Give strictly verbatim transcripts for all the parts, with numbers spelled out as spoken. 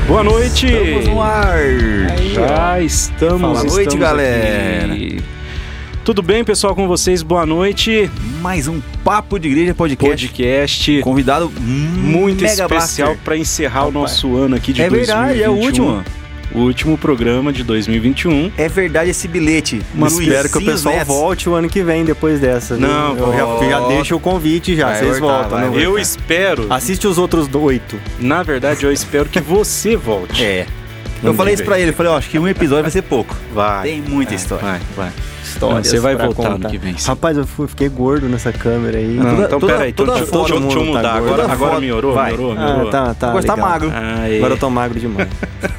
Boa noite! Estamos no ar! Aí, Já estamos, Boa noite, estamos galera! Aqui. Tudo bem, pessoal, com vocês? Boa noite! Mais um Papo de Igreja Podcast. Podcast. Convidado muito Mega especial para encerrar Rapaz. o nosso ano aqui de é dois mil e vinte e um. É verdade, é o último. O último programa de dois mil e vinte e um. É verdade esse bilhete. Mas espero que o pessoal Neto. volte o ano que vem depois dessa. Não, eu já, já deixo o convite já, vai vocês voltar. Vai, vai, eu vai. espero. Assiste os outros oito. Na verdade, eu espero que você volte. É. Eu falei isso pra ele, eu falei, ó, acho que um episódio vai ser pouco. Vai. Tem muita vai, história. Vai, vai. Histórias. Você vai voltar contar. ano que vem. Sim. Rapaz, eu fui, fiquei gordo nessa câmera aí. Não, toda, então toda, peraí, toda deixa, foto, deixa, deixa eu mudar. Tá agora agora, agora melhorou, vai. melhorou, melhorou. Ah, tá, tá. Agora tá legal. magro. Aê. Agora eu tô magro demais.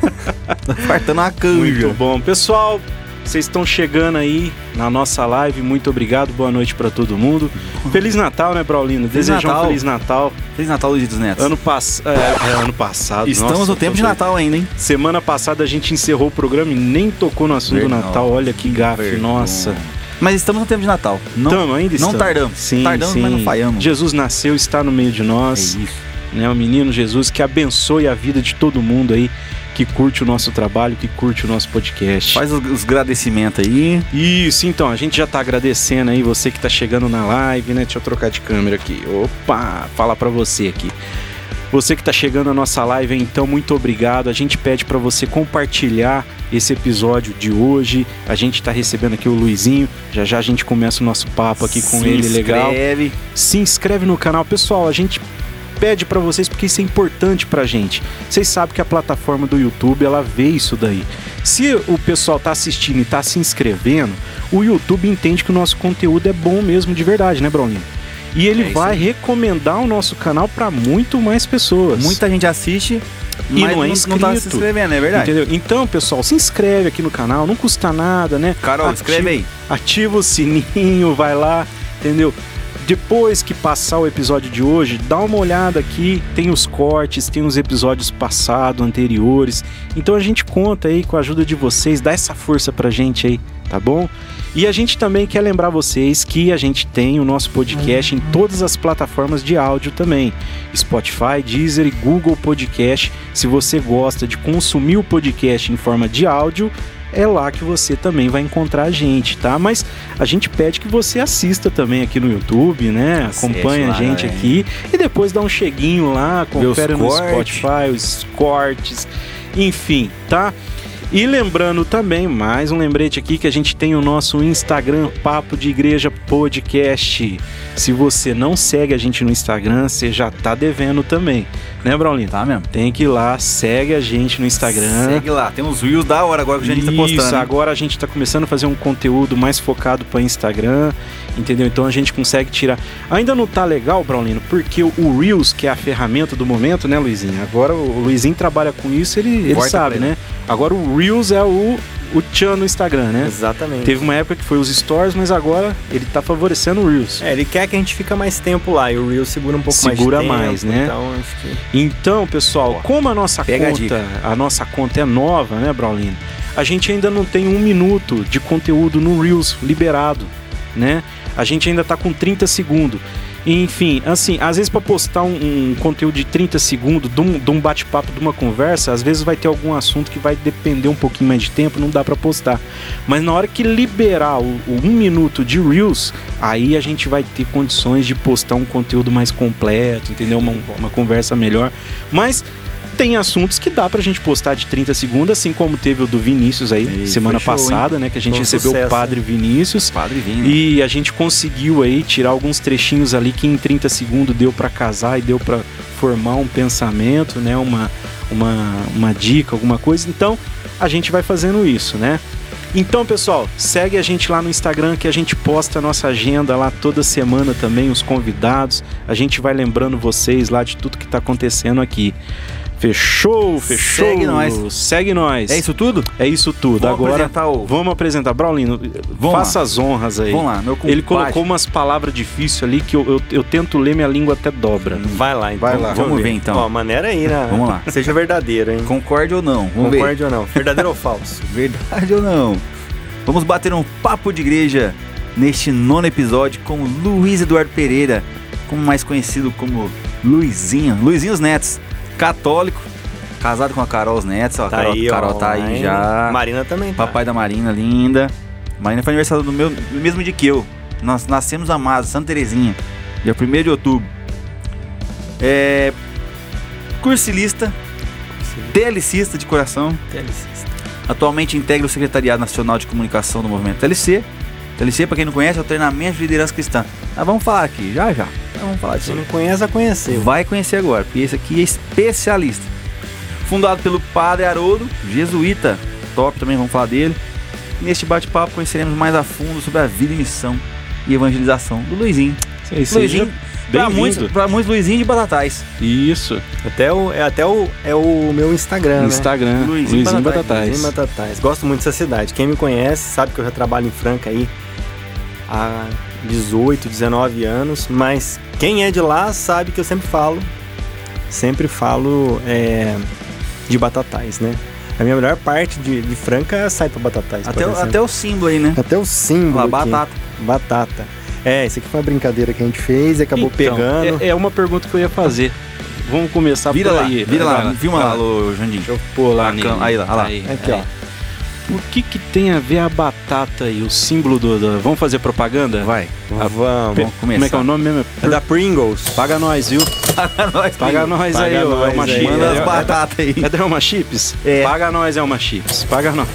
Tá fartando uma canja. Muito bom. Pessoal, vocês estão chegando aí na nossa live. Muito obrigado. Boa noite pra todo mundo. Feliz Natal, né, Braulino? Desejam um Feliz Natal. Feliz Natal, Luiz dos Netos. Ano, pass... é, é, ano passado. Estamos nossa, no tempo de Natal ainda, hein? Semana passada a gente encerrou o programa e nem tocou no assunto do Natal. Olha que gafe, Verdão. Nossa. Mas estamos no tempo de Natal. Não, Tamo, ainda não estamos. tardamos. Sim, tardamos, sim. mas não falhamos. Jesus nasceu, está no meio de nós. É isso. Né, o menino Jesus que abençoe a vida de todo mundo aí que curte o nosso trabalho, que curte o nosso podcast. Faz os, os agradecimentos aí. Isso, então, a gente já tá agradecendo aí você que tá chegando na live, né? Deixa eu trocar de câmera aqui. Opa, falar pra você aqui. Você que tá chegando na nossa live, então, muito obrigado. A gente pede pra você compartilhar esse episódio de hoje. A gente tá recebendo aqui o Luizinho. Já já a gente começa o nosso papo aqui com Se ele, inscreve. legal. Se inscreve no canal. Pessoal, a gente pede pra vocês porque isso é importante pra gente. Vocês sabem que a plataforma do YouTube, ela vê isso daí. Se o pessoal tá assistindo e tá se inscrevendo, o YouTube entende que o nosso conteúdo é bom mesmo de verdade, né, Braulinho? E ele é vai recomendar o nosso canal pra muito mais pessoas. Muita gente assiste e mas não é não, inscrito. não tá se inscrevendo, é verdade. Entendeu? Então, pessoal, se inscreve aqui no canal, não custa nada, né? Carol, Ativa, escreve aí. Ativa o sininho, vai lá, entendeu? Depois que passar o episódio de hoje, dá uma olhada aqui, tem os cortes, tem os episódios passados, anteriores. Então a gente conta aí com a ajuda de vocês, dá essa força pra gente aí, tá bom? E a gente também quer lembrar vocês que a gente tem o nosso podcast em todas as plataformas de áudio também. Spotify, Deezer e Google Podcast. Se você gosta de consumir o podcast em forma de áudio, é lá que você também vai encontrar a gente, tá? Mas a gente pede que você assista também aqui no YouTube, né? Acompanha a gente lá, aqui e depois dá um cheguinho lá, confere no Spotify, os cortes, enfim, tá? E lembrando também, mais um lembrete aqui, que a gente tem o nosso Instagram, Papo de Igreja Podcast. Se você não segue a gente no Instagram, você já tá devendo também. Né, Braulino? Tá mesmo. Tem que ir lá, segue a gente no Instagram. Segue lá, tem uns reels da hora agora que a gente Isso, tá postando. Isso, agora a gente tá começando a fazer um conteúdo mais focado para Instagram, entendeu? Então a gente consegue tirar. Ainda não tá legal, Braulino, porque o Reels, que é a ferramenta do momento, né, Luizinho? Agora o Luizinho trabalha com isso, ele, ele sabe, né? Agora o Reels é o, o tchan no Instagram, né? Exatamente. Teve uma época que foi os Stories, mas agora ele tá favorecendo o Reels. É, ele quer que a gente fique mais tempo lá e o Reels segura um pouco segura mais de tempo. mais, né? Então, acho que... então, pessoal, Boa. como a nossa Pega conta, a, a nossa conta é nova, né, Braulino? A gente ainda não tem um minuto de conteúdo no Reels liberado, né? A gente ainda tá com trinta segundos. Enfim, assim, às vezes para postar um, um conteúdo de trinta segundos, de um, de um bate-papo, de uma conversa, às vezes vai ter algum assunto que vai depender um pouquinho mais de tempo, não dá para postar. Mas na hora que liberar o, o um minuto de Reels, aí a gente vai ter condições de postar um conteúdo mais completo, entendeu? Uma, uma conversa melhor. Mas tem assuntos que dá pra gente postar de trinta segundos, assim como teve o do Vinícius aí, Ei, semana show, passada, hein? né? Que a gente Foi um recebeu sucesso, o Padre hein? Vinícius. Padre Vinho. E a gente conseguiu aí tirar alguns trechinhos ali que em trinta segundos deu pra casar e deu pra formar um pensamento, né? Uma, uma, uma dica, alguma coisa. Então, a gente vai fazendo isso, né? Então, pessoal, segue a gente lá no Instagram que a gente posta a nossa agenda lá toda semana também, os convidados. A gente vai lembrando vocês lá de tudo que tá acontecendo aqui. Fechou, fechou. Segue nós. Segue nós. É isso tudo? É isso tudo. Vamos Agora apresentar o... vamos apresentar. Braulino, Vamos faça lá. as honras aí. Vamos lá, meu compadre. Ele colocou umas palavras difíceis ali que eu, eu, eu tento ler, minha língua até dobra. Vai lá, então. Vai lá. Vamos ver, então. Ó, maneira aí, né? Vamos lá. Seja verdadeiro, hein? Concorde ou não? Vamos Concorde ver. ou não? Verdadeiro ou falso? Verdade ou não? Vamos bater um papo de igreja neste nono episódio com Luiz Eduardo Pereira, como mais conhecido como Luizinho. Luizinho os Netos, católico, Casado com a Carol os netos, ó. A Tá Carol, aí, Carol ó, tá aí online. já. Marina também tá. Papai da Marina, linda. Marina foi aniversário do, meu, do mesmo dia que eu. Nós nascemos amados, Santa Terezinha. Dia primeiro de outubro. É... Cursilista. TLCista de coração. Telecista. Atualmente integra o Secretariado Nacional de Comunicação do Movimento T L C. T L C, pra quem não conhece, é o Treinamento de Liderança Cristã. Nós vamos falar aqui, já já. Nós vamos falar Se disso. não conhece, vai conhecer. Vai conhecer agora, porque esse aqui é especialista. Fundado pelo Padre Haroldo, jesuíta, top também, vamos falar dele. Neste bate-papo conheceremos mais a fundo sobre a vida e missão e evangelização do Luizinho. Luizinho, pra muitos, pra muitos, Luizinho de Batatais. Isso. Até o, é até o, é o meu Instagram, né? Instagram, Luizinho Luizinho Batatais. Batatais. Luizinho Batatais. Gosto muito dessa cidade. Quem me conhece sabe que eu já trabalho em Franca aí há dezoito, dezenove anos, mas quem é de lá sabe que eu sempre falo, sempre falo é, de Batatais, né? A minha melhor parte de, de Franca sai pra Batatais. Até, por o, exemplo. até o símbolo aí, né? Até o símbolo Lá, aqui. batata. Batata. É, isso aqui foi uma brincadeira que a gente fez e acabou Então, pegando. É, é uma pergunta que eu ia fazer. Vamos começar Vira por lá, aí. vira Vai lá, filma lá, ô Jandinho. Deixa eu pôr lá nele. Aí lá, olha lá. Aí, Aqui, aí. ó. O que que tem a ver a batata e o símbolo do... do- Vamos fazer propaganda? Vai. Ah, Vamos. Pe- começar. Como é que é o nome mesmo? É da Pringles. Paga nós, viu? Paga nós, Paga nós Paga aí, ô, nós Elma aí. Chips. Manda as É- batatas aí. É da Elma Chips? É. Paga nós, Elma Chips. Paga nós.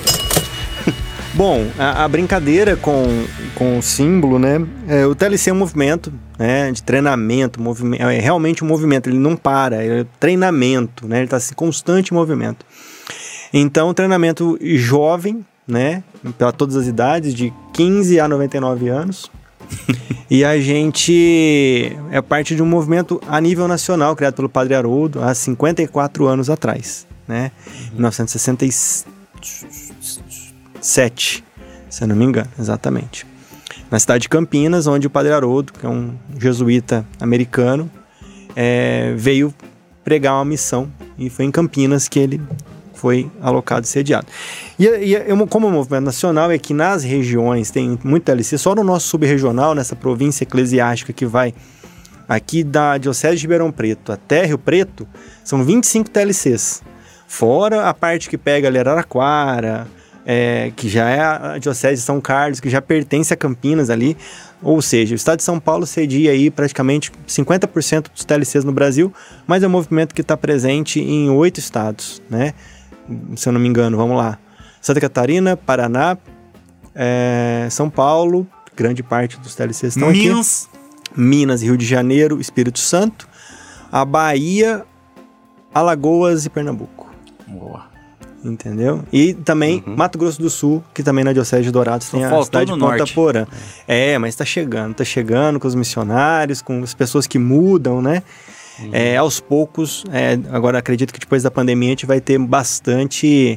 Bom, a, a brincadeira com, com o símbolo, né? É, o T L C é um movimento, né? De treinamento, movimento, é realmente um movimento, ele não para, é treinamento, né? Ele está em constante movimento. Então, treinamento jovem, né? Para todas as idades, de quinze a noventa e nove anos. E a gente é parte de um movimento a nível nacional, criado pelo Padre Haroldo há cinquenta e quatro anos atrás, né? mil novecentos e sessenta e sete, se eu não me engano, exatamente. Na cidade de Campinas, onde o Padre Haroldo, que é um jesuíta americano, é, veio pregar uma missão, e foi em Campinas que ele foi alocado e sediado. E, e como o movimento nacional é que nas regiões tem muito T L C, só no nosso subregional, nessa província eclesiástica que vai aqui da Diocese de Ribeirão Preto até Rio Preto, são vinte e cinco T L Cs. Fora a parte que pega ali Araraquara, é, que já é a Diocese de São Carlos, que já pertence a Campinas ali. Ou seja, o estado de São Paulo cedia aí praticamente cinquenta por cento dos T L Cs no Brasil, mas é um movimento que está presente em oito estados, né? Se eu não me engano, vamos lá. Santa Catarina, Paraná, é, São Paulo, grande parte dos T L Cs estão Minas. aqui. Minas, Rio de Janeiro, Espírito Santo, a Bahia, Alagoas e Pernambuco. Boa. Entendeu? E também Uhum. Mato Grosso do Sul, que também na Diocese de Dourados Só tem a faltou cidade de no Ponta norte. Porã. É, mas tá chegando, tá chegando com os missionários, com as pessoas que mudam, né? Uhum. É, aos poucos, é, agora acredito que depois da pandemia a gente vai ter bastante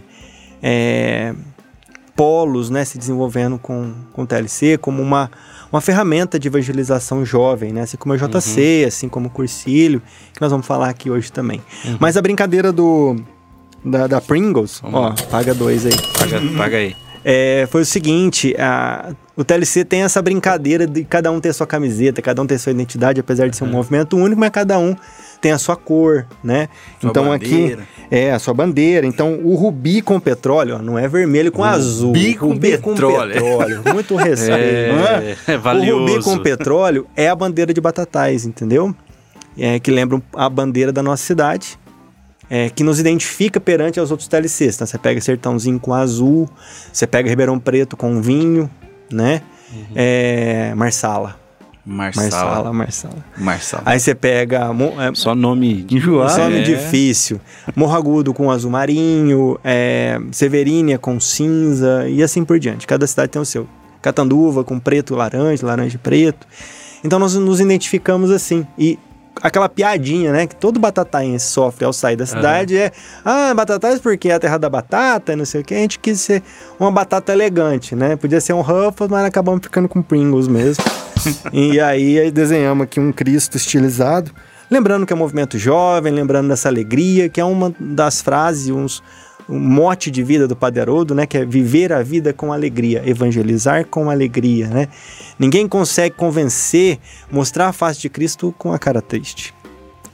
é, polos, né, se desenvolvendo com, com o T L C como uma, uma ferramenta de evangelização jovem, né? Assim como a J C, Uhum. assim como o Cursilho, que nós vamos falar aqui hoje também. Uhum. Mas a brincadeira do da, da Pringles, Vamos ó, lá. paga dois aí. Paga, paga aí. É, foi o seguinte, a, o T L C tem essa brincadeira de cada um ter sua camiseta, cada um ter sua identidade, apesar de ser um movimento único, mas cada um tem a sua cor, né? Sua então bandeira. aqui é a sua bandeira. Então o rubi com petróleo, ó, não é vermelho com azul. Rubi com petróleo. petróleo. Muito respeito. não é? É, é valioso. O rubi com petróleo é a bandeira de Batatais, entendeu? É, que lembra a bandeira da nossa cidade. É, que nos identifica perante aos outros T L Cs. Então, você pega Sertãozinho com azul, você pega Ribeirão Preto com vinho, né? Uhum. É, Marsala. Marsala. Marsala, Marsala. Marsala. Aí você pega... Mo- é, Só nome Enjoado. Nome É. difícil. Morro Agudo com azul marinho, é, Severínia com cinza e assim por diante. Cada cidade tem o seu. Catanduva com preto e laranja, laranja e preto. Então, nós nos identificamos assim. E aquela piadinha, né, que todo batataense sofre ao sair da cidade é ah, Batatais porque é a terra da batata, não sei o que. A gente quis ser uma batata elegante, né? Podia ser um Ruffles, mas acabamos ficando com Pringles mesmo. E aí, aí desenhamos aqui um Cristo estilizado. Lembrando que é um movimento jovem, lembrando dessa alegria, que é uma das frases, uns, um mote de vida do Padre Haroldo, né? Que é viver a vida com alegria, evangelizar com alegria, né? Ninguém consegue convencer, mostrar a face de Cristo com a cara triste.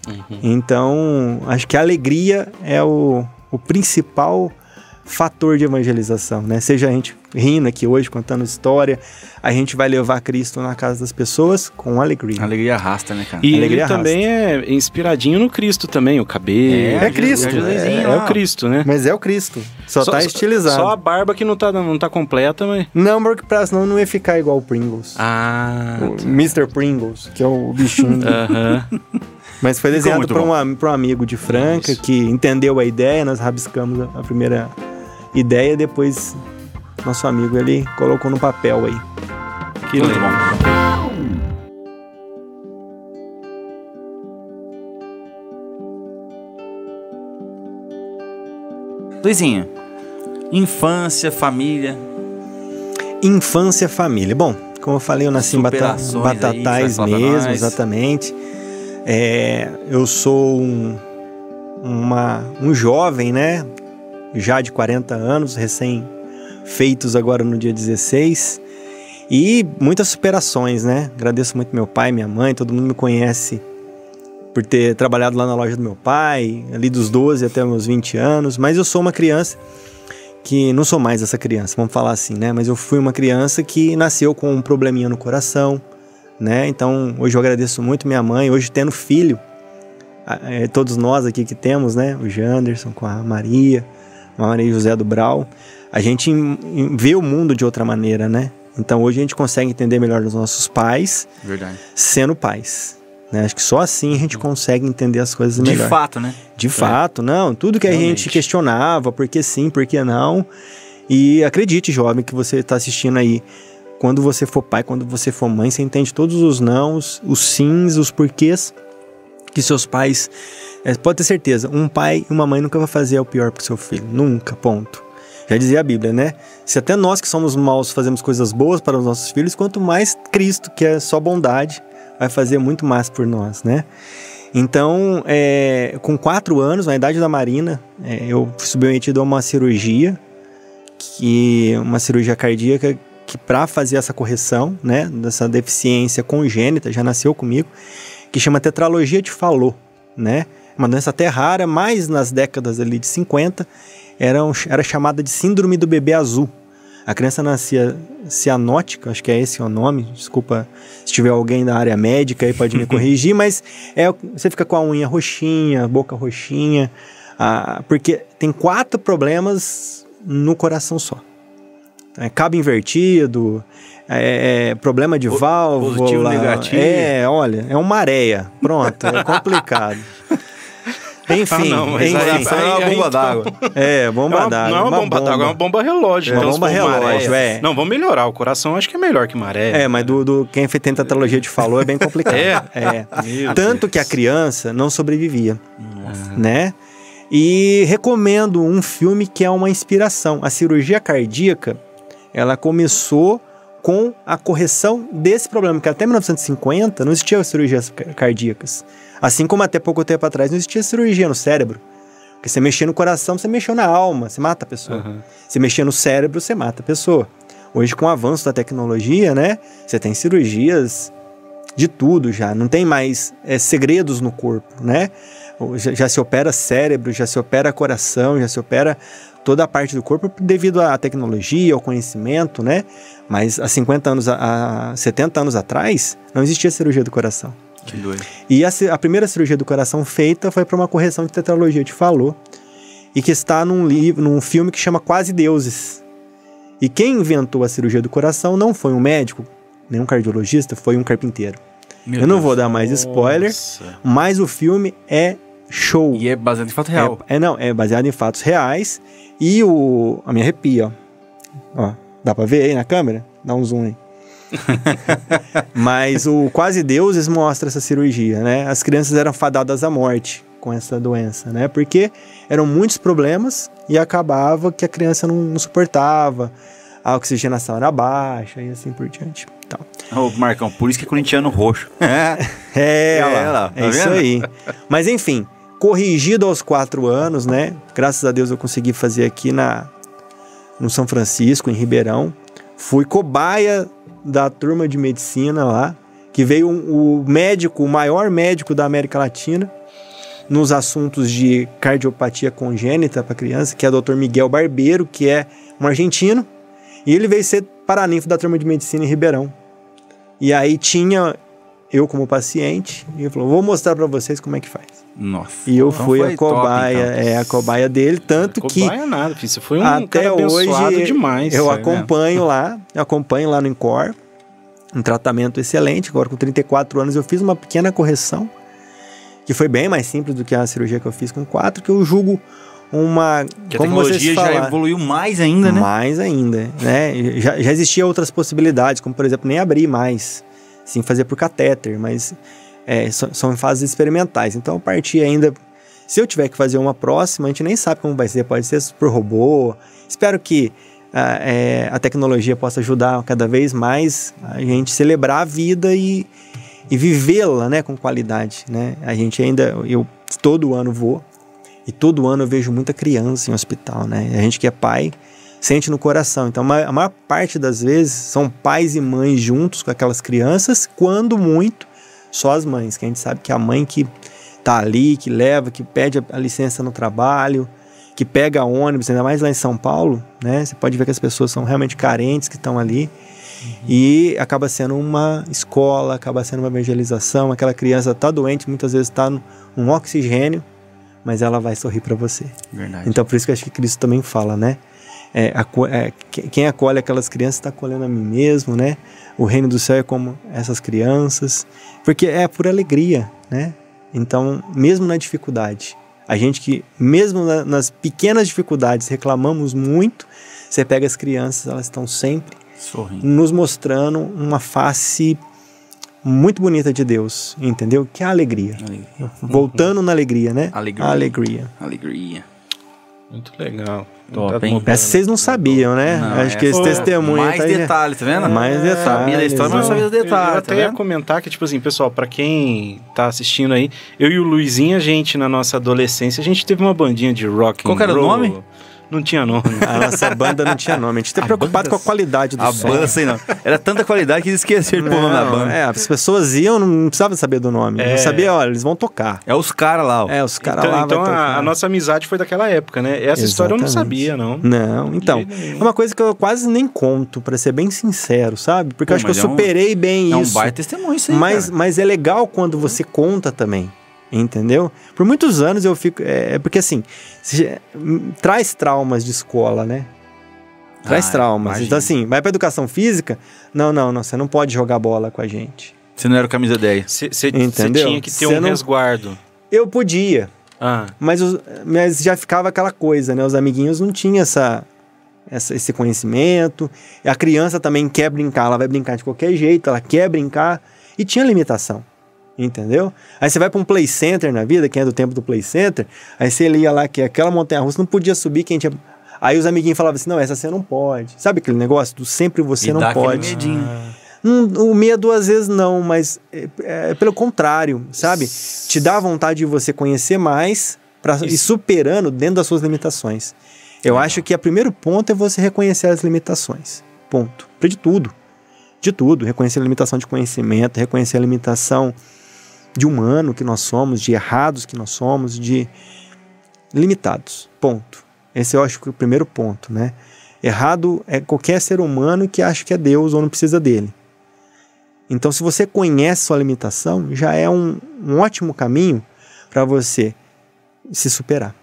Uhum. Então, acho que a alegria é o, o principal fator de evangelização, né? Seja a gente rindo aqui hoje, contando história, a gente vai levar Cristo na casa das pessoas com alegria. A alegria arrasta, né, cara? E Alegria ele arrasta. também é inspiradinho no Cristo também, o cabelo. É Cristo, É, é, é o Cristo, né? Mas é o Cristo, só, tá estilizado. Só a barba que não tá, não tá completa, mas... Não, porque pra senão não ia ficar igual o Pringles. Ah... O mister Pringles, que é o bichinho. Aham. Mas foi Ficou desenhado muito por bom. um, am- por um amigo de Franca Isso. que entendeu a ideia, nós rabiscamos a, a primeira ideia, depois nosso amigo ele colocou no papel aí. Que Muito legal. bom. Luizinho, infância, família. Infância, família. Bom, como eu falei, eu nasci em Bata- Superações aí, Batatais vai falar pra mesmo, nós. exatamente. É, eu sou um, uma, um jovem, né? Já de quarenta anos, recém-feitos agora no dia dezesseis. E muitas superações, né? Agradeço muito meu pai, minha mãe, todo mundo me conhece por ter trabalhado lá na loja do meu pai, ali dos doze até meus vinte anos. Mas eu sou uma criança que não sou mais essa criança, vamos falar assim, né? Mas eu fui uma criança que nasceu com um probleminha no coração, né? Então, hoje eu agradeço muito minha mãe, hoje tendo filho, é, todos nós aqui que temos, né? O Janderson com a Maria, a Maria José do Brau, a gente em- em- vê o mundo de outra maneira, né? Então, hoje a gente consegue entender melhor os nossos pais, Verdade. sendo pais, né? Acho que só assim a gente consegue entender as coisas De melhor. fato, né? De fato, não. Tudo que a Realmente. gente questionava, por que sim, por que não. E acredite, jovem, que você está assistindo aí. Quando você for pai, quando você for mãe, você entende todos os nãos, os sims, os porquês que seus pais... é, pode ter certeza, um pai e uma mãe nunca vai fazer o pior pro seu filho. Nunca, ponto. Já dizia a Bíblia, né? Se até nós que somos maus fazemos coisas boas para os nossos filhos, quanto mais Cristo, que é só bondade, vai fazer muito mais por nós, né? Então, é, com quatro anos, na idade da Marina, é, eu fui submetido a uma cirurgia, que, uma cirurgia cardíaca, que para fazer essa correção, né, dessa deficiência congênita, já nasceu comigo, que chama tetralogia de Fallot, né? Uma doença até rara, mas nas décadas ali de cinquenta, era, um, era chamada de síndrome do bebê azul. A criança nascia cianótica, acho que é esse o nome, desculpa se tiver alguém da área médica aí pode me corrigir, mas é, você fica com a unha roxinha, boca roxinha, ah, porque tem quatro problemas no coração só. É, cabo invertido, é, é, problema de válvula. positivo, negativo. É, olha, é uma areia. Pronto, é complicado. Enfim, Ah, não, mas enfim. aí- Foi uma aí- bomba aí- d'água. É, bomba Não é uma- d'água. não é uma bomba d'água, é uma bomba relógio. É então, uma se bomba for relógio, maré- é. Não, vamos melhorar. O coração acho que é melhor que maré. É, mas do, do quem tem tetralogia de Fallot é bem complicado. É? É. Meu Tanto Deus. que a criança não sobrevivia, né? E recomendo um filme que é uma inspiração. A cirurgia cardíaca, ela começou com a correção desse problema, que até mil novecentos e cinquenta não existia cirurgias ca- cardíacas. Assim como até pouco tempo atrás não existia cirurgia no cérebro. Porque você mexer no coração, você mexeu na alma, você mata a pessoa. Uhum. Se mexer no cérebro, você mata a pessoa. Hoje, com o avanço da tecnologia, né? Você tem cirurgias de tudo já. Não tem mais é, segredos no corpo, né? Já, já se opera cérebro, já se opera coração, já se opera toda a parte do corpo devido à tecnologia, ao conhecimento, né? Mas há cinquenta anos, há setenta anos atrás, não existia cirurgia do coração. Que doido. E a, ci- a primeira cirurgia do coração feita foi para uma correção de tetralogia de Fallot, e que está num, livro, num filme que chama Quase Deuses. E quem inventou a cirurgia do coração não foi um médico, nem um cardiologista, foi um carpinteiro. Meu Eu não Deus. vou dar mais spoiler, Nossa. mas o filme é show. E é baseado em fato real. É, é, não, é baseado em fatos reais. E o... A me arrepia, ó. Ó, dá pra ver aí na câmera? Dá um zoom aí. Mas o Quase Deuses mostra essa cirurgia, né? As crianças eram fadadas à morte com essa doença, né? Porque eram muitos problemas e acabava que a criança não, não suportava, a oxigenação era baixa e assim por diante. Então, Ô, Marcão, por isso que é corintiano roxo. é, É, olha lá, lá, tá é isso vendo? aí. Mas enfim, corrigido aos quatro anos, né? Graças a Deus eu consegui fazer aqui na, no São Francisco, em Ribeirão. Fui cobaia da turma de medicina lá, que veio um- o médico, o maior médico da América Latina, nos assuntos de cardiopatia congênita para criança, que é o doutor Miguel Barbeiro, que é um argentino, e ele veio ser paraninfo da turma de medicina em Ribeirão. E aí tinha eu como paciente, e ele falou, vou mostrar para vocês como é que faz. Nossa. E eu então fui a cobaia, top, então. é a cobaia dele, tanto cobaia que Cobaia nada, filho. Você foi um até cara abençoado hoje demais. eu sabe? acompanho lá, eu acompanho lá no Incor, um tratamento excelente. Agora com trinta e quatro anos eu fiz uma pequena correção, que foi bem mais simples do que a cirurgia que eu fiz com quatro, que eu julgo uma... Que a como tecnologia vocês já falaram, evoluiu mais ainda, né? mais ainda, né? Já, já existiam outras possibilidades, como por exemplo, nem abrir mais, sim, fazer por catéter, mas é, são, são fases experimentais. Então, a partir ainda, se eu tiver que fazer uma próxima, a gente nem sabe como vai ser, pode ser por robô. Espero que a, é, a tecnologia possa ajudar cada vez mais a gente celebrar a vida e, e vivê-la, né, com qualidade, né? A gente ainda, eu todo ano vou, e todo ano eu vejo muita criança em hospital, né? A gente que é pai sente no coração. Então, a maior parte das vezes são pais e mães juntos com aquelas crianças, quando muito, só as mães, que a gente sabe que a mãe que tá ali, que leva, que pede a licença no trabalho, que pega ônibus, ainda mais lá em São Paulo, né? Você pode ver que as pessoas são realmente carentes que estão ali. Uhum. E acaba sendo uma escola, acaba sendo uma evangelização. Aquela criança está doente, muitas vezes está num oxigênio, mas ela vai sorrir para você. Verdade. Então, por isso que eu acho que Cristo também fala, né? É, aco- é, quem acolhe aquelas crianças está acolhendo a mim mesmo, né? O reino do céu é como essas crianças, porque é por alegria, né? Então, mesmo na dificuldade, a gente que, mesmo na, nas pequenas dificuldades, reclamamos muito, você pega as crianças, elas estão sempre sorrindo, nos mostrando uma face muito bonita de Deus, entendeu? Que é a alegria. alegria. Voltando na alegria, né? Alegria. Alegria. Alegria. Muito legal. Top, Tá hein? mudando. Essa vocês não sabiam, né? Não, Acho que esse é- testemunho Mais tá aí, detalhes, tá vendo? Mais detalhes. Sabia da história, mas não sabia dos Eu- detalhes, Eu tá até ia vendo? comentar que, tipo assim, pessoal, pra quem tá assistindo aí, eu e o Luizinho, a gente, na nossa adolescência, a gente teve uma bandinha de rock and Qual que era o roll. nome? Não tinha nome. A nossa banda não tinha nome. A gente tá A preocupado banda- com a qualidade do A som. banda, sei não. Era tanta qualidade que eles esqueceram de pôr o nome da Não, banda. É, é, as pessoas iam, não precisavam saber do nome. É. Não sabia, olha, eles vão tocar. os caras lá, ó. É, os caras Então, lá então vai tocar. a, a nossa amizade foi daquela época, né? Essa história eu não Exatamente. sabia, não. Não, então, De jeito nenhum. é uma coisa que eu quase nem conto, pra ser bem sincero, sabe? Porque Pô, eu acho que eu mas é um- superei bem É um isso. baita testemunho isso aí, mas, cara. mas é legal quando você conta também, entendeu? Por muitos anos eu fico... É, é porque assim, se- hum, traz traumas de escola, né? Traz Ah, traumas. imagino. Então assim, vai pra educação física, não, não, não, você não pode jogar bola com a gente. Você não era o camisa dez. Você Entendeu? tinha que ter Cê um não- resguardo. Eu podia, Ah, mas, os- mas já ficava aquela coisa, né? Os amiguinhos não tinham essa, essa- esse conhecimento. A criança também quer brincar, ela vai brincar de qualquer jeito, ela quer brincar. E tinha limitação, entendeu? Aí você vai para um play center na vida, quem é do tempo do play center, aí você ia lá que aquela montanha-russa não podia subir, quem tinha... Aí os amiguinhos falavam assim, não, essa você não pode. Sabe aquele negócio do sempre você E não dá aquele pode? medinho. Hum, o medo às vezes não, mas é, é pelo contrário, sabe? Te dá vontade de você conhecer mais pra ir superando dentro das suas limitações. Eu acho que o primeiro ponto é você reconhecer as limitações. Ponto. De tudo. De tudo. Reconhecer a limitação de conhecimento, reconhecer a limitação de humano que nós somos, de errados que nós somos, de limitados. Ponto. Esse eu acho que é o primeiro ponto, né? Errado é qualquer ser humano que acha que é Deus ou não precisa dele. Então, se você conhece sua limitação, já é um, um ótimo caminho para você se superar.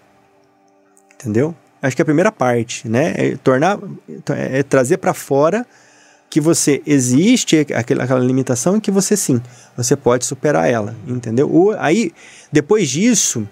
Entendeu? Acho que a primeira parte, né, é tornar, é trazer para fora que você existe aquela, aquela limitação e que você sim, você pode superar ela, entendeu? O, aí, depois disso,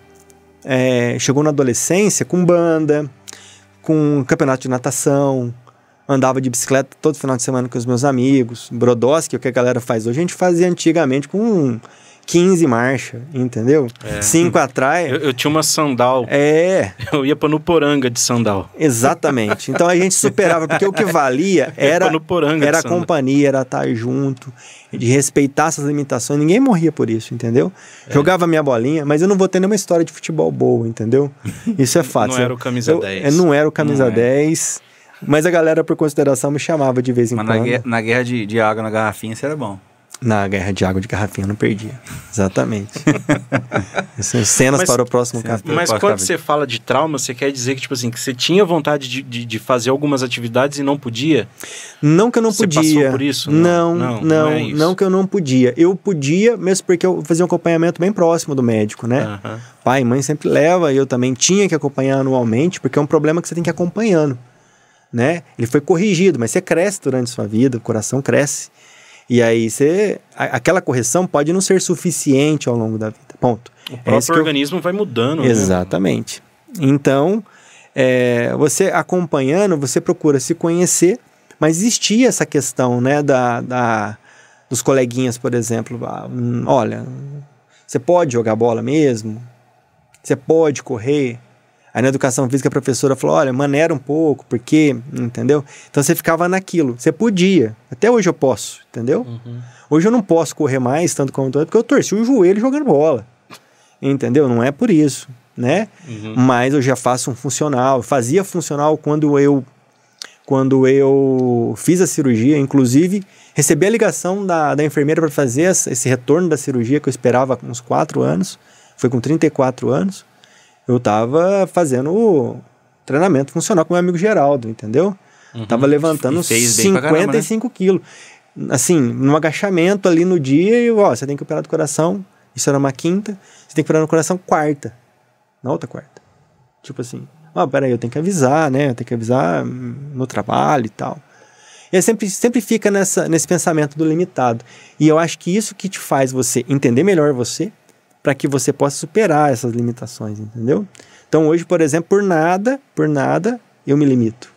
é, chegou na adolescência com banda, com campeonato de natação, andava de bicicleta todo final de semana com os meus amigos, Brodowski, o que a galera faz hoje, a gente fazia antigamente com quinze marcha, entendeu? É. Cinco atrás. eu, eu tinha uma sandal. É, Eu ia pra Nuporanga de sandal. exatamente. Então a gente superava, porque o que valia era, Pra Nuporanga era de a sandal. companhia, era estar junto, de respeitar essas limitações. Ninguém morria por isso, entendeu? Jogava minha bolinha, mas eu não vou ter nenhuma história de futebol boa, entendeu? Isso é fato. Não era o camisa Eu- dez. eu não era o camisa Não é. dez, mas a galera, por consideração, me chamava de vez em Mas na quando. guerra, na guerra de, de água na garrafinha, isso era bom. Na guerra de água de garrafinha eu não perdia. Exatamente. São cenas mas, para o próximo capítulo. Mas quando capítulo. Você fala de trauma, você quer dizer que, tipo assim, que você tinha vontade de, de, de fazer algumas atividades e não podia? Não que eu não você podia. Você passou por isso? Não, não, não, não, é não que eu não podia. Eu podia, mesmo porque eu fazia um acompanhamento bem próximo do médico, né? Uh-huh. Pai e mãe sempre leva, e eu também tinha que acompanhar anualmente, porque é um problema que você tem que ir acompanhando, né? Ele foi corrigido, mas você cresce durante a sua vida, o coração cresce. E aí você, aquela correção pode não ser suficiente ao longo da vida, ponto. O próprio é organismo eu... vai mudando. Exatamente. Né? Então, é, você acompanhando, você procura se conhecer, mas existia essa questão, né, da, da, dos coleguinhas, por exemplo. Olha, você pode jogar bola mesmo? Você pode correr? Aí na educação física a professora falou, olha, maneira um pouco, porque, entendeu? Então você ficava naquilo, você podia, até hoje eu posso, entendeu? Uhum. Hoje eu não posso correr mais tanto como todo, porque eu torci o joelho jogando bola, entendeu? Não é por isso, né? Uhum. Mas eu já faço um funcional, fazia funcional quando eu, quando eu fiz a cirurgia, inclusive recebi a ligação da, da enfermeira para fazer esse retorno da cirurgia que eu esperava há uns quatro anos, foi com trinta e quatro anos. Eu tava fazendo o treinamento funcional com meu amigo Geraldo, entendeu? Uhum. Tava levantando cinquenta e cinco quilos. Assim, num agachamento ali no dia, e ó, você tem que operar do coração, isso era uma quinta, você tem que operar no coração quarta, na outra quarta. Tipo assim, ó, peraí, eu tenho que avisar, né? Eu tenho que avisar no trabalho e tal. E aí sempre, sempre fica nessa, nesse pensamento do limitado. E eu acho que isso que te faz você entender melhor você, para que você possa superar essas limitações, entendeu? Então hoje, por exemplo, por nada, por nada, eu me limito.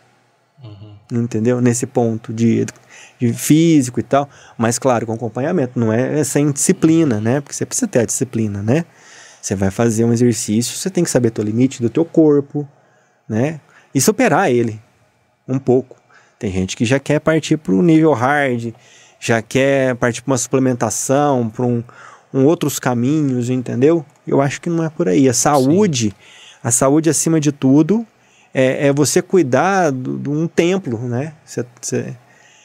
Uhum. Entendeu? Nesse ponto de, de físico e tal. Mas claro, com acompanhamento, não é sem disciplina, né? Porque você precisa ter a disciplina, né? Você vai fazer um exercício, você tem que saber o teu limite do teu corpo, né? E superar ele um pouco. Tem gente que já quer partir para o nível hard, já quer partir para uma suplementação, para um Um outros caminhos, entendeu? Eu acho que não é por aí. A saúde, Sim. a saúde acima de tudo, é, é você cuidar de um templo, né? Você, você,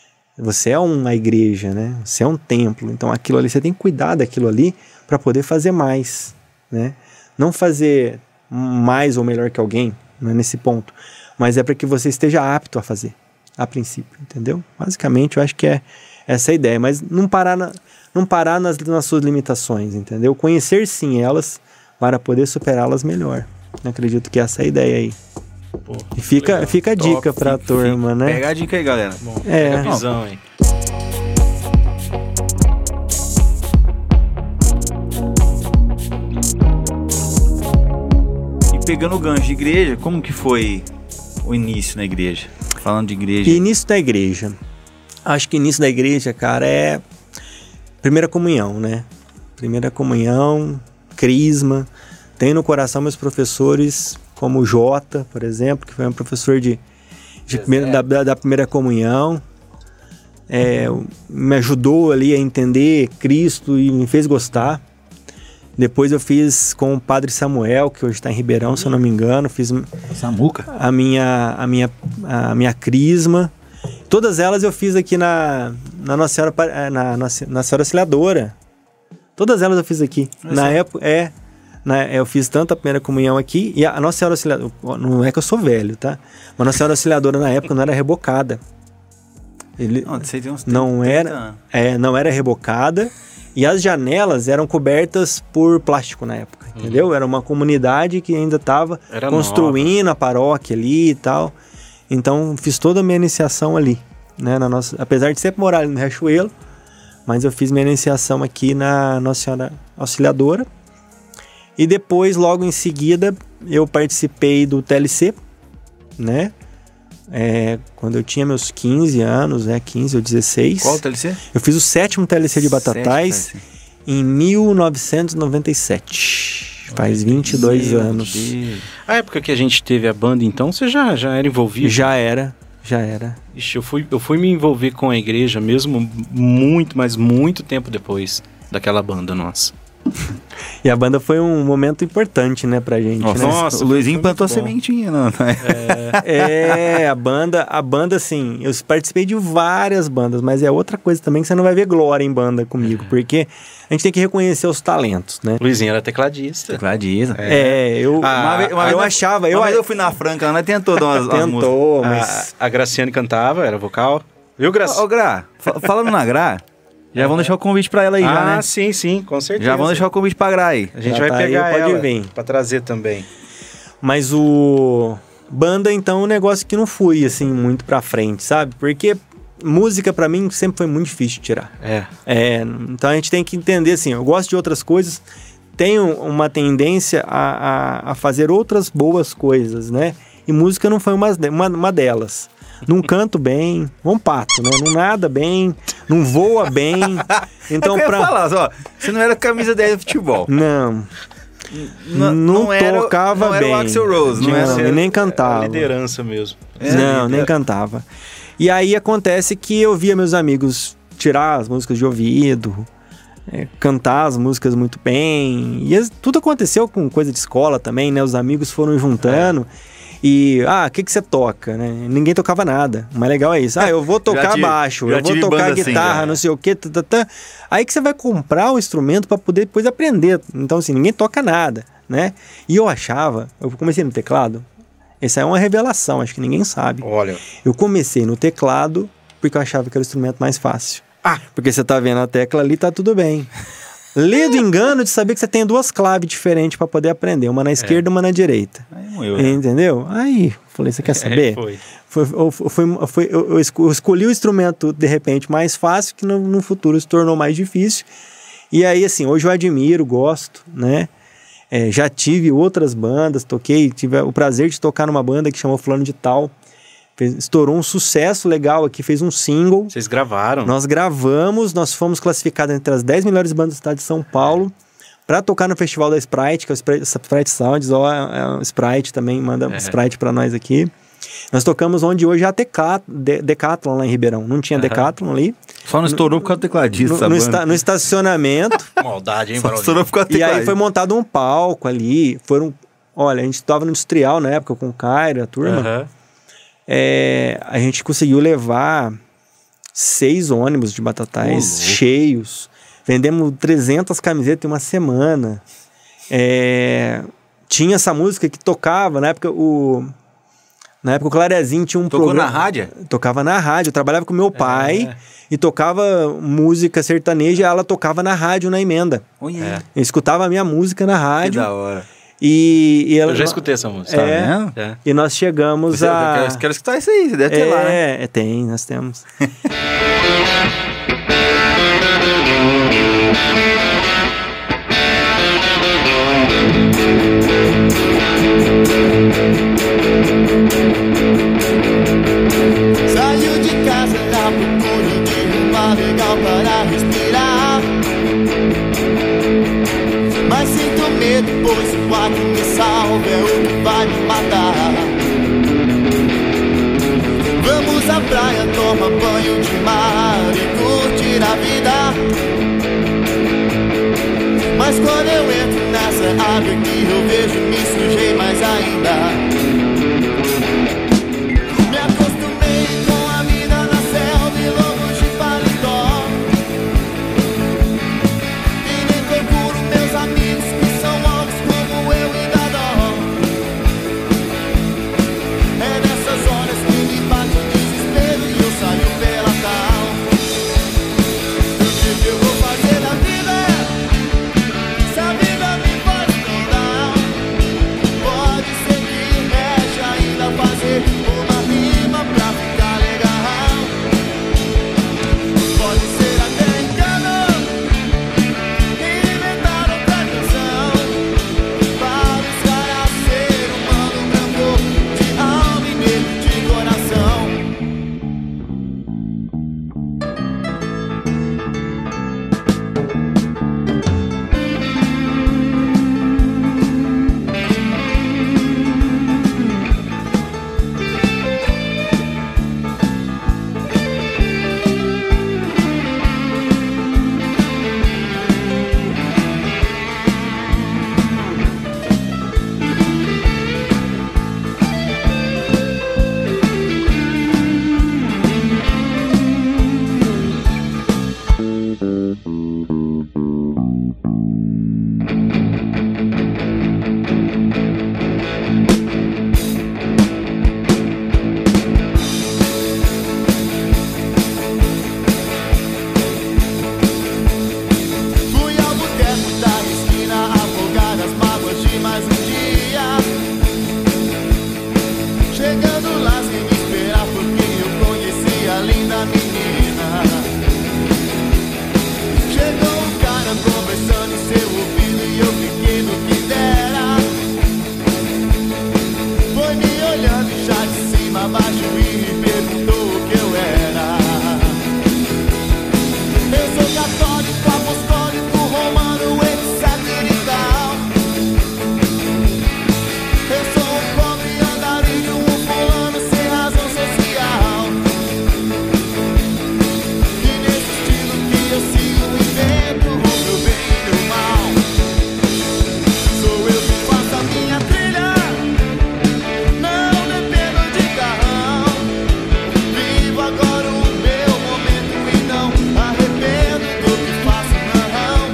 você é uma igreja, né? Você é um templo. Então aquilo ali, você tem que cuidar daquilo ali para poder fazer mais, né? Não fazer mais ou melhor que alguém, não é nesse ponto. Mas é para que você esteja apto a fazer, a princípio, entendeu? Basicamente, eu acho que é essa a ideia. Mas não parar na... Não parar nas, nas suas limitações, entendeu? Conhecer sim elas para poder superá-las melhor. Eu acredito que essa é a ideia aí. Pô, e fica, fica a dica para a turma, fica. né? Pega a dica aí, galera. Bom, é. Pega a visão aí. E pegando o gancho de igreja, como que foi o início na igreja? Falando de igreja. Início da igreja. Acho que início da igreja, cara, é... Primeira comunhão, né? Primeira comunhão, crisma. Tenho no coração meus professores, como o Jota, por exemplo, que foi um professor de, de primeira, da, da, da primeira comunhão. É, me ajudou ali a entender Cristo e me fez gostar. Depois eu fiz com o Padre Samuel, que hoje está em Ribeirão, se eu não me engano. Fiz Samuca. a minha, a minha, a minha crisma. Todas elas eu fiz aqui na, na Nossa Senhora, na, na, na Senhora Auxiliadora. Todas elas eu fiz aqui. Mas na é. época, é, na, eu fiz tanto a primeira comunhão aqui, e a Nossa Senhora Auxiliadora, não é que eu sou velho, tá? Mas a Nossa Senhora Auxiliadora na época não era rebocada. Ele, não, você tem uns não era, é, não era rebocada, e as janelas eram cobertas por plástico na época, hum. entendeu? Era uma comunidade que ainda estava construindo nova. A paróquia ali e tal. Então, fiz toda a minha iniciação ali, né, na nossa, apesar de sempre morar ali no Riachuelo, mas eu fiz minha iniciação aqui na Nossa Senhora Auxiliadora. E depois, logo em seguida, eu participei do T L C, né, é, quando eu tinha meus quinze anos, né, quinze ou dezesseis. Qual o T L C? Eu fiz o sétimo T L C de Batatais em mil novecentos e noventa e sete. Faz vinte e dois Meu anos. Deus. A época que a gente teve a banda, então, você já, já era envolvido? Já era, já era. Ixi, eu fui, eu fui me envolver com a igreja mesmo muito, mas muito tempo depois daquela banda nossa. E a banda foi um momento importante, né, pra gente. Nossa, né? nossa, o Luizinho plantou a sementinha, não, né? É, é, a banda, a banda, assim, eu participei de várias bandas, mas é outra coisa também que você não vai ver glória em banda comigo, porque a gente tem que reconhecer os talentos, né? Luizinho era tecladista. Tecladista. É, eu, Ah, Uma vez, uma eu vez achava... Uma eu, vez eu fui na Franca, né? Tentou dar umas, umas músicas. tentou, A, mas... a Graciane cantava, era vocal. Viu, Graciane? Ô, Gra, fa- falando na Gra, já vamos deixar o convite pra ela aí, ah, já, né? sim, sim, com certeza. Já vamos deixar o convite pra Gra aí. A gente Já vai tá pegar aí, pode ela vir. pra trazer também. Mas o... Banda, então, é um negócio que não fui, assim, muito pra frente, sabe? Porque música, pra mim, sempre foi muito difícil de tirar. É. É, então a gente tem que entender, assim, eu gosto de outras coisas, tenho uma tendência a, a, a fazer outras boas coisas, né? E música não foi uma, uma, uma delas. Não canto bem, um pato, né? Não nada bem, não voa bem. Então, é que eu pra... ia falar, ó, você não era camisa dez de futebol. Não, N- não, era, tocava não era bem. o Axl Rose, não Não, era. e nem cantava. A liderança mesmo. É, não, é. nem cantava. E aí acontece que eu via meus amigos tirar as músicas de ouvido, é, cantar as músicas muito bem. E as- tudo aconteceu com coisa de escola também, né? Os amigos foram juntando. E, ah, o que que você toca, né? Ninguém tocava nada. O mais legal é isso. Ah, eu vou tocar tive- baixo, já eu vou tive tocar banda assim, guitarra, já. não sei o quê. Tá, tá, tá. Aí que você vai comprar o instrumento para poder depois aprender. Então, assim, ninguém toca nada, né? E eu achava, eu comecei no teclado, essa é uma revelação, acho que ninguém sabe. Olha. Eu comecei no teclado porque eu achava que era o instrumento mais fácil. Ah, Porque você tá vendo a tecla ali, tá tudo bem. Lê do engano de saber que você tem duas claves diferentes para poder aprender, uma na esquerda e uma na direita. Aí não eu, né? Entendeu? Aí, falei, você quer saber? É, foi. Foi, foi, foi, foi- eu, eu esco- eu escolhi o instrumento, de repente, mais fácil, que no, no futuro se tornou mais difícil. E aí, assim, hoje eu admiro, gosto, né? É, já tive outras bandas, toquei, tive o prazer de tocar numa banda que chamou Fulano de Tal. Fez- estourou um sucesso legal aqui, fez um single. Vocês gravaram. Nós gravamos, nós fomos classificados entre as dez melhores bandas do estado de São Paulo para tocar no festival da Sprite, que é o Sprite, Sprite Sounds, ó, é o Sprite também manda É. Sprite para nós aqui. Nós tocamos onde hoje é a Decat- De- Decathlon lá em Ribeirão. Não tinha Aham. Decathlon ali. Só não estourou por causa do tecladista, No, essa no banda. esta- no estacionamento. Maldade, hein, Só Barulho? estourou por causa do E aí tecladista. foi montado um palco ali. Foram, olha, a gente estava no Industrial na época com o Cairo, a turma. Aham. É, a gente conseguiu levar seis ônibus de Ô, batatais louco. cheios. Vendemos trezentas camisetas em uma semana. É, tinha essa música que tocava, na época o... Na época o Clarezinho tinha um Tocou programa... na rádio? Tocava na rádio. Eu trabalhava com meu pai e tocava música sertaneja e ela tocava na rádio na emenda. Olha, É. Eu escutava a minha música na que rádio da hora. e, e ela... Eu já escutei essa música. Tá É. vendo? É. E nós chegamos Você- eu a... quero, quero escutar isso aí, você deve ter lá, né? É, é, tem, nós temos. Saiu de casa na procura de um mar legal para respirar. Mas sinto medo, pois o ar que me salva é o que vai me matar. Vamos à praia, toma banho de mar e curtir a vida. Mas quando eu entro nessa água aqui eu vejo me sujei mais ainda. Me acostumei com a vida na selva e lobos de paletó. E nem procuro meus amigos que são loucos como eu e dá dó. É nessas horas que me bate o desespero e eu saio pela tal. O que que eu vou fazer da vida? Se a vida me pode não dar, pode seguir. olhando já de cima a baixo e me perguntou o que eu era. Eu sou católico, apostólico, romano, etc e tal. Eu sou um pobre andarilho, um fulano sem razão social. E nesse estilo que eu sigo vivendo o meu bem e o mal. Sou eu que faço a minha trilha, não dependo de carrão. Vivo agora o meu momento e não arrependo do que faço, não.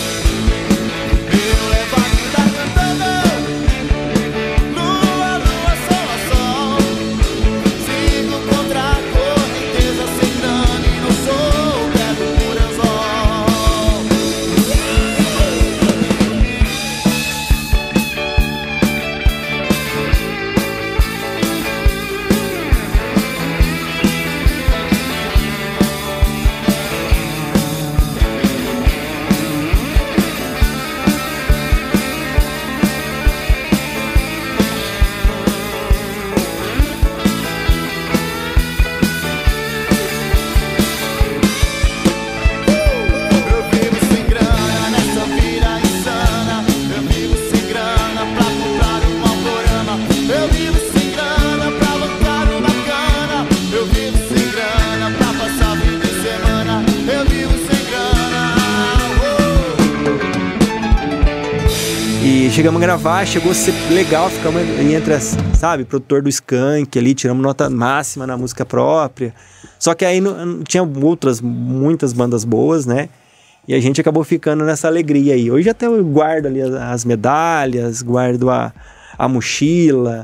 Eu levo a vida cantando, lua, lua, sol a sol. Sigo contra a correnteza sem dano e não sou pego por anzol. Eu vivo sem grana nessa vida insana. Eu vivo sem grana pra comprar um Alvorama. Eu vivo sem grana pra bancar uma cana. Eu vivo sem grana pra passar fim de semana. Eu vivo sem grana. Oh. E chegamos a gravar, chegou a ser legal, ficamos ali entre as, sabe, produtor do Skank ali, tiramos nota máxima na música própria. Só que aí não, não tinha outras, muitas bandas boas, né? E a gente acabou ficando nessa alegria aí. Hoje até eu guardo ali as, as medalhas, guardo a, a mochila.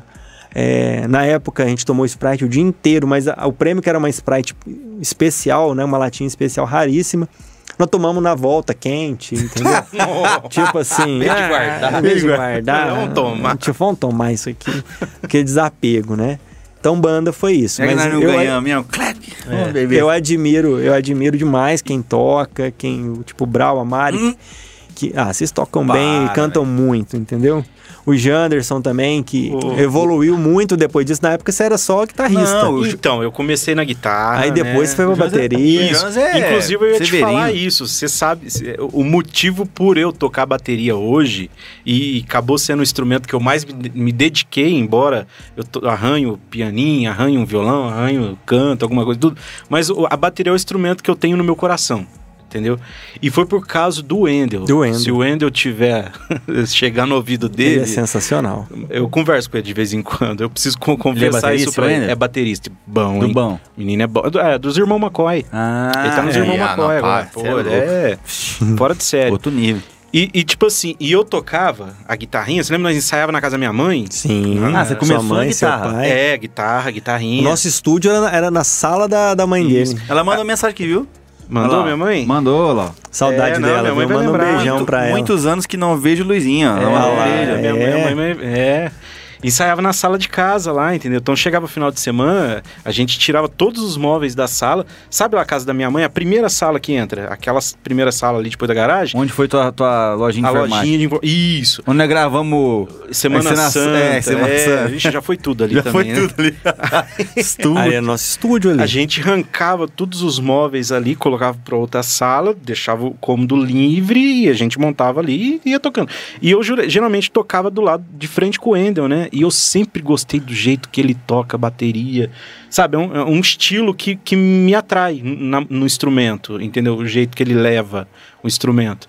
É, na época a gente tomou Sprite o dia inteiro, mas a- o prêmio que era uma Sprite especial, né? Uma latinha especial raríssima. Nós tomamos na volta, quente, entendeu? Tipo assim... Vez de guardar. ah, vez de guardar. Vamos tomar. Tipo, vamos tomar isso aqui. Aquele desapego, né? Então, banda foi isso. É que Mas nós não eu, ganhamos mesmo. Clap! Vamos beber. eu admiro, eu admiro demais quem toca, quem, tipo, Brau, a Mari, Hum. que, ah, vocês tocam Para, bem e cantam muito, entendeu? O Janderson também, que O- evoluiu muito depois disso. Na época você era só guitarrista. Não, o- Então, eu comecei na guitarra. Aí depois né? foi pra O Jonas é- bateria. Isso. Jonas é Inclusive, eu ia te Severinho. falar isso. Você sabe, se- o motivo por eu tocar bateria hoje, e acabou sendo o instrumento que eu mais me, me dediquei, embora eu to- arranho pianinho, arranho um violão, arranho canto, alguma coisa, tudo. Mas o- a bateria é o instrumento que eu tenho no meu coração. Entendeu? E foi por causa do Wendel. Do Wendel. Se o Wendel tiver chegar no ouvido Ele dele, é sensacional. eu converso com ele de vez em quando. Eu preciso con- conversar baterista, isso pra ele. Wendel? É baterista. Bom, Do hein? bom. Menino é bom. É, dos irmãos McCoy. Ah, Ele tá nos é. irmãos Ah, McCoy não, agora. pá, Pô, cê é ele louco. é fora de série. Outro nível. E, e, tipo assim, e eu tocava a guitarrinha. Você lembra que nós ensaiava na casa da minha mãe? Sim. Ah, você Sua começou mãe, na seu guitarra. pai. É, guitarra, guitarrinha. O nosso estúdio era, era na sala da, da mãe Isso. dele. Ela mandou mensagem aqui, viu? Mandou Olha lá. minha mãe? Mandou, lá. Saudade É, não, dela, minha mãe viu? vai Manda um lembrar. beijão Muito- pra ela. Muitos anos que não vejo o Luizinho. ó. É, Ela lá, mandou beijo. minha mãe, é. minha mãe, é. Ensaiava na sala de casa lá, entendeu? Então chegava final de semana, a gente tirava todos os móveis da sala. Sabe lá a casa da minha mãe? A primeira sala que entra, aquela primeira sala ali depois da garagem. Onde foi tua, tua lojinha A de informática? lojinha de... infor- Isso. Onde nós gravamos Semana Encenação- Santa. é, Semana é, Santa. Vixe, já foi tudo ali Já também, foi né? tudo ali. Estúdio. Aí é nosso estúdio ali. A gente arrancava todos os móveis ali, colocava para outra sala, deixava o cômodo livre e a gente montava ali e ia tocando. E eu jura- geralmente tocava do lado de frente com o Wendel, né? E eu sempre gostei do jeito que ele toca a bateria. Sabe, é um, é um estilo que, que me atrai na- no instrumento, entendeu? O jeito que ele leva o instrumento.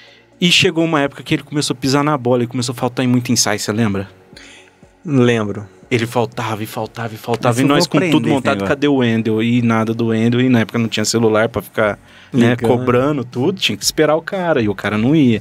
E chegou uma época que ele começou a pisar na bola e começou a faltar em muito ensaio, você lembra? Lembro. Ele faltava e faltava e faltava. Isso E eu nós vou com aprender tudo esse montado, negócio. cadê o Wendel? E nada do Wendel. E na época não tinha celular pra ficar né, Ligando. cobrando tudo. Tinha que esperar o cara. E o cara não ia.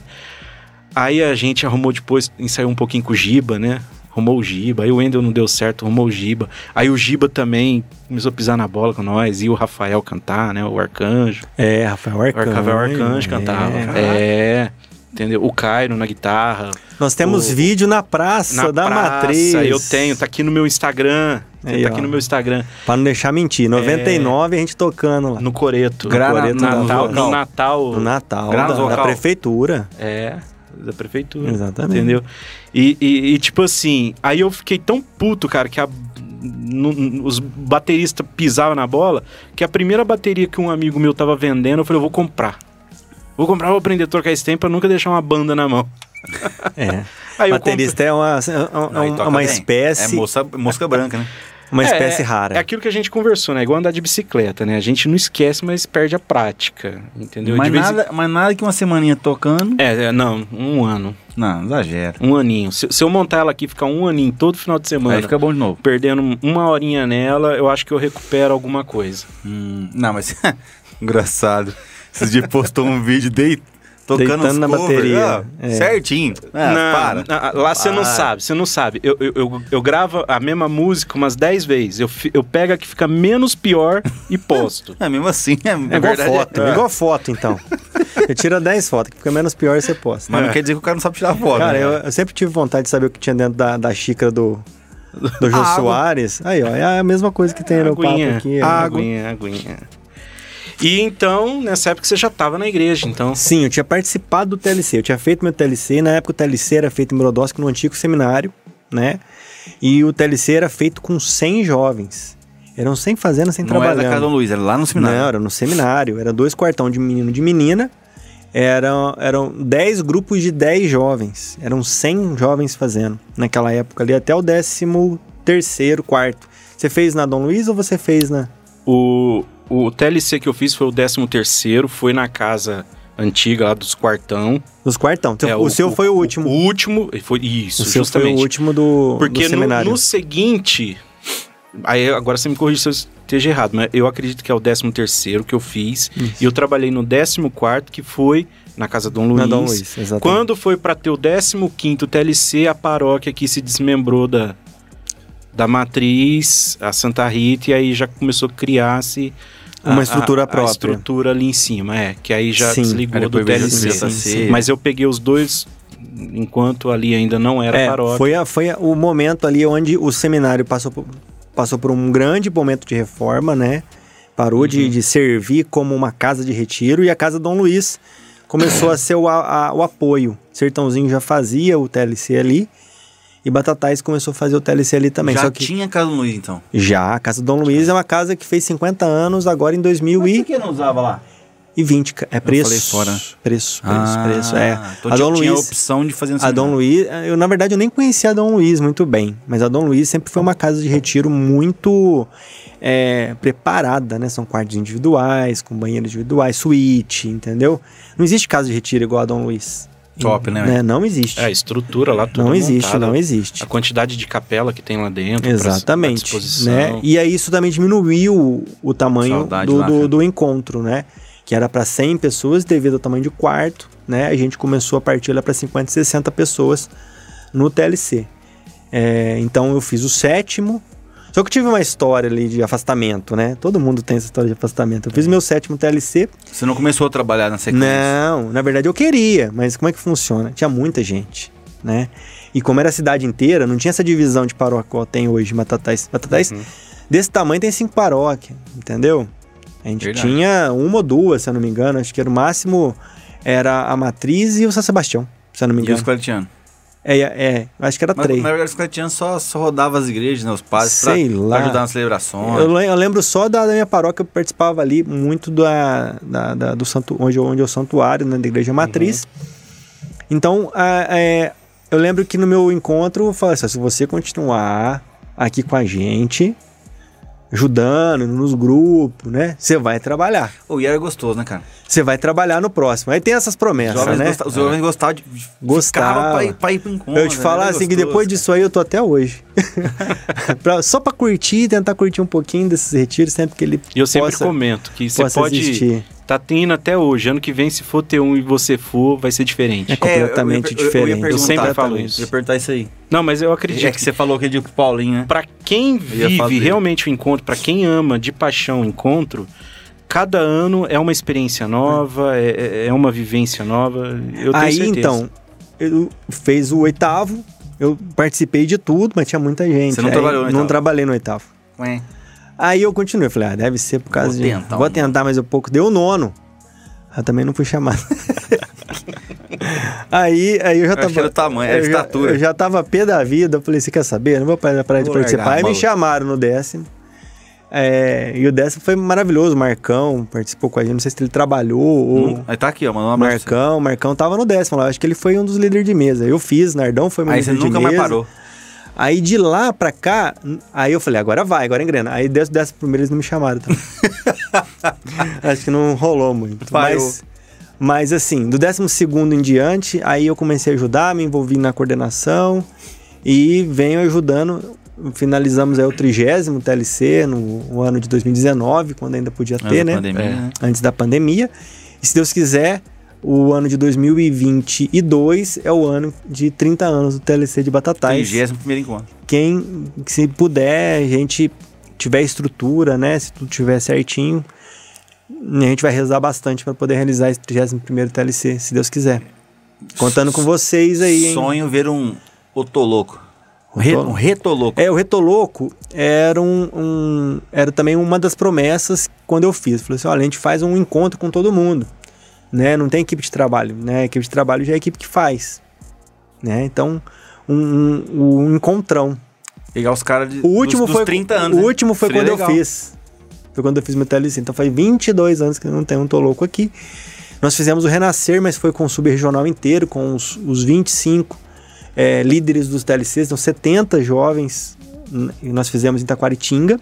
Aí a gente arrumou depois, ensaiou um pouquinho com o Giba, né? Arrumou o Giba. Aí o Wendel não deu certo, arrumou o Giba. Aí o Giba também começou a pisar na bola com nós. E o Rafael cantar, né? O Arcanjo. É, Rafael O Arcanjo. Rafael Arcanjo cantava. É. Entendeu? O Cairo na guitarra. Nós temos O- vídeo na praça Na da praça, Matriz. eu tenho, tá aqui no meu Instagram. Aí, tá ó. aqui no meu Instagram. Pra não deixar mentir. noventa e nove a gente tocando lá. No Coreto. Gra- no, Coreto Natal, da no vocal. Natal. No Natal, Grava da, da vocal. prefeitura. É. da prefeitura. Exatamente. Entendeu? E, e, e, tipo assim, aí eu fiquei tão puto, cara, que a, no, os bateristas pisavam na bola, que a primeira bateria que um amigo meu tava vendendo, eu falei, eu vou comprar. Vou comprar, vou aprender a tocar esse tempo pra nunca deixar uma banda na mão. É. Aí eu Baterista é uma, é Aí uma, toca uma bem. espécie... É moça, mosca branca, né? Uma É, espécie é, rara. É aquilo que a gente conversou, né? Igual andar de bicicleta, né? A gente não esquece, mas perde a prática, entendeu? Mas De vez em- nada, mas nada que uma semaninha tocando... É, é, não, um ano. Não, exagera. Um aninho. Se, se eu montar ela aqui e ficar um aninho todo final de semana, Aí fica bom de novo. perdendo uma horinha nela, eu acho que eu recupero alguma coisa. Hum, não, mas... engraçado. Esses dias postou um vídeo de... tocando Deitando os na covers, bateria. ah, É. certinho. Ah, Não, para. não, lá você não Para. sabe, você não sabe. Eu, eu, eu, eu gravo a mesma música umas dez vezes. Eu, fi- eu pego a que fica menos pior e posto. É mesmo assim, é, É igual verdade. foto, é. igual foto, então. Você tira dez fotos, que fica menos pior e você posta. Mas não quer dizer que o cara não sabe tirar foto. Cara, né? eu, eu sempre tive vontade de saber o que tinha dentro da, da xícara do, do Jô Água. Soares. Aí, ó, é a mesma coisa que tem no papo Aguinha, aqui. é água. aguinha, aguinha. E então, nessa época você já tava na igreja, então... Sim, eu tinha participado do T L C. Eu tinha feito meu T L C. Na época o T L C era feito em Brodowski, no antigo seminário, né? E o T L C era feito com cem jovens. Eram cem fazendo, sem Não era trabalhando. da Casa Dom Luiz, era lá no seminário. Não, era no seminário. Era dois quartão de menino e de menina. Eram, eram dez grupos de dez jovens. Eram cem jovens fazendo. Naquela época ali, até o décimo terceiro, quarto. Você fez na Dom Luiz ou você fez na... O, o T L C que eu fiz foi o décimo terceiro, foi na casa antiga lá dos quartão. Dos quartão. Então, É, o, seu foi o último. O último, foi isso, o seu justamente. foi o último do, Porque do no, seminário. no seguinte... Aí agora você me corrige se eu esteja errado, mas eu acredito que é o décimo terceiro que eu fiz. Isso. E eu trabalhei no décimo quarto, que foi na casa Dom Luiz. Na Dom Luiz, exatamente. Quando foi para ter o décimo quinto T L C, a paróquia aqui se desmembrou da, da matriz, a Santa Rita, e aí já começou a criar-se Uma a- estrutura a, própria. A estrutura ali em cima, é. Que aí já Sim. desligou Aí do depois T L veio C. o J C. Mas eu peguei os dois enquanto ali ainda não era É, paróquia. foi, a, foi a- o momento ali onde o seminário passou por, passou por um grande momento de reforma, né? Parou Uhum. de, de servir como uma casa de retiro e a Casa Dom Luiz começou a ser o, a- a- o apoio. Sertãozinho já fazia o T L C ali e Batatais começou a fazer o T L C ali também. Já Só que tinha Casa Dom Luiz, então. já, a Casa Dom Luiz é uma casa que fez cinquenta anos agora em dois mil e que não usava lá? vinte. É preço. falei fora. Preço, preço, preço. É. Então a tinha, Dom tinha a Luiz... opção de fazer no A Dom Luiz, eu na verdade eu nem conhecia a Dom Luiz muito bem, mas a Dom Luiz sempre foi uma casa de retiro muito é, preparada, né? São quartos individuais, com banheiros individuais, suíte, entendeu? Não existe casa de retiro igual a Dom Luiz. Top, né? Não existe. É, a estrutura lá, tudo não existe, montada. não existe. A quantidade de capela que tem lá dentro. pra- Exatamente, à disposição. né? E aí isso também diminuiu o, o tamanho Saudade do, lá, do, cara. do encontro, né? Que era para cem pessoas devido ao tamanho de quarto, né? A gente começou a partir lá para cinquenta, sessenta pessoas no T L C. É, então eu fiz o sétimo. Só que eu tive uma história ali de afastamento, né? Todo mundo tem essa história de afastamento. Eu fiz meu sétimo T L C. Você não começou a trabalhar na sequência? Não, na verdade eu queria, mas como é que funciona? Tinha muita gente, né? E como era a cidade inteira, não tinha essa divisão de paróquia que tem hoje, Batatais. Batatais Uhum. desse tamanho tem cinco paróquias, entendeu? A gente Verdade. tinha uma ou duas, se eu não me engano. Acho que era o máximo, era a Matriz e o São Sebastião, se eu não me E os engano. claretianos? É, é, acho que era Mas, três. na verdade, os claretianos só, só rodavam as igrejas, né? Os padres, pra, Sei pra lá. ajudar nas celebrações. Eu, lem- eu lembro só da, da minha paróquia, eu participava ali muito da, da, da- do santu, onde, onde é o santuário, né, da igreja matriz. Então, a- é, eu lembro que no meu encontro, eu falei assim, se você continuar aqui com a gente, ajudando nos grupos, né, você vai trabalhar. Oh, e era gostoso, né, cara? Você vai trabalhar no próximo. Aí tem essas Os promessas, jovens, né? gosta- os jovens gostavam de... Gostava. Ficava pra ir, pra ir pro encontro. Eu te né? falar Era assim que gostoso, depois cara. disso aí eu tô até hoje. Pra- só pra curtir, tentar curtir um pouquinho desses retiros, sempre que ele E eu sempre possa, comento que você possa pode... existir. Tá tendo até hoje. Ano que vem, se for ter um e você for, vai ser diferente. É completamente eu, eu, eu, diferente. Eu, ia perguntar, sempre falo Eu ia isso. perguntar isso aí. Não, mas eu acredito É que você falou que é de Paulinho, né? Pra quem ia falar vive dele. realmente o encontro, pra quem ama de paixão o encontro, cada ano é uma experiência nova, é, é uma vivência nova. Eu tenho Aí certeza. então, eu fez o oitavo, eu participei de tudo, mas tinha muita gente. Você não Aí, trabalhou no Não oitavo? trabalhei no oitavo. Ué. Aí eu continuei, falei, ah, deve ser por causa Vou de... tentar Vou um tentar mais um pouco. Deu o nono. Eu também não fui chamado. Aí, aí eu já Eu tava... achei o tamanho, a eu já- estatura. Eu já tava pé da vida, eu falei, você quer saber? Eu não vou parar parar de Vou participar. largar a Aí me mão. chamaram no décimo. É, e o décimo foi maravilhoso, o Marcão participou com a gente, não sei se ele trabalhou ou... Hum, Aí tá aqui, ó, mandou um abraço. pra Marcão, Marcão tava no décimo lá, acho que ele foi um dos líderes de mesa. Eu fiz, Nardão foi você. meu Aí você líder de nunca mesa. mais parou. Aí de lá pra cá, aí eu falei, agora vai, agora engrena. Aí desde o décimo primeiro eles não me chamaram também. Acho que não rolou muito. Parou. Mas, mas assim, do décimo segundo em diante, aí eu comecei a ajudar, me envolvi na coordenação e venho ajudando. Finalizamos aí o trigésimo T L C no, no ano de dois mil e dezenove, quando ainda podia Antes ter, da né? pandemia, É. né? Antes da pandemia. E se Deus quiser, o ano de dois mil e vinte e dois é o ano de trinta anos do T L C de Batatais. trigésimo primeiro encontro. Quem, se puder, a gente tiver estrutura, né? Se tudo tiver certinho, a gente vai rezar bastante para poder realizar esse trigésimo primeiro T L C, se Deus quiser. Contando com vocês aí, hein? Sonho ver um Otoloco. Um, re, Otolo- um retoloco. É, o Retoloco era, um, um- era também uma das promessas quando eu fiz. Falei assim, olha, a gente faz um encontro com todo mundo, né? Não tem equipe de trabalho, né? A equipe de trabalho já é a equipe que faz, né? Então, um, um, um encontrão. Pegar os caras de O último dos, foi, dos trinta anos. o né? último foi Seria quando legal. eu fiz. Foi quando eu fiz meu T L C. Então, faz vinte e dois anos que eu não tenho um Toloco aqui. Nós fizemos o Renascer, mas foi com o subregional inteiro, com os, os vinte e cinco é, líderes dos T L Cs, então setenta jovens, n- nós fizemos em Taquaritinga.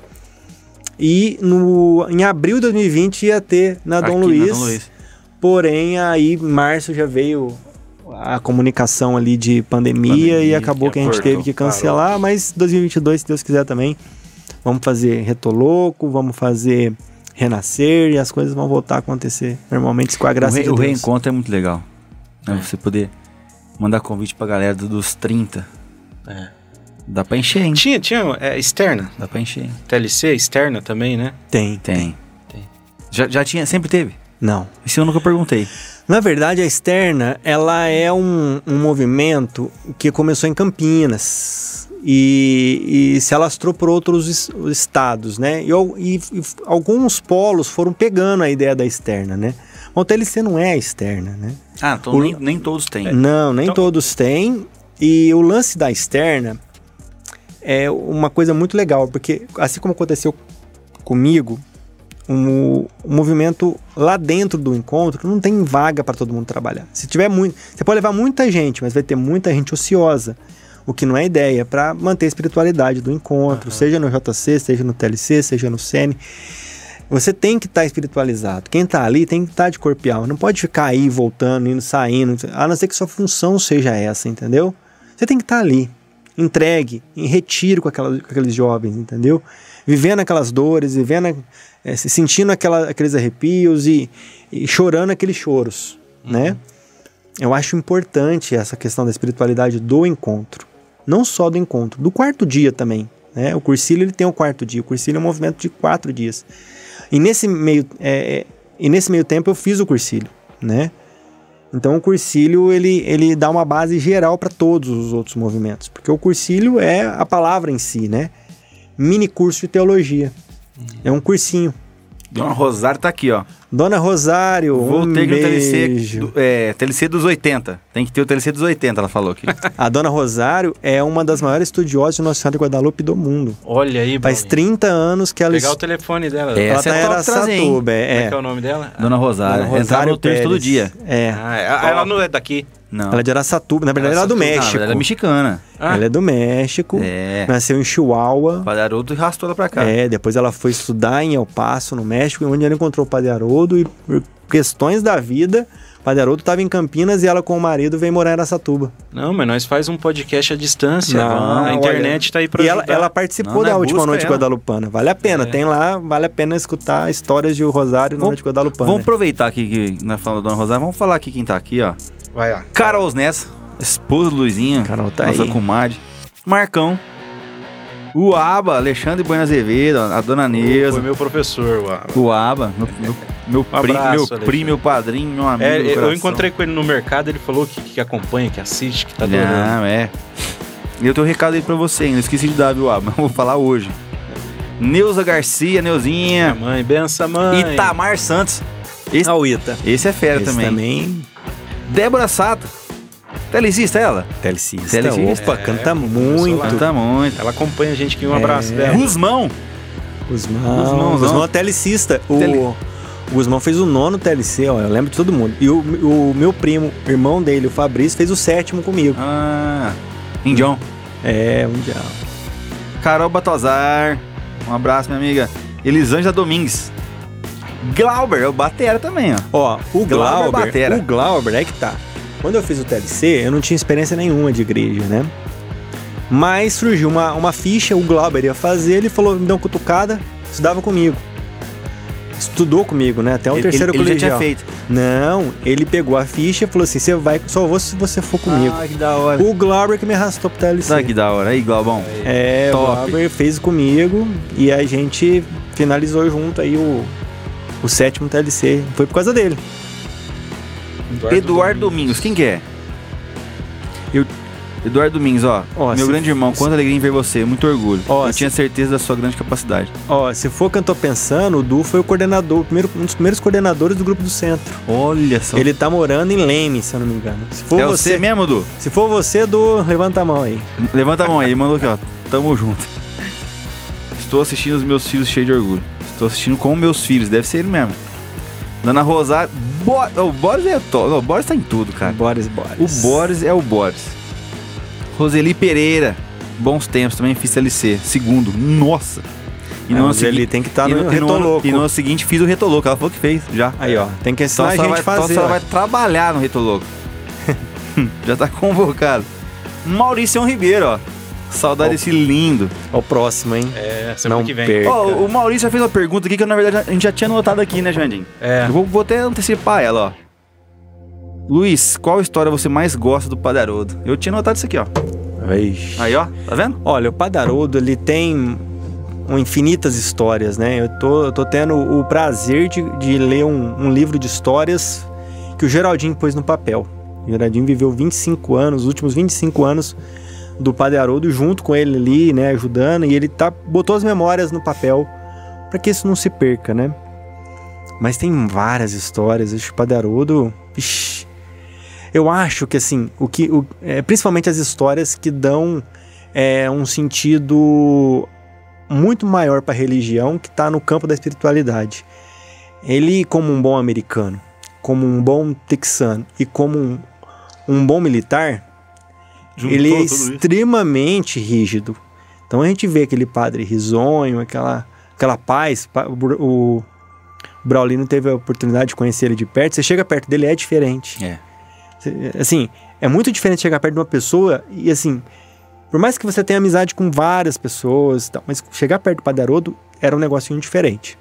E no, em abril de dois mil e vinte ia ter na Aqui Dom na Luiz, Dom Luiz. porém aí em março já veio a comunicação ali de pandemia, Pandemia, e acabou que que a gente apertou, teve que cancelar, mas dois mil e vinte e dois, se Deus quiser também, vamos fazer Retoloco, vamos fazer Renascer e as coisas vão voltar a acontecer normalmente com a O, graça re, de o Deus. reencontro é muito legal. Né? Você poder mandar convite pra galera do- dos trinta. É. Dá pra encher, hein? Tinha, tinha é, externa, Dá pra encher. T L C externa também, né? Tem. Tem. Tem. Já, já tinha, sempre teve? Não. Isso eu nunca perguntei. Na verdade, a externa, ela é um, um movimento que começou em Campinas e, e se alastrou por outros es- estados, né? E, al- e- e alguns polos foram pegando a ideia da externa, né? Mas o T L C não é a externa, né? Ah, então O- nem, nem todos têm. Não, nem Então- todos têm. E o lance da externa é uma coisa muito legal, porque assim como aconteceu comigo, o, o movimento lá dentro do encontro não tem vaga para todo mundo trabalhar. Se tiver muito, você pode levar muita gente, mas vai ter muita gente ociosa, o que não é ideia para manter a espiritualidade do encontro, seja no J C, seja no T L C, seja no C N. Você tem que estar espiritualizado. Quem está ali tem que estar de corpo e alma. Não pode ficar aí voltando, indo, saindo, a não ser que sua função seja essa, entendeu? Você tem que estar ali, entregue, em retiro com, aquela, com aqueles jovens, entendeu? Vivendo aquelas dores, vivendo, é, se sentindo aquela, aqueles arrepios e, e chorando aqueles choros, né? Eu acho importante essa questão da espiritualidade do encontro. Não só do encontro, do quarto dia também, né? O Cursílio, ele tem o quarto dia. O Cursílio é um movimento de quatro dias. E nesse meio, é, é, e nesse meio tempo eu fiz o Cursílio, né? Então o Cursílio, ele, ele dá uma base geral para todos os outros movimentos. Porque o Cursílio é a palavra em si, né? Mini curso de teologia. É um cursinho. Dona Rosário tá aqui, ó. Dona Rosário, Vou um ter que ir no beijo. T L C, do, é, T L C dos oitenta. Tem que ter o T L C dos oitenta, ela falou aqui. A Dona Rosário é uma das maiores estudiosas de Nossa Senhora de Guadalupe do mundo. Olha aí, Faz Paulinho. trinta anos que ela... Pegar o est- telefone dela. É, ela essa tá é em top trazer, hein? Araçatuba, Como é é. que é o nome dela? Dona Rosário. Dona Entrava no terço todo Pérez. dia. É. Ah, é- ela não é daqui. Não. Ela é de Araçatuba. Na verdade, ela é do Araçatuba, Não, México. ela é mexicana. Ah, Ela é do México. É. Nasceu em Chihuahua. Padre Haroldo arrastou ela pra cá. É, depois ela foi estudar em El Paso, no México, onde ela encontrou o Padre Haroldo e por questões da vida, o Padre Haroldo estava em Campinas e ela com o marido veio morar em Araçatuba. Não, mas nós faz um podcast à distância. Não, a internet tá aí pra E ela, ajudar. ela participou Não, da não é última busca Noite ela. Guadalupana. Vale a pena, É. tem lá, vale a pena escutar histórias de Rosário na Vamos- Noite Guadalupana. Vamos aproveitar aqui que nós falamos da Dona Rosário. Vamos falar aqui quem tá aqui, ó. Vai lá. Carol Nessa, esposa do Luizinho. Carol tá nossa aí. comadre. Marcão. O Aba, Alexandre Bueno Azevedo, a Dona Neuza. Foi meu professor, uau. O Aba, meu, meu, meu, Um primo, abraço, meu Alexandre. primo, meu padrinho, meu amigo. É, do eu coração. encontrei com ele no mercado, ele falou que, que acompanha, que assiste, que tá adorando. Não, é. E eu tenho um recado aí pra você ainda. Esqueci de dar, viu, Aba? Mas eu vou falar hoje. Neuza Garcia, Minha Neuzinha. mãe, benção, mãe. Itamar Santos. Esse, Ah, o Ita. esse é fera Esse também. também. Débora Sato. Telecista ela? Telecista. Telecista. Opa, canta É, muito. lá. Canta muito. Ela acompanha a gente aqui, um abraço dela. Guzmão. Guzmão. Guzmãozão. Guzmão é telecista. O, Tele- o Guzmão fez o nono T L C, ó. Eu lembro de todo mundo. E o, o meu primo, irmão dele, o Fabrício, fez o sétimo comigo. Ah, Indião. É, mundial. Carol Batozar. Um abraço, minha amiga. Elisângela Domingues. Glauber, é o batera também, ó. Ó, o Glauber Glauber, batera. o Glauber, é que tá. Quando eu fiz o T L C, eu não tinha experiência nenhuma de igreja, né? Mas surgiu uma, uma ficha, o Glauber ia fazer, ele falou, me deu uma cutucada, estudava comigo. Estudou comigo, né? Até o Ele- terceiro ele, ele já colegial. tinha feito. Não, ele pegou a ficha e falou assim, você vai, só vou se você for comigo. Ah, que da hora. O Glauber que me arrastou pro T L C. Ah, que da hora. Aí, Glaubão. É, Top. o Glauber fez comigo e a gente finalizou junto aí o, o sétimo T L C. Foi por causa dele. Eduardo Domingos. Quem que é? Eu- Eduardo Domingos, ó. Ó, meu se- grande irmão, quanta alegria em ver você. Muito orgulho. Ó, Eu se- tinha certeza da sua grande capacidade. Ó, se for o que eu tô pensando, o Du foi o coordenador, o primeiro, um dos primeiros coordenadores do grupo do centro. Olha só. Ele tá morando em Leme, se eu não me engano. Se for é você, você mesmo, Du? se for você, Du, levanta a mão aí. Levanta a mão aí. Ele mandou aqui, ó. Tamo junto. Estou assistindo os meus filhos cheio de orgulho. Estou assistindo com meus filhos. Deve ser ele mesmo. Dona Rosário. Bo... O Boris é top. O Boris tá em tudo, cara. Boris, Boris. O Boris é o Boris. Roseli Pereira. Bons tempos, também fiz T L C. Segundo. Nossa. E E no ano ele seguinte, tem que estar e no, no, e no ano- Retoloco. e no ano seguinte fiz o Retoloco. Ela falou que fez, já. Aí, ó, tem que ensinar Só, a só gente vai, a fazer. só, só ó. vai trabalhar no Retoloco. Já tá convocado. Maurício Ribeiro, ó. Saudade Ó. desse lindo. Ó o próximo, hein? É, semana Não que vem. perca. Ó, o Maurício já fez uma pergunta aqui que na verdade a gente já tinha notado aqui, né, Jandim? É. Eu vou, vou até antecipar ela, ó. Luiz, qual história você mais gosta do Padre Haroldo? Eu tinha notado isso aqui, ó. Vixe. Aí, ó. Tá vendo? Olha, o Padre Haroldo, ele tem um, infinitas histórias, né? Eu tô, eu tô tendo o prazer de, de ler um, um livro de histórias que o Geraldinho pôs no papel. O Geraldinho viveu vinte e cinco anos, os últimos vinte e cinco anos do Padre Haroldo junto com ele ali, né, ajudando, e ele tá, botou as memórias no papel para que isso não se perca, né? Mas tem várias histórias, acho que o Padre Haroldo, ixi, eu acho que assim, o que, o, é, principalmente as histórias que dão é, um sentido muito maior para a religião, que está no campo da espiritualidade. Ele, como um bom americano, como um bom texano e como um, um bom militar, Juntou ele é tudo isso. extremamente rígido. Então a gente vê aquele padre risonho, aquela, aquela paz. pa- O, Br- o Braulino teve a oportunidade de conhecer ele de perto. Você chega perto dele, é diferente. É. Cê- Assim, é muito diferente chegar perto de uma pessoa e assim, por mais que você tenha amizade com várias pessoas, e tal, mas chegar perto do Padre Haroldo era um negocinho diferente.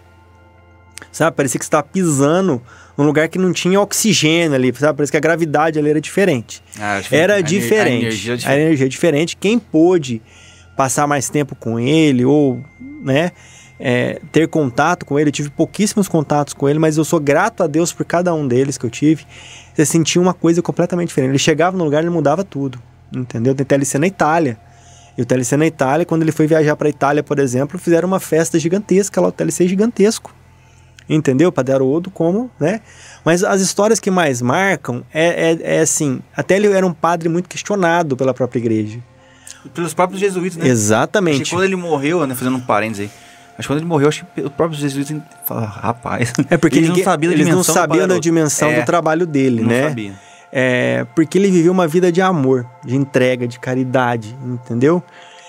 Sabe, parecia que você estava pisando num lugar que não tinha oxigênio ali, sabe? Parece que a gravidade ali era diferente. Ah, acho que Era a ener- diferente. A energia é A diferente. energia é diferente. Quem pôde passar mais tempo com ele ou, né, é, ter contato com ele, eu tive pouquíssimos contatos com ele, mas eu sou grato a Deus por cada um deles que eu tive. Você sentia uma coisa completamente diferente. Ele chegava no lugar e ele mudava tudo, entendeu? Tem T L C na Itália. E o T L C na Itália, quando ele foi viajar para a Itália, por exemplo, fizeram uma festa gigantesca lá, o T L C gigantesco. Entendeu? Padre Haroldo como, né? Mas as histórias que mais marcam é, é, é assim, até ele era um padre muito questionado pela própria igreja. Pelos próprios jesuítas, né? Acho Exatamente. que quando ele morreu, né, fazendo um parênteses aí, acho que quando ele morreu, acho que os próprios jesuítas falaram, rapaz, É porque eles ninguém- não sabiam da eles não dimensão do sabiam da Padre dimensão Haroldo. do trabalho dele, Não né? sabia. É, porque ele viveu uma vida de amor, de entrega, de caridade, entendeu?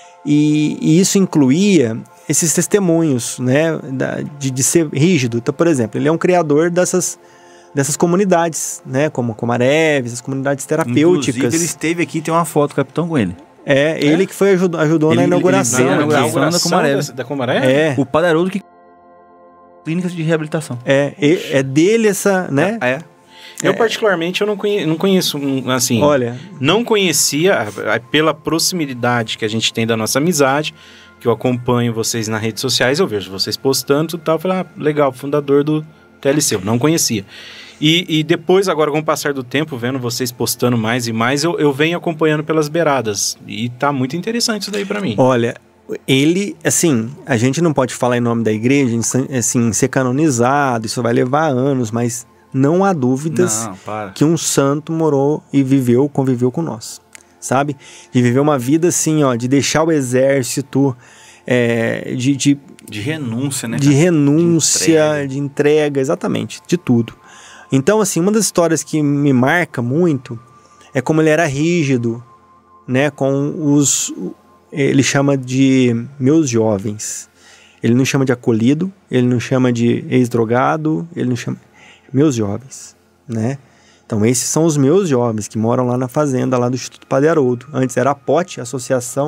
E, e isso incluía esses testemunhos, né, da- de, de ser rígido. Então, por exemplo, ele é um criador dessas, dessas comunidades, né, como Comarev, essas comunidades terapêuticas. Inclusive, ele esteve aqui, tem uma foto do capitão com ele. É, ele que foi ajudou, ajudou Ele- na ele- inauguração. ele- Na inauguração aqui. inauguração da Comaré. da, da Comaré? É, O Padre Haroldo que... Clínicas de reabilitação. é, é, é dele essa, né? É. Eu, É. particularmente, eu não conheço, não conheço um, assim... Olha, Não conhecia, ah, pela proximidade que a gente tem da nossa amizade, que eu acompanho vocês nas redes sociais, eu vejo vocês postando e tal, eu falei, ah, legal, fundador do T L C, eu não conhecia. E, e depois, agora com o passar do tempo, vendo vocês postando mais e mais, eu, eu venho acompanhando pelas beiradas, e tá muito interessante isso daí pra mim. olha, ele, assim, a gente não pode falar em nome da igreja, em, san- assim, ser canonizado, isso vai levar anos, mas não há dúvidas Não, para. que um santo morou e viveu, conviveu com nós, sabe? De viver uma vida assim, ó, de deixar o exército, é, de, de, De renúncia, né? de cara? renúncia, De entrega. de entrega, exatamente, de tudo. Então, assim, uma das histórias que me marca muito é como ele era rígido, né, com os... Ele chama de meus jovens. Ele não chama de acolhido, ele não chama de ex-drogado, ele não chama... Meus jovens, né? Então, esses são os meus jovens que moram lá na fazenda, lá do Instituto Padre Haroldo. Antes era a P O T, Associação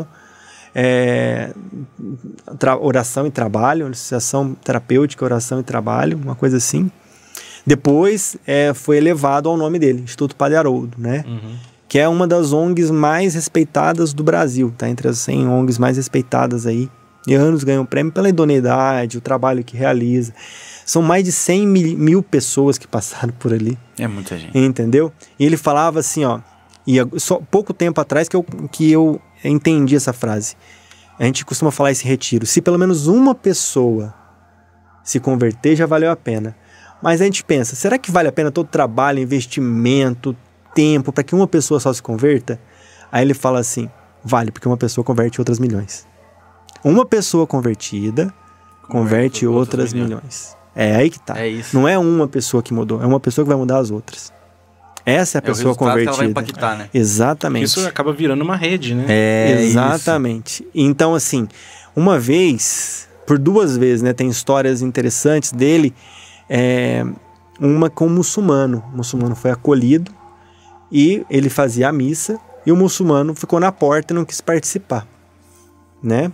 é, Tra- Oração e Trabalho, Associação Terapêutica, Oração e Trabalho, uma coisa assim. Depois é, foi elevado ao nome dele, Instituto Padre Haroldo, né? Uhum. Que é uma das O N Gs mais respeitadas do Brasil, tá? Entre as cem O N Gs mais respeitadas aí. E anos ganham prêmio pela idoneidade, o trabalho que realiza. São mais de cem mil, mil pessoas que passaram por ali, É muita gente. entendeu? E ele falava assim, ó, e só pouco tempo atrás que eu, que eu entendi essa frase. A gente costuma falar esse retiro. Se pelo menos uma pessoa se converter, já valeu a pena. Mas a gente pensa, será que vale a pena todo trabalho, investimento, tempo, para que uma pessoa só se converta? Aí ele fala assim, vale, porque uma pessoa converte outras milhões. Uma pessoa convertida converte outras milhões. É aí que tá. É isso. Não é uma pessoa que mudou, é uma pessoa que vai mudar as outras. Essa é a É o pessoa resultado que ela vai convertida. impactar, né? Exatamente. Isso acaba virando uma rede, né? É Exatamente. Então, assim, uma vez, por duas vezes, né, tem histórias interessantes dele. É, uma com um muçulmano. O muçulmano foi acolhido e ele fazia a missa e o muçulmano ficou na porta e não quis participar, né?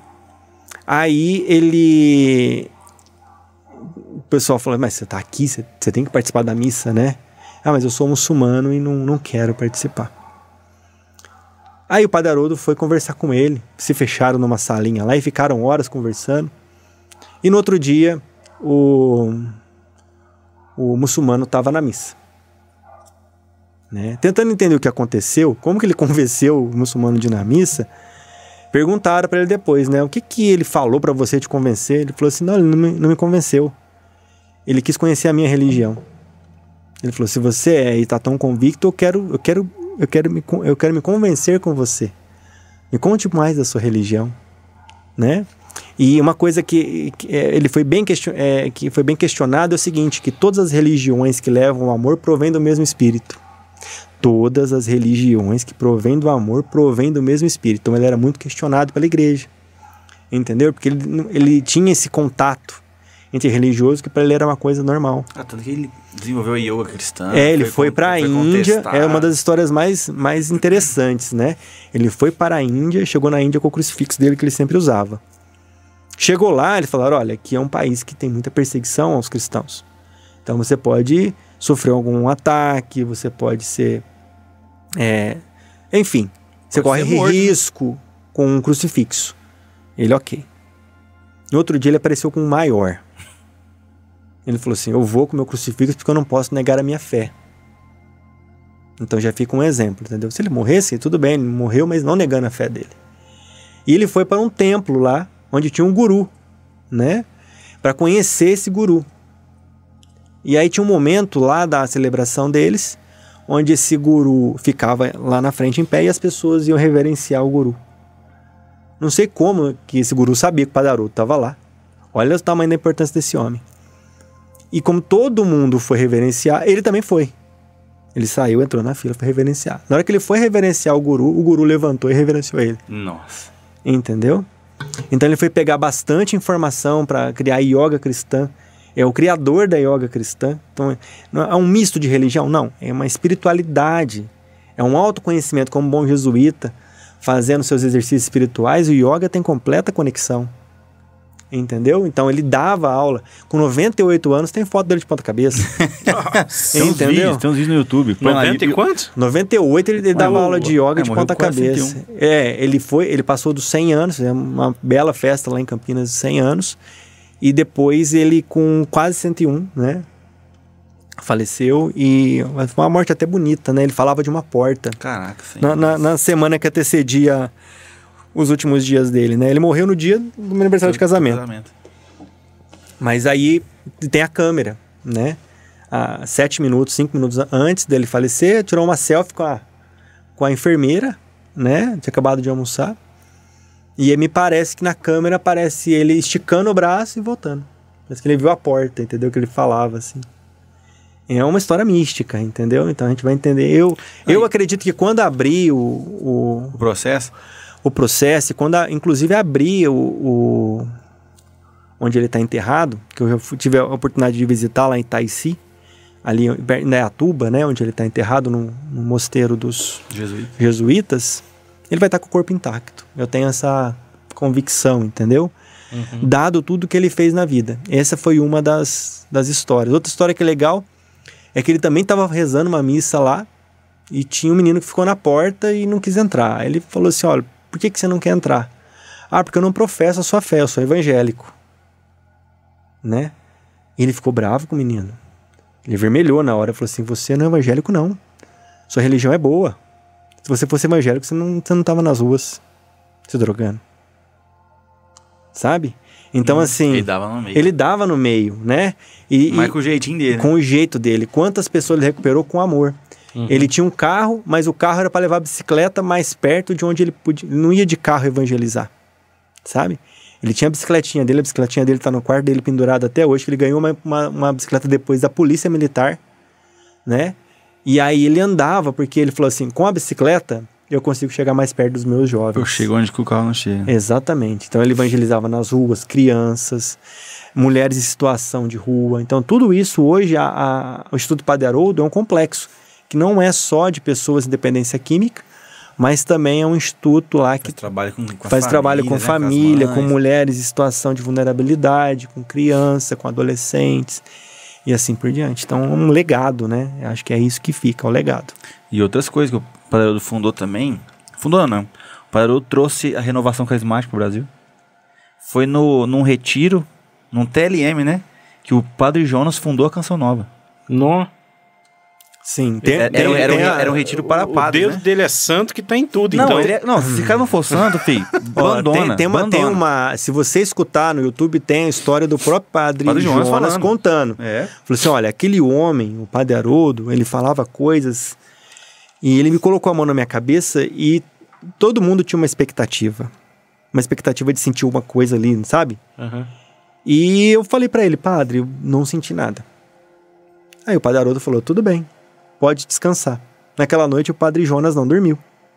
Aí ele... O pessoal falou, mas você tá aqui, você, você tem que participar da missa, né? Ah, mas eu sou muçulmano e não, não quero participar. Aí o Padre Haroldo foi conversar com ele, se fecharam numa salinha lá e ficaram horas conversando. E no outro dia, o, o muçulmano estava na missa. Né? Tentando entender o que aconteceu, como que ele convenceu o muçulmano de ir na missa, perguntaram para ele depois, né? O que que ele falou para você te convencer? Ele falou assim, não, ele não me, não me convenceu. Ele quis conhecer a minha religião. Ele falou, se você é e está tão convicto, eu quero, eu, quero, eu, quero me, eu quero me convencer com você. Me conte mais da sua religião. Né? E uma coisa que, que é, ele foi bem, question, é, que foi bem questionado é o seguinte, que todas as religiões que levam ao amor provêm do mesmo espírito. Todas as religiões que provêm do amor provêm do mesmo espírito. Então ele era muito questionado pela igreja. Entendeu? Porque ele, ele tinha esse contato entre religiosos que para ele era uma coisa normal. Ah, tanto que ele desenvolveu a yoga cristã. É, ele foi, foi para a Índia, contestar. É uma das histórias mais, mais interessantes, né? Ele foi para a Índia, chegou na Índia com o crucifixo dele que ele sempre usava. Chegou lá, eles falaram, olha, aqui é um país que tem muita perseguição aos cristãos. Então você pode sofrer algum ataque, você pode ser... É, enfim, você pode corre morto, risco né? com um crucifixo. Ele, ok. No outro dia ele apareceu com um maior. Ele falou assim, eu vou com o meu crucifixo porque eu não posso negar a minha fé. Então já fica um exemplo, entendeu? Se ele morresse, tudo bem, ele morreu, mas não negando a fé dele. E ele foi para um templo lá, onde tinha um guru, né? Para conhecer esse guru. E aí tinha um momento lá da celebração deles, onde esse guru ficava lá na frente em pé e as pessoas iam reverenciar o guru. Não sei como que esse guru sabia que o Padre Haroldo estava lá. Olha o tamanho da importância desse homem. E como todo mundo foi reverenciar, ele também foi. Ele saiu, entrou na fila, foi reverenciar. Na hora que ele foi reverenciar o guru, o guru levantou e reverenciou ele. Nossa. Entendeu? Então ele foi pegar bastante informação para criar a yoga cristã. É o criador da yoga cristã. Então não é um misto de religião, não. É uma espiritualidade. É um autoconhecimento como um bom jesuíta, fazendo seus exercícios espirituais. O yoga tem completa conexão. Entendeu? Então ele dava aula. Com noventa e oito anos, tem foto dele de ponta cabeça. Tem uns Entendeu? vídeos, tem uns vídeos no YouTube. Põe lá, noventa e quanto? noventa e oito ele, ele dava o- aula de yoga é, de morreu ponta com cabeça. sessenta É, ele foi, ele passou dos cem anos, é uma bela festa lá em Campinas, cem anos. E depois ele com quase cento e um, né? Faleceu e foi uma morte até bonita, né? Ele falava de uma porta. Caraca, sim. Na, na, na semana que antecedia os últimos dias dele, né? Ele morreu no dia do meu aniversário de casamento. Mas aí tem a câmera, né? a sete minutos, cinco minutos antes dele falecer, tirou uma selfie com a, com a enfermeira, né? Tinha acabado de almoçar. E me parece que na câmera aparece ele esticando o braço e voltando. Parece que ele viu a porta, entendeu? Que ele falava assim. É uma história mística, entendeu? Então a gente vai entender. Eu, eu acredito que quando abrir o, o, O processo? o processo, e quando a, inclusive abrir o, o onde ele está enterrado, que eu já fui- tive a oportunidade de visitar lá em Itaici, ali em Indaiatuba, né? Onde ele está enterrado no, no mosteiro dos Jesuíta. jesuítas, ele vai estar com o corpo intacto. Eu tenho essa convicção, entendeu? Dado tudo que ele fez na vida. Essa foi uma das, das histórias. Outra história que é legal é que ele também estava rezando uma missa lá e tinha um menino que ficou na porta e não quis entrar. Aí ele falou assim, olha, por que, que você não quer entrar? Ah, porque eu não professo a sua fé, eu sou evangélico. Né? E ele ficou bravo com o menino. Ele vermelhou na hora, falou assim, você não é evangélico não. Sua religião é boa. Se você fosse evangélico, você não, você não tava nas ruas se drogando. Sabe? Então, assim, Ele dava no meio. ele dava no meio, né? E, Mas e- com o jeitinho dele, né? com o jeito dele. Quantas pessoas ele recuperou com amor. Ele tinha um carro, mas o carro era para levar a bicicleta mais perto de onde ele podia. Ele não ia de carro evangelizar, sabe? Ele tinha a bicicletinha dele, a bicicletinha dele tá no quarto dele pendurada até hoje, que ele ganhou uma, uma, uma bicicleta depois da polícia militar, né? E aí ele andava, porque ele falou assim, com a bicicleta eu consigo chegar mais perto dos meus jovens. Eu chego onde que o carro não chega. Exatamente. Então ele evangelizava nas ruas, crianças, mulheres em situação de rua. Então tudo isso hoje, a, a, o Instituto Padre Haroldo é um complexo, que não é só de pessoas em dependência química, mas também é um instituto lá que Faz trabalho com, com a faz trabalho com né? família, as com mães. mulheres em situação de vulnerabilidade, com criança, com adolescentes e assim por diante. Então é um legado, né? Eu acho que é isso que fica, o legado. E outras coisas que o Padre Haroldo fundou também. Fundou não. O Padre Haroldo trouxe a renovação carismática pro Brasil. Foi no, num retiro, num T L M, né? Que o Padre Jonas fundou a Canção Nova. Nó. Sim, tem, Era, tem- era, era, um, tem a- era um retiro para O padres, Deus né? dele é santo que tá em tudo, Não, então. ele é- não, se esse cara não for santo, filho, Ó, abandona. tem, tem uma, tem abandona. uma. Se você escutar no YouTube, tem a história do próprio Padre, Padre Jonas Jonas, falando. contando. É. Falou assim: olha, aquele homem, o Padre Haroldo, ele falava coisas e ele me colocou a mão na minha cabeça e todo mundo tinha uma expectativa. Uma expectativa de sentir uma coisa ali, sabe? Aham. E eu falei pra ele, padre, eu não senti nada. Aí o Padre Haroldo falou, tudo bem, pode descansar. Naquela noite o Padre Jonas não dormiu.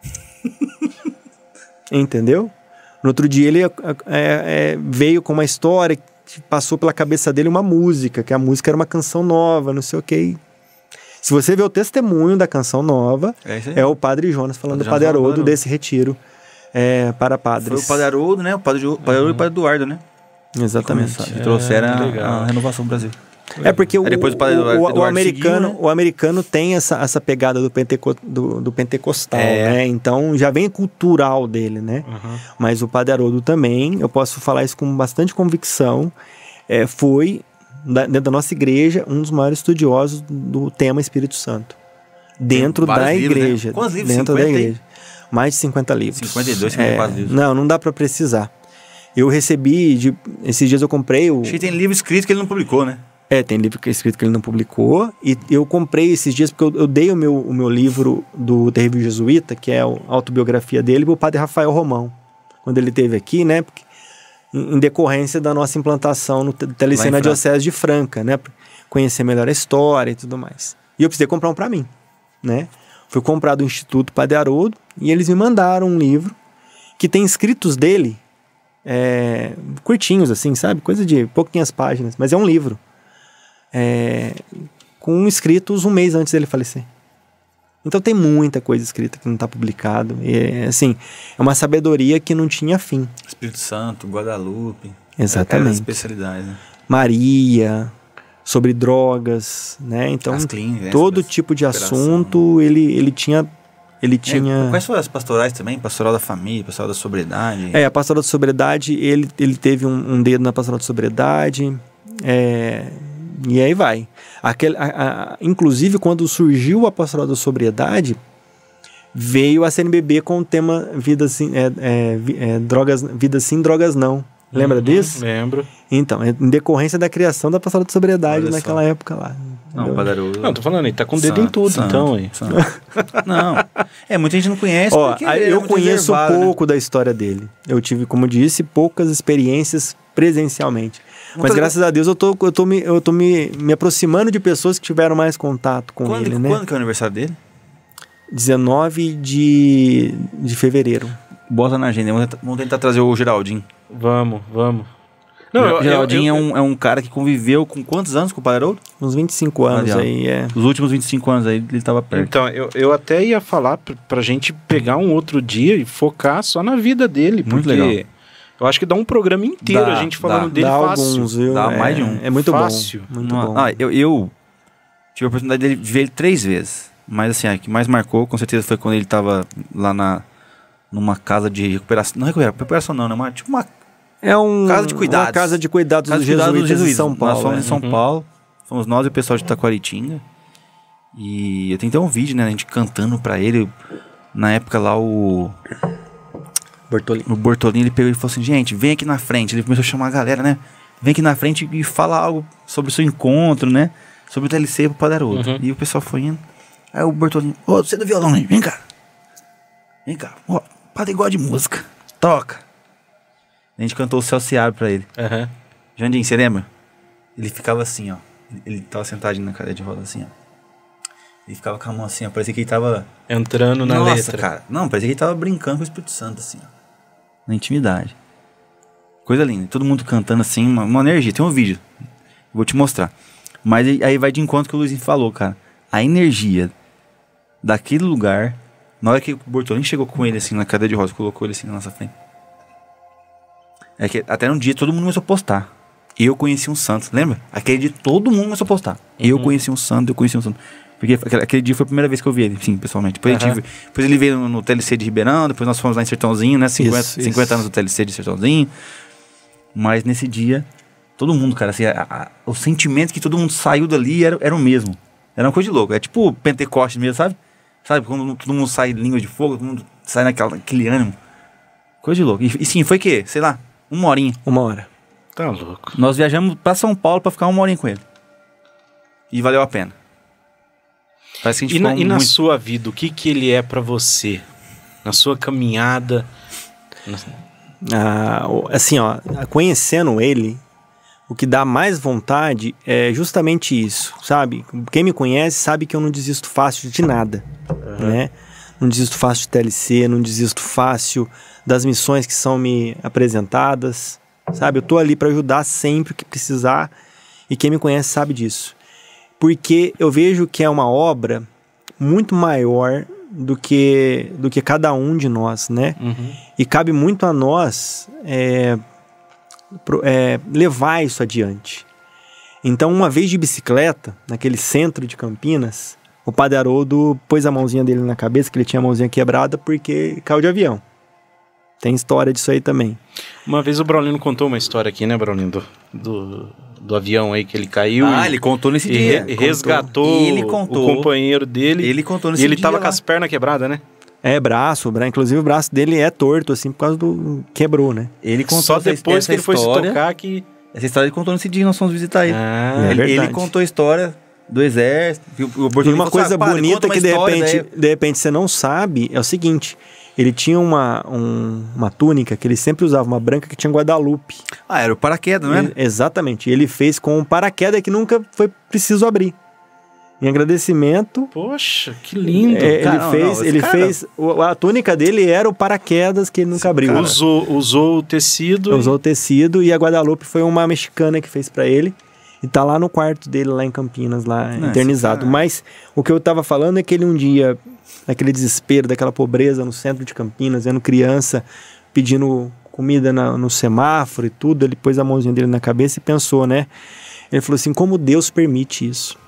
Entendeu? No outro dia ele é, é, veio com uma história que passou pela cabeça dele uma música, que a música era uma canção nova, não sei o que. Se você ver o testemunho da canção nova, É isso aí. é o Padre Jonas falando Padre do Padre Jonas Haroldo falando. desse retiro é, para Foi padres. o Padre Haroldo, né? O Padre, Jo- Padre Haroldo e o Padre Eduardo, né? Exatamente. Que começaram, que trouxeram a- legal. a, renovação do Brasil. É porque o, Aí depois o o, padre o- Eduardo- o Eduardo americano, seguiu, né? o americano tem essa, essa pegada do, penteco, do, do pentecostal, É. né? Então já vem cultural dele, né? Aham. Mas o Padre Haroldo também, eu posso falar isso com bastante convicção, é, foi, da- dentro da nossa igreja, um dos maiores estudiosos do tema Espírito Santo. Dentro vários da livros, né? igreja. Quantos livros? Dentro da cinquenta aí? igreja. Mais de cinquenta livros. cinquenta e dois, cinquenta e quatro livros. Não, não dá pra precisar. Eu recebi, de, esses dias eu comprei o... Acho que tem livro escrito que ele não publicou, né? É, tem livro que é escrito que ele não publicou. E eu comprei esses dias, porque eu, eu dei o meu, o meu livro do Terrível Jesuíta, que é a autobiografia dele, pro Padre Rafael Romão. Quando ele esteve aqui, né? Porque, em, em decorrência da nossa implantação no T L C Lá em na Franca. Diocese de Franca, né? Pra conhecer melhor a história e tudo mais. E eu precisei comprar um para mim, né? Fui comprar do Instituto Padre Haroldo e eles me mandaram um livro que tem escritos dele, é, curtinhos assim, sabe? Coisa de pouquinhas páginas, mas é um livro. É, com escritos um mês antes dele falecer. Então tem muita coisa escrita que não está publicado. E, é, assim, é uma sabedoria que não tinha fim. Espírito Santo, Guadalupe. Exatamente. Era as especialidades, né? Maria, sobre drogas, né? Então As clínicas, todo sobre tipo de superação. assunto ele, ele tinha ele É, tinha quais foram as pastorais também? Pastoral da família, pastoral da sobriedade. é a pastoral de sobriedade, ele, ele teve um, um dedo na pastoral de sobriedade, é, e aí vai. Aquele, a, a, inclusive, quando surgiu a pastoral da sobriedade, veio a C N B B com o tema vida sim, é, é, vi- é, drogas, vida sim, drogas não. Lembra Uhum, disso? Lembro. Então, é em decorrência da criação da pastoral de sobriedade Olha naquela só. época lá. Não, entendeu? Padre Haroldo. Não, tô falando, ele tá com o dedo Santo, em tudo, santo, então, aí. santo. Não, é, muita gente não conhece. Ó, porque aí ele é eu muito conheço reservado, né? pouco da história dele. Eu tive, como disse, poucas experiências presencialmente. Não Mas tá- graças a Deus eu tô, eu tô, me, eu tô me, me aproximando de pessoas que tiveram mais contato com Quando, ele, né? quando que é o aniversário dele? dezenove de, de fevereiro. Bota na agenda. Vamos tentar, vamos tentar trazer o Geraldinho. Vamos, vamos. Não, eu- o Geraldinho eu- é, um, é um cara que conviveu com quantos anos com o Padre Haroldo? Uns vinte e cinco anos Olha, aí, é. Os últimos vinte e cinco anos aí ele tava perto. Então, eu, eu até ia falar pra, pra gente pegar um outro dia e focar só na vida dele. Muito porque legal. Eu acho que dá um programa inteiro Dá, a gente falando dá. dele Dá fácil. alguns, viu? Dá é, mais de um. É muito Fácil. bom. Muito Não, bom. ah, eu, eu tive a oportunidade dele de ver ele três vezes. Mas assim, a que mais marcou, com certeza, foi quando ele tava lá na numa casa de recuperação. Não recuperação, não, né? Uma, tipo uma É um, Casa de cuidados. uma casa de cuidados casa dos de cuidados jesuítas, dos de jesuítas. São Paulo. Nós fomos é. em São Uhum. Paulo. Fomos nós e o pessoal de Taquaritinga. E eu tenho até um vídeo, né? A gente cantando pra ele. Na época lá, o, Bortolini. o Bortolini, ele pegou e falou assim: gente, vem aqui na frente. Ele começou a chamar a galera, né? Vem aqui na frente e fala algo sobre o seu encontro, né? Sobre o T L C pro Padre Haroldo. Uhum. E o pessoal foi indo. Aí o Bortolini: ô, você é do violão, hein? Vem cá. Vem cá. Ó, o padre gosta de música. Toca. A gente cantou o Céu Se Abre pra ele. Aham. Jandim, você lembra? Ele ficava assim, ó. Ele, ele tava sentadinho na cadeira de roda assim, ó. Ele ficava com a mão assim, ó. Parecia que ele tava... Entrando na Nossa, letra. cara. Não, parecia que ele tava brincando com o Espírito Santo, assim, ó. Na intimidade. Coisa linda. Todo mundo cantando assim, uma, uma energia. Tem um vídeo. Vou te mostrar. Mas aí, aí vai de encontro com o Luizinho falou, cara. A energia daquele lugar... Na hora que o Bortolini chegou com ele, assim, na cadeira de roda, colocou ele assim na nossa frente. É que até um dia todo mundo começou a postar. Eu conheci um santo, lembra? Aquele dia todo mundo começou a postar. Eu conheci um santo, eu conheci um santo. Porque aquele, aquele dia foi a primeira vez que eu vi ele, sim, pessoalmente. Depois, Aham. a gente, depois ele veio no, no T L C de Ribeirão, depois nós fomos lá em Sertãozinho, né? cinquenta, Isso, cinquenta isso. anos do T L C de Sertãozinho. Mas nesse dia, todo mundo, cara, assim, a- a- o sentimento que todo mundo saiu dali era, era o mesmo. Era uma coisa de louco. É tipo Pentecoste mesmo, sabe? Sabe? Quando todo mundo sai de língua de fogo, todo mundo sai naquela, naquele ânimo. Coisa de louco. E, e sim, foi o quê? Sei lá, uma horinha. Uma hora. Tá louco. Nós viajamos pra São Paulo pra ficar uma horinha com ele. E valeu a pena. Parece que a gente E na, ficou e na muito... sua vida, o que que ele é pra você? Na sua caminhada? Ah, o- assim, ó, conhecendo ele, o que dá mais vontade é justamente isso, sabe? Quem me conhece sabe que eu não desisto fácil de nada, né? Não desisto fácil de T L C, não desisto fácil das missões que são me apresentadas, sabe? Eu tô ali para ajudar sempre que precisar e quem me conhece sabe disso. Porque eu vejo que é uma obra muito maior do que, do que cada um de nós, né? Uhum. E cabe muito a nós é, pro- é, levar isso adiante. Então, uma vez de bicicleta, naquele centro de Campinas, o Padre Haroldo pôs a mãozinha dele na cabeça, que ele tinha a mãozinha quebrada, porque caiu de avião. Tem história disso aí também. Uma vez o Braulino contou uma história aqui, né, Braulino? Do, do, do avião aí que ele caiu Ah, e, ele contou nesse e dia. re- Contou. resgatou Ele o contou. companheiro dele. Ele contou nesse E ele dia tava lá. com as pernas quebradas, né? É, braço, bra- inclusive o braço dele é torto, assim, por causa do... quebrou, né? Ele contou Só essa- depois essa que ele foi se história. tocar que... Essa história ele contou nesse dia que nós fomos visitar ele. Ah, É ele, ele verdade. contou a história do exército. E o- o E Bortolini uma falou coisa assim, "Ah, padre, bonita conta uma que de história repente, daí." de repente você não sabe é o seguinte: ele tinha uma, um- uma túnica que ele sempre usava, uma branca que tinha Guadalupe. Ah, era o paraquedas, não era? Ele- exatamente. Ele fez com um paraquedas que nunca foi preciso abrir. Em agradecimento, Poxa, que lindo. é, cara, ele não, fez, não, esse ele cara- fez, o- a túnica dele era o paraquedas que ele nunca abriu. cara- Usou, usou o tecido. Usou o tecido e a Guadalupe foi uma mexicana que fez pra ele. E tá lá no quarto dele, lá em Campinas, lá Não, eternizado. esse cara- Mas o que eu tava falando é que ele um dia, naquele desespero, daquela pobreza no centro de Campinas, vendo criança pedindo comida na- no semáforo e tudo, ele pôs a mãozinha dele na cabeça e pensou, né? Ele falou assim, como Deus permite isso?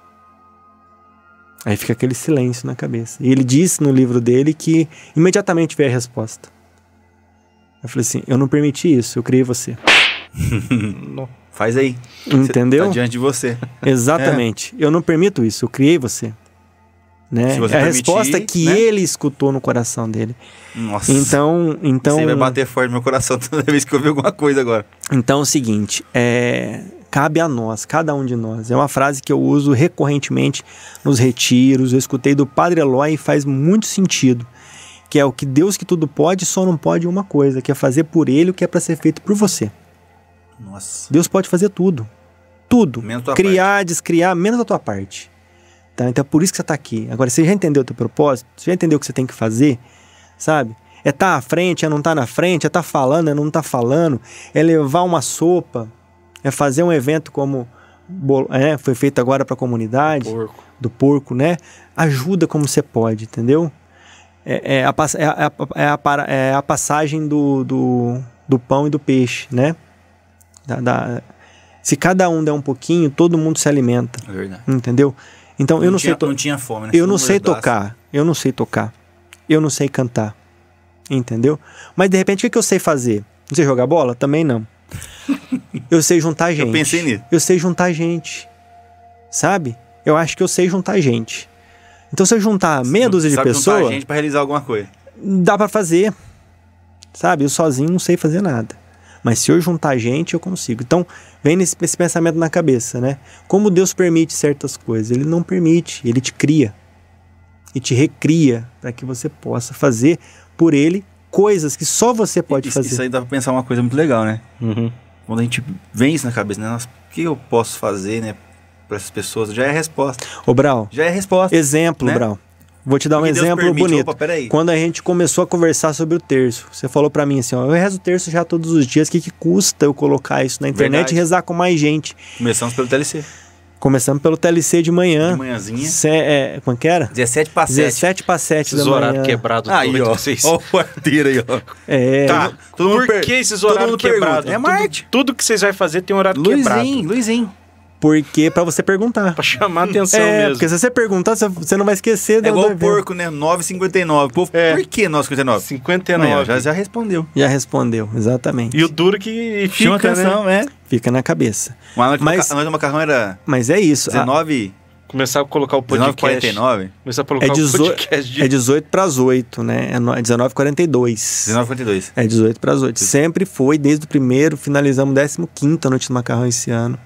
Aí fica aquele silêncio na cabeça. E ele disse no livro dele que imediatamente veio a resposta. Eu falei assim, eu não permiti isso, eu criei você. Faz aí. Entendeu? Tá diante de você. Exatamente. Eu não permito isso, eu criei você. né? Se você É a permitir, resposta que né? ele escutou no coração dele. Nossa. Então, então, Você vai bater forte no meu coração toda vez que eu ouvir alguma coisa agora. então é o seguinte, é, cabe a nós, cada um de nós. É uma frase que eu uso recorrentemente nos retiros. Eu escutei do Padre Eloy e faz muito sentido. Que é o que Deus que tudo pode, só não pode uma coisa, que é fazer por ele o que é para ser feito por você. Nossa. Deus pode fazer tudo. Tudo. Menos a tua Criar, descriar, menos a tua parte. Tá? Então é por isso que você está aqui. Agora, você já entendeu o teu propósito? Você já entendeu o que você tem que fazer? Sabe? É estar tá à frente, é não estar tá na frente, é estar tá falando, é não estar tá falando, é levar uma sopa, é fazer um evento como é, foi feito agora para a comunidade Porco. do porco, né? Ajuda como você pode, entendeu? É, é, a, é, a, é, a, é a passagem do, do, do pão e do peixe, né? Da, da, se cada um der um pouquinho, todo mundo se alimenta. É verdade. Entendeu? Então Não eu não tinha, sei to- não tinha fome, né? eu Se não todo sei mundo ajudasse. tocar, eu não sei tocar, eu não sei cantar, entendeu? Mas de repente o que, que eu sei fazer? Não sei jogar bola? Também não. Eu sei juntar gente. Eu pensei nisso. Eu sei juntar gente, sabe? Eu acho que eu sei juntar gente. Então se eu juntar meia dúzia de Sabe juntar pessoas, gente pra realizar alguma coisa. dá pra fazer, sabe? Eu sozinho não sei fazer nada. Mas se eu juntar gente, eu consigo. Então, vem nesse, esse pensamento na cabeça, né? Como Deus permite certas coisas? Ele não permite, Ele te cria. E te recria para que você possa fazer por Ele coisas que só você pode isso, fazer. Isso aí dá pra pensar uma coisa muito legal, né? Uhum. Quando a gente vem isso na cabeça, né? Nossa, o que eu posso fazer, né? Pra essas pessoas, já é a resposta. Ô, Brau, Já é a resposta. exemplo, né? Brau. Vou te dar um Porque Deus exemplo permite- bonito. Opa, peraí. Quando a gente começou a conversar sobre o terço, você falou pra mim assim, ó, eu rezo o terço já todos os dias, o que, que custa eu colocar isso na internet Verdade. e rezar com mais gente? Começamos pelo T L C. Começamos pelo T L C de manhã. De manhãzinha. Cé, é, como que era? dezessete para sete. dezessete para sete Esses da manhã. horários quebrados Aí, doido ó. que vocês... Ó o arteiro aí, ó. É, Tá, todo mundo por per- que esses todo horários mundo pergunta, quebrados? é Tudo- Marte. Tudo, que vocês vão fazer tem um horário quebrado. Luizinho, Luizinho. porque pra você perguntar. Pra chamar atenção É, mesmo. porque se você perguntar, você- você não vai esquecer É do igual do o evento. porco, né? nove e cinquenta e nove. Pô, É. por que nove e cinquenta e nove? cinquenta e Aí, ó, nove. já, já respondeu. Já respondeu, exatamente. E o duro que Chama fica, né? atenção, é. Fica na cabeça. Mas a noite, Mas- Mas... a noite do macarrão era Mas é isso. a- dezenove, Começar a colocar o dezenove e quarenta podcast. e nove. Começar a colocar É, o dezoito, podcast de... é dezoito para as oito, né? É no- é dezenove e quarenta e dois. dezenove e quarenta e dois. É dezoito para as oito. Sempre foi, desde o primeiro, finalizamos o décimo quinto a Noite do Macarrão esse ano.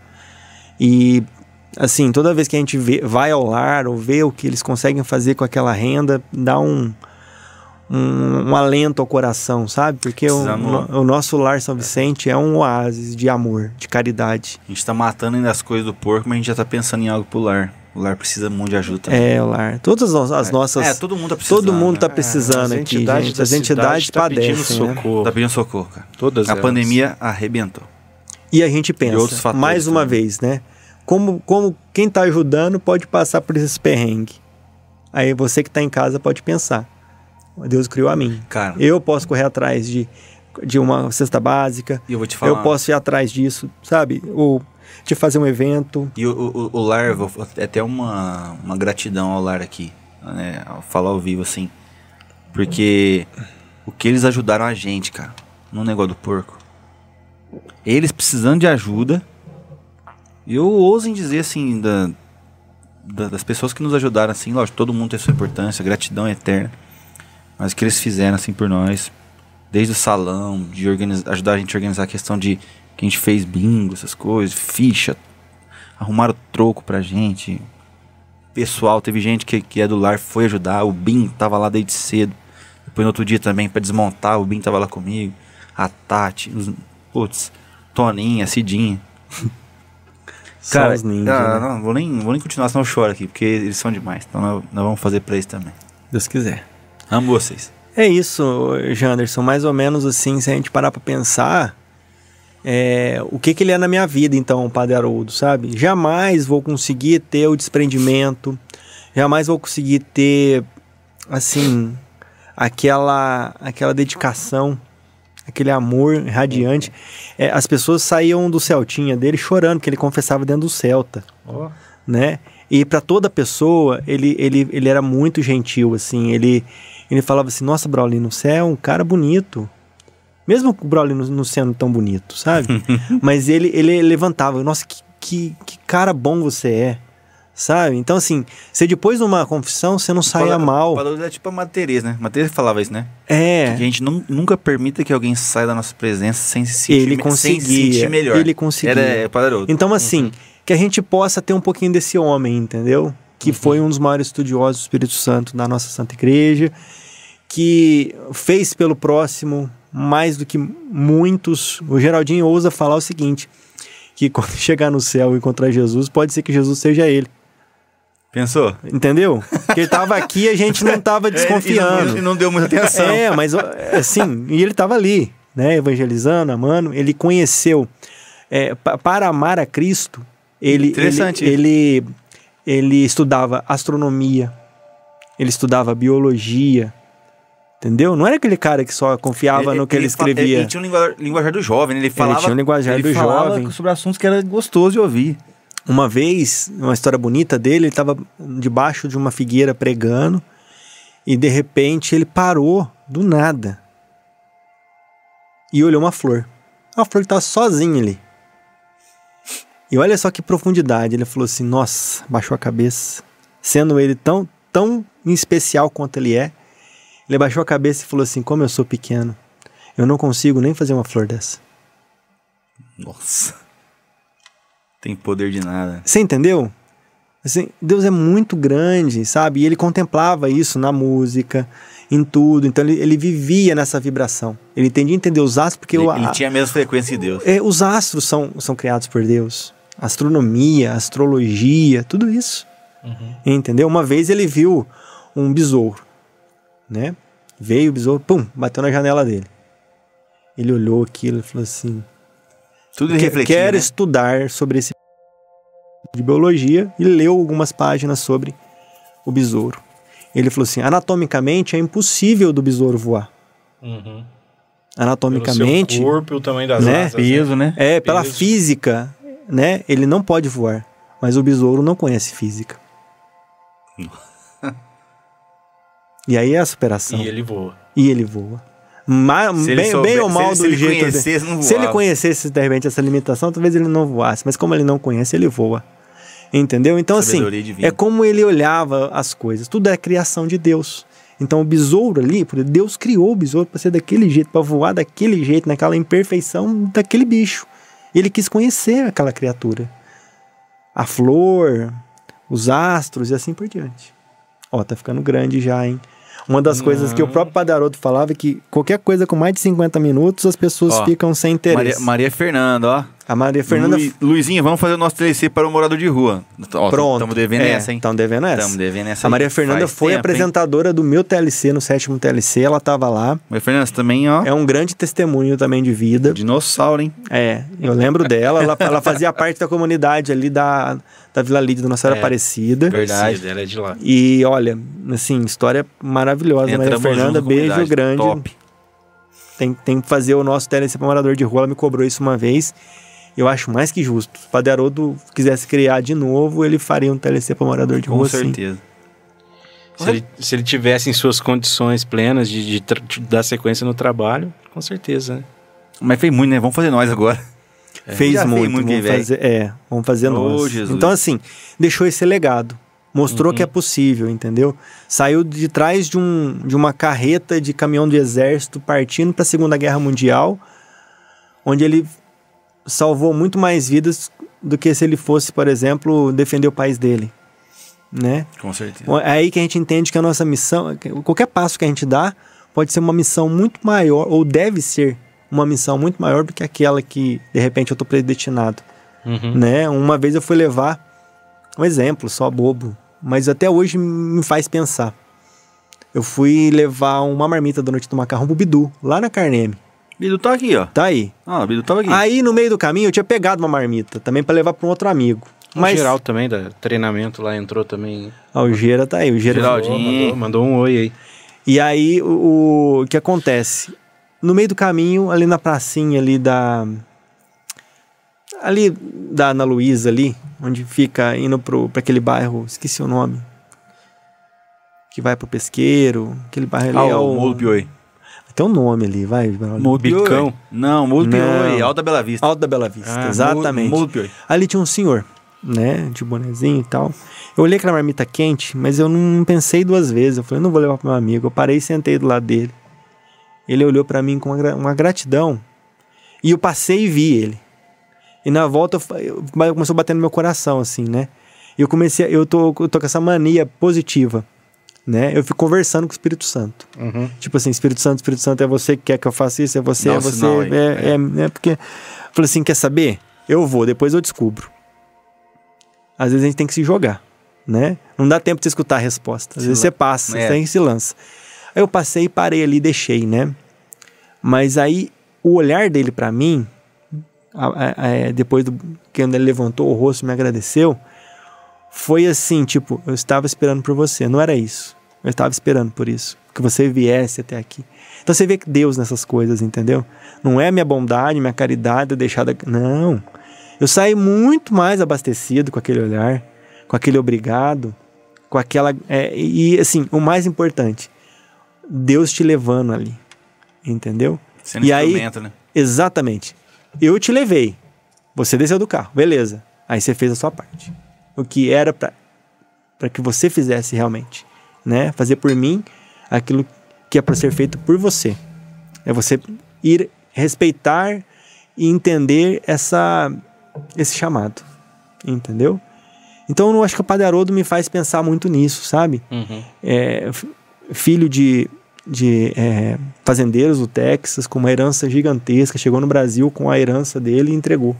E, assim, toda vez que a gente vê, vai ao lar ou vê o que eles conseguem fazer com aquela renda, dá um, um, um alento ao coração, sabe? Porque o, Precisamos- no- o nosso lar São Vicente é um oásis de amor, de caridade. A gente tá matando ainda as coisas do porco, mas a gente já tá pensando em algo pro lar. O lar precisa muito de ajuda também. É, o lar. Todas as, as nossas... É, todo mundo tá precisando. todo mundo né? tá precisando as aqui, entidades gente. da As entidades cidade tá pedindo padecem, né? socorro. Tá pedindo socorro, cara. Todas A elas. pandemia arrebentou. E a gente E pensa, outros fatores mais uma também. vez, né? Como, como quem tá ajudando pode passar por esses perrengues. Aí você que tá em casa pode pensar. Deus criou a mim. Cara, Eu posso correr atrás de, de uma cesta básica. e eu vou te falar. Eu posso ir atrás disso, sabe? Ou de fazer um evento. E o, o, o lar, vou é até uma, uma gratidão ao lar aqui, né? Ao falar ao vivo, assim. Porque o que eles ajudaram a gente, cara, no negócio do porco. Eles precisando de ajuda. E eu ouso em dizer, assim, da, da- das pessoas que nos ajudaram, assim, lógico, todo mundo tem sua importância, gratidão é eterna. Mas o que eles fizeram, assim, por nós, desde o salão, de organizar, ajudar a gente a organizar a questão de que a gente fez bingo, essas coisas, ficha, arrumaram troco pra gente. Pessoal, teve gente que, que é do lar, foi ajudar, o Bim tava lá desde cedo. Depois no outro dia também, pra desmontar, o Bim tava lá comigo. A Tati, os, putz, Toninha, Cidinha. Só Cara, os ninjas, ah, né? não, vou nem, vou nem continuar, senão eu choro aqui, porque eles são demais. Então nós, nós vamos fazer pra eles também. Deus quiser. Amo vocês. É isso, Janderson. Mais ou menos assim, se a gente parar pra pensar, é, o que que ele é na minha vida, então, o Padre Haroldo, sabe? Jamais vou conseguir ter o desprendimento, jamais vou conseguir ter, assim, aquela, aquela dedicação, aquele amor radiante. É, as pessoas saíam do Celtinha dele chorando, porque ele confessava dentro do Celta, Ó. né? E para toda pessoa, ele, ele, ele era muito gentil, assim, ele, ele falava assim, nossa, Braulino, você é um cara bonito. Mesmo o Braulino não sendo tão bonito, sabe? Mas ele, ele levantava, nossa, que, que, que cara bom você é, sabe? Então, assim, você depois de uma confissão, você não saia Padre- mal. Padre Haroldo é tipo a Madre Teresa, né? Madre Teresa falava isso, né? É, Que a gente nu- nunca permita que alguém saia da nossa presença sem se sentir, ele me- conseguia. sem se sentir melhor. Ele conseguia. Era é, Padre Haroldo. Então, assim, que a gente possa ter um pouquinho desse homem, entendeu? Que foi um dos maiores estudiosos do Espírito Santo da nossa Santa Igreja, que fez pelo próximo mais do que muitos. O Geraldinho ousa falar o seguinte, que quando chegar no céu e encontrar Jesus, pode ser que Jesus seja ele. Pensou? Entendeu? Porque ele estava aqui e a gente não estava desconfiando. É, e, não, e não deu muita atenção. É, mas assim, e ele estava ali, né, evangelizando, amando, ele conheceu, é, pa- para amar a Cristo, ele, Interessante ele, ele, ele estudava astronomia, ele estudava biologia, entendeu? Não era aquele cara que só confiava no que ele, fa- escrevia. Ele tinha um linguajar, linguajar do jovem, né? Ele falava, tinha um linguajar ele do falava jovem. sobre assuntos que era gostoso de ouvir. Uma vez, uma história bonita dele, ele estava debaixo de uma figueira pregando e de repente ele parou do nada e olhou uma flor. A flor estava sozinha ali. E olha só que profundidade. Ele falou assim, nossa, baixou a cabeça. Sendo ele tão, tão especial quanto ele é, ele abaixou a cabeça e falou assim, como eu sou pequeno, eu não consigo nem fazer uma flor dessa. Nossa. Tem poder de nada. Você entendeu? Assim, Deus é muito grande, sabe? E ele contemplava isso na música, em tudo. Então ele, ele vivia nessa vibração. Ele entendia entender os astros, porque Ele, o, ele a, tinha a mesma frequência de Deus. é, os astros são, são criados por Deus. Astronomia, astrologia, tudo isso. Uhum. Entendeu? Uma vez ele viu um besouro, né? Veio o besouro, pum, bateu na janela dele. Ele olhou aquilo e falou assim... Tudo Que- refletia, quero né? estudar sobre esse de biologia e leu algumas páginas sobre o besouro. Ele falou assim, anatomicamente é impossível do besouro voar. Uhum. Anatomicamente, Pelo seu corpo e o tamanho das né? asas. Peso, né? é pela peso. física, né? Ele não pode voar, mas o besouro não conhece física. E aí é a superação. E ele voa. E ele voa. Ma- Se ele bem, souber- bem ou se mal ele- se do ele jeito conhecesse, não Se ele voava. conhecesse de repente essa limitação, talvez ele não voasse, mas como ele não conhece, ele voa. Entendeu? Então assim, Sabedoria divina. é como ele olhava as coisas. Tudo é criação de Deus. Então o besouro ali, Deus criou o besouro para ser daquele jeito, para voar daquele jeito, naquela imperfeição daquele bicho. Ele quis conhecer aquela criatura. A flor, os astros e assim por diante. Ó, tá ficando grande já, hein? Uma das Não. coisas que o próprio Padre Haroldo falava é que qualquer coisa com mais de cinquenta minutos as pessoas Ó, ficam sem interesse. Maria, Maria Fernanda, ó. A Maria Fernanda... Lu, Luizinho, vamos fazer o nosso T L C para o morador de rua. Ó, Pronto. Estamos devendo É, essa, hein? Estão devendo essa. Estamos devendo essa A aí. Maria Fernanda Faz foi tempo, apresentadora do meu T L C, no sétimo T L C. Ela estava lá. Hein? Maria Fernanda, você também, ó. É um grande testemunho também de vida. Dinossauro, hein? É, eu lembro dela. Ela, ela fazia parte da comunidade ali da, da Vila Lídia do Nossa Senhora É. Aparecida. Verdade. Ela é de lá. E olha, assim, história maravilhosa. Maria Entramos Fernanda, junto com a beijo comunidade. grande. Top. Tem, tem que fazer o nosso T L C para morador de rua. Ela me cobrou isso uma vez. Eu acho mais que justo. Se o Padre Haroldo quisesse criar de novo, ele faria um T L C para morador de Com rua, sim. certeza. Se ele, se ele tivesse em suas condições plenas de, de, tra- de dar sequência no trabalho, com certeza, né? Mas fez muito, né? Vamos fazer nós agora. Fez Já fez muito, muito, vamos velho. fazer, é, vamos fazer Ô, nós. Jesus. Então assim, deixou esse legado, mostrou que é possível, entendeu? Saiu de trás de, um, de uma carreta de caminhão do exército partindo para a Segunda Guerra Mundial, onde ele salvou muito mais vidas do que se ele fosse, por exemplo, defender o país dele, né? Com certeza. É aí que a gente entende que a nossa missão, qualquer passo que a gente dá, pode ser uma missão muito maior, ou deve ser uma missão muito maior do que aquela que, de repente, eu estou predestinado. Uhum. Né? Uma vez eu fui levar um exemplo, só bobo, mas até hoje me faz pensar. Eu fui levar uma marmita da Noite do Macarrão pro Bidu, lá na Carneme. Bidu tá aqui, ó. Tá aí. Ah, o Bidu tava aqui. Aí, no meio do caminho, eu tinha pegado uma marmita, também para levar para um outro amigo. O Mas Geraldo também, da treinamento lá, entrou também. Ah, o Gera tá aí, o Gera Geraldinho. Mandou, mandou um oi aí. E aí, o, o que acontece? No meio do caminho, ali na pracinha ali da... Ali da Ana Luísa ali, onde fica indo pro, pra aquele bairro, esqueci o nome. Que vai pro Pesqueiro, aquele bairro ali Ah, é o o... Morro do Pioi. Tem um nome ali, vai. Braulio. Morro do Pioi. Bicão. Não, Morro do Não. Pioi, Alta Bela Vista. Alto da Bela Vista, Ah, exatamente. Morro do Pioi. Ali tinha um senhor, né, de bonezinho e tal. Eu olhei aquela marmita quente, mas eu não pensei duas vezes. Eu falei, não vou levar pro meu amigo. Eu parei e sentei do lado dele. Ele olhou pra mim com uma, gra- uma gratidão. E eu passei e vi ele. E na volta, eu, fa- eu, começou a bater no meu coração, assim, né? E eu comecei, a- eu tô, eu tô com essa mania positiva, né? Eu fico conversando com o Espírito Santo. Uhum. Tipo assim, Espírito Santo, Espírito Santo, é você que quer que eu faça isso, é você, Dá é um você. sinal aí. É, é, é porque... Eu falei assim, quer saber? Eu vou, depois eu descubro. Às vezes a gente tem que se jogar, né? Não dá tempo de escutar a resposta. Às Se vezes lan- você passa, É. você tem que se lança. Aí eu passei e parei ali e deixei, né? Mas aí o olhar dele pra mim, a- a- a- depois do que ele levantou o rosto e me agradeceu, foi assim, tipo, eu estava esperando por você. Não era isso. Eu estava esperando por isso. Que você viesse até aqui. Então você vê que Deus nessas coisas, entendeu? Não é minha bondade, minha caridade deixada... Não. Eu saí muito mais abastecido com aquele olhar, com aquele obrigado, com aquela... é, e assim, o mais importante, Deus te levando ali. Entendeu? Sendo E aí- instrumento, né? Exatamente. Eu te levei. Você desceu do carro. Beleza. Aí você fez a sua parte. O que era para para que você fizesse realmente, né? Fazer por mim aquilo que é para ser feito por você. É você ir respeitar e entender essa esse chamado. Entendeu? Então eu acho que o Padre Haroldo me faz pensar muito nisso, sabe? Uhum. É, f- filho de, de é, fazendeiros do Texas, com uma herança gigantesca, chegou no Brasil com a herança dele e entregou.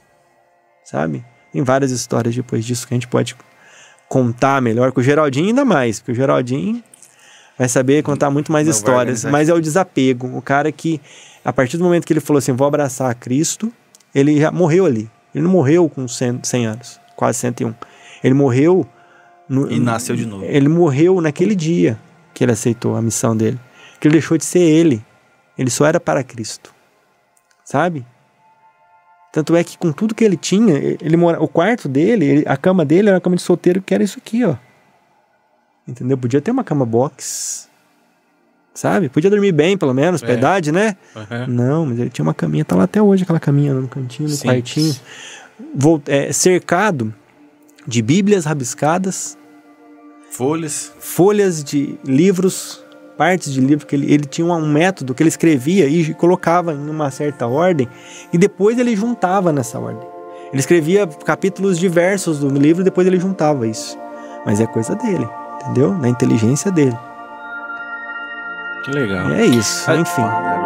Sabe? Tem várias histórias depois disso que a gente pode contar melhor, com o Geraldinho ainda mais, porque o Geraldinho vai saber contar muito mais Não vai histórias, organizar mas é o desapego. O cara que, a partir do momento que ele falou assim, vou abraçar a Cristo, ele já morreu ali. Ele não morreu com cem, cem anos, quase cento e um. Ele morreu... No, E nasceu de novo. Ele morreu naquele dia que ele aceitou a missão dele. Que ele deixou de ser ele. Ele só era para Cristo. Sabe? Tanto é que com tudo que ele tinha, ele mora, o quarto dele, ele- a cama dele era uma cama de solteiro que era isso aqui, ó. Entendeu? Podia ter uma cama box. Sabe? Podia dormir bem, pelo menos, pra É. idade, né? Uhum. Não, mas ele tinha uma caminha, tá lá até hoje aquela caminha no cantinho, no Sim. quartinho. Vol- é, cercado de bíblias rabiscadas, Folhas. folhas de livros, partes de livro, que ele, ele tinha um método que ele escrevia e colocava em uma certa ordem e depois ele juntava nessa ordem. Ele escrevia capítulos diversos do livro e depois ele juntava isso. Mas é coisa dele, entendeu? Na inteligência dele. Que legal. É isso, Ah, enfim.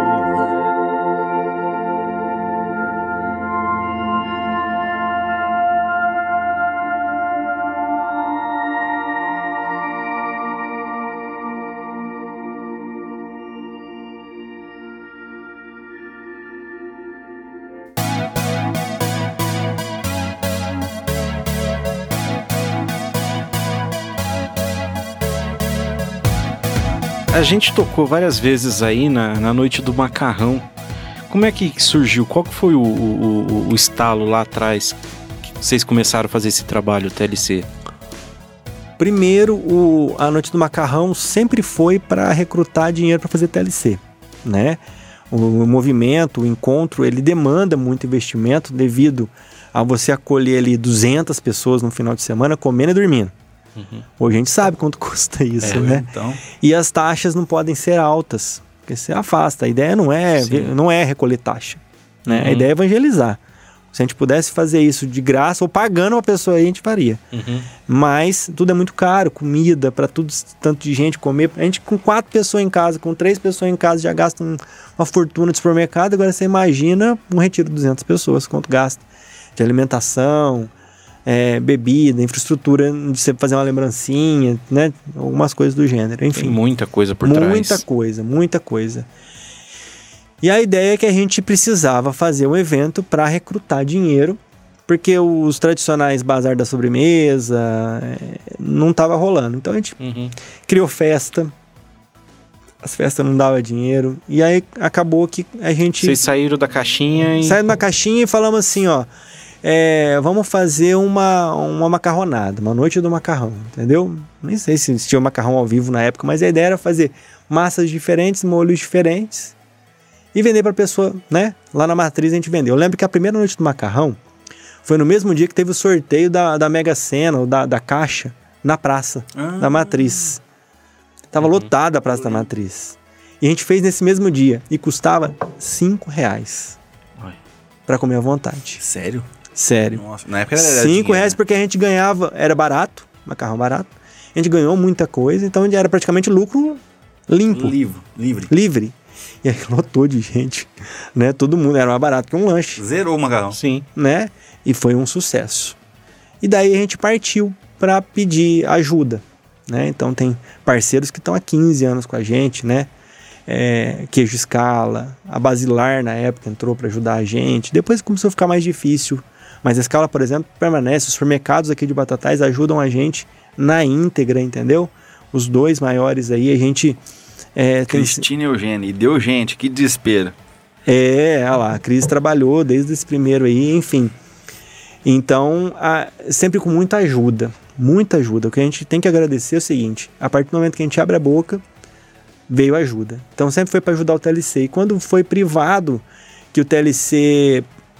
A gente tocou várias vezes aí na, na noite do macarrão. Como é que surgiu? Qual que foi o, o, o- o estalo lá atrás que vocês começaram a fazer esse trabalho, T L C? Primeiro, o, a Noite do Macarrão sempre foi para recrutar dinheiro para fazer T L C, né? O, o movimento, o encontro, ele demanda muito investimento devido a você acolher ali duzentas pessoas no final de semana comendo e dormindo. Uhum. Hoje a gente sabe quanto custa isso, É, né? Então, E as taxas não podem ser altas, porque você afasta. A ideia não é, Sim. não é recolher taxa, né? Uhum. A ideia é evangelizar. Se a gente pudesse fazer isso de graça ou pagando uma pessoa aí, a gente faria. Uhum. Mas tudo é muito caro, comida para tudo, tanto de gente comer. A gente com quatro pessoas em casa, com três pessoas em casa já gasta um- uma fortuna de supermercado. Agora você imagina um retiro de duzentas pessoas, quanto gasta de alimentação, é, bebida, infraestrutura, de você fazer uma lembrancinha, né? Algumas coisas do gênero, Tem enfim. muita coisa por Muita trás. coisa, muita coisa. E a ideia é que a gente precisava fazer um evento para recrutar dinheiro, porque os tradicionais bazar da sobremesa é, não tava rolando. Então a gente Uhum. criou festa, as festas não davam dinheiro, e aí acabou que a gente Vocês saíram da caixinha e... saiu da caixinha e falamos assim, ó, é, vamos fazer uma, uma macarronada, uma noite do macarrão, entendeu? Nem sei se tinha macarrão ao vivo na época, mas a ideia era fazer massas diferentes, molhos diferentes e vender para pessoa, né? Lá na matriz a gente vendeu. Eu lembro que a primeira noite do macarrão foi no mesmo dia que teve o sorteio da, da Mega Sena, ou da, da Caixa, na praça Ah. da Matriz. Tava Uhum. lotada a Praça da Matriz. E a gente fez nesse mesmo dia. E custava cinco reais Oi. pra comer à vontade. Sério? Sério. Nossa, na época era Cinco dinheiro, reais né? porque a gente ganhava, era barato, macarrão barato. A gente ganhou muita coisa, então era praticamente lucro limpo, Livro, livre. livre. E aí lotou de gente, né? Todo mundo, era mais barato que um lanche, Zerou o macarrão. Sim. né? E foi um sucesso. E daí a gente partiu para pedir ajuda, né? Então tem parceiros que estão há quinze anos com a gente, né? É, Queijo Scala, a Basilar na época entrou para ajudar a gente. Depois começou a ficar mais difícil, mas a Scala, por exemplo, permanece. Os supermercados aqui de Batatais ajudam a gente na íntegra, entendeu? Os dois maiores aí, a gente é, tem... Cristina e Eugênio. E deu gente, que desespero. É, olha lá, a Cris trabalhou desde esse primeiro aí, enfim. Então, a- sempre com muita ajuda, muita ajuda. O que a gente tem que agradecer é o seguinte: a partir do momento que a gente abre a boca, veio ajuda. Então, sempre foi para ajudar o T L C. E quando foi privado, que o T L C.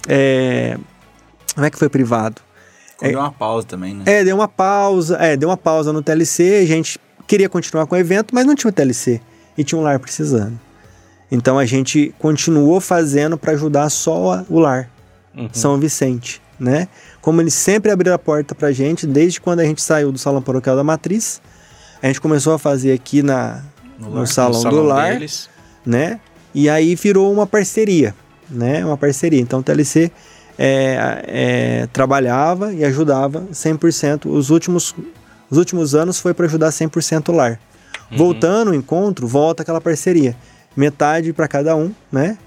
É... Como é que foi privado? Quando deu uma pausa também, né? É, deu uma pausa, é, deu uma pausa no T L C, a gente queria continuar com o evento, mas não tinha o T L C e tinha um lar precisando. Então a gente continuou fazendo para ajudar só a- o lar, Uhum. São Vicente, né? Como eles sempre abriram a porta pra gente, desde quando a gente saiu do Salão Paroquial da Matriz, a gente começou a fazer aqui na, no, lar, salão, No do lar, deles. né? E aí virou uma parceria, né? Uma parceria. Então o T L C é, é, trabalhava e ajudava cem por cento. Os últimos, os últimos anos foi para ajudar cem por cento o lar. Uhum. Voltando o encontro, volta aquela parceria. Metade para cada um, né?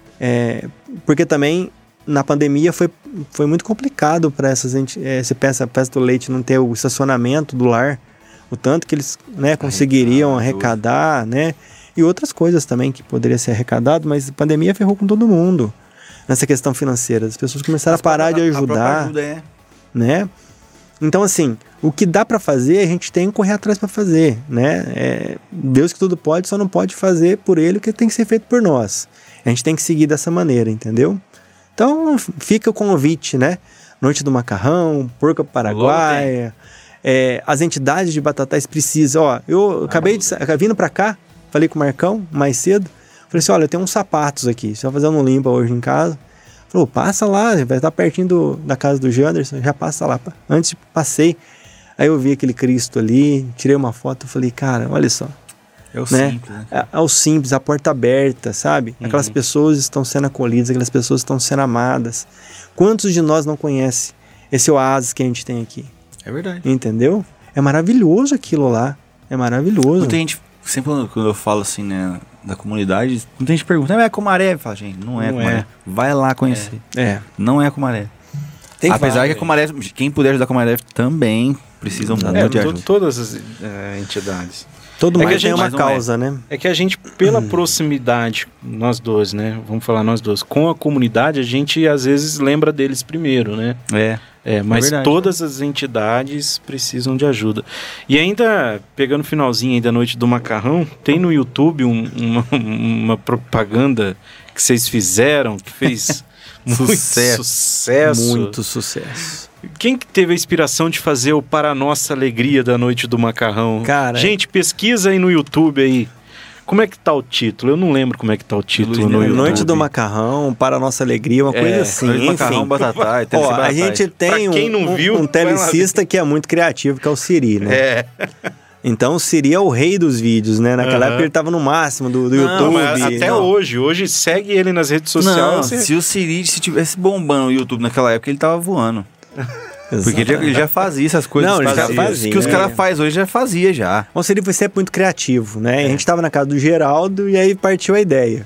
É, porque também na pandemia foi, foi muito complicado para essas enti- é, você pensa, a Festa do Leite não ter o estacionamento do lar, o tanto que eles, né, conseguiriam arrecadar, né? E outras coisas também que poderia ser arrecadado, mas a pandemia ferrou com todo mundo nessa questão financeira. As pessoas começaram a parar de A própria ajudar, ajuda é... né? Então, assim, o que dá para fazer, a gente tem que correr atrás para fazer, né? É, Deus que tudo pode, só não pode fazer por ele o que tem que ser feito por nós. A gente tem que seguir dessa maneira, entendeu? Então, fica o convite, né? Noite do Macarrão, Porca Paraguaia, é, as entidades de Batatais precisam. Ó, eu acabei de sa- vindo para cá, falei com o Marcão mais cedo, falei assim, olha, eu tenho uns sapatos aqui, você vai fazer um limpa hoje em casa. Falou, passa lá, vai estar pertinho do, da casa do Janderson, já passa lá. Antes passei, aí eu vi aquele Cristo ali, tirei uma foto, falei, cara, olha só. É o Né? simples, né? É, é o simples, a porta aberta, sabe? Aquelas Uhum. pessoas estão sendo acolhidas, aquelas pessoas estão sendo amadas. Quantos de nós não conhecem esse oásis que a gente tem aqui? É verdade. Entendeu? É maravilhoso aquilo lá. É maravilhoso. Muita gente, sempre quando- quando eu falo assim, né, da comunidade, muita gente pergunta, "Ah, é Comaré?" Fala, gente, não é Não Comaré. é. Vai lá conhecer. É. Não é Comaré. Tem Apesar vários. que a Comaré, quem puder ajudar a Comaré também precisam É, muito de to- ajuda. todas as eh, entidades. Todo É que mundo a tem gente- uma mas não é. causa, né? É que a gente, pela proximidade, nós dois, né? Vamos falar nós dois, com a comunidade, a gente às vezes lembra deles primeiro, né? É. É, mas verdade. todas as entidades precisam de ajuda. E ainda, pegando o finalzinho aí da Noite do Macarrão, tem no YouTube um- uma, uma propaganda que vocês fizeram, que fez muito Sucesso. sucesso. Muito sucesso. Quem que teve a inspiração de fazer o Para Nossa Alegria da Noite do Macarrão? Cara, Gente, pesquisa aí no YouTube aí. Como é que tá o título? Eu não lembro como é que tá o título Luiz no Neto. YouTube. Noite do Macarrão, para a nossa alegria, uma É, coisa assim. Noite do Enfim. Macarrão, Batatá, tem Ó, esse a Batatá. gente tem Pra quem um, não um- viu, um vai lá telecista que é muito criativo, que é o Siri, né? É. Então o Siri é o rei dos vídeos, né? Naquela Aham. época ele tava no máximo do, do Não, YouTube. Mas até Não. hoje. Hoje segue ele nas redes Não, sociais. você- se o Siri se tivesse bombando no YouTube naquela época, ele tava voando. Porque ele já, ele já fazia essas coisas. Não, ele já fazia. fazia, Que os é. caras fazem hoje já fazia já. O Siri foi sempre muito criativo, É. né? A gente tava na casa do Geraldo e aí partiu a ideia.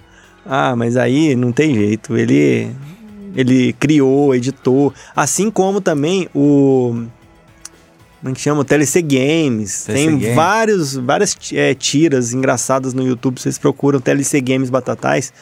Ah, mas aí não tem jeito. Ele, ele criou, editou. Assim como também o... Como é que chama? O T L C Games. T L C Tem Games. vários, várias é, tiras engraçadas no YouTube. Vocês procuram T L C Games Batatais.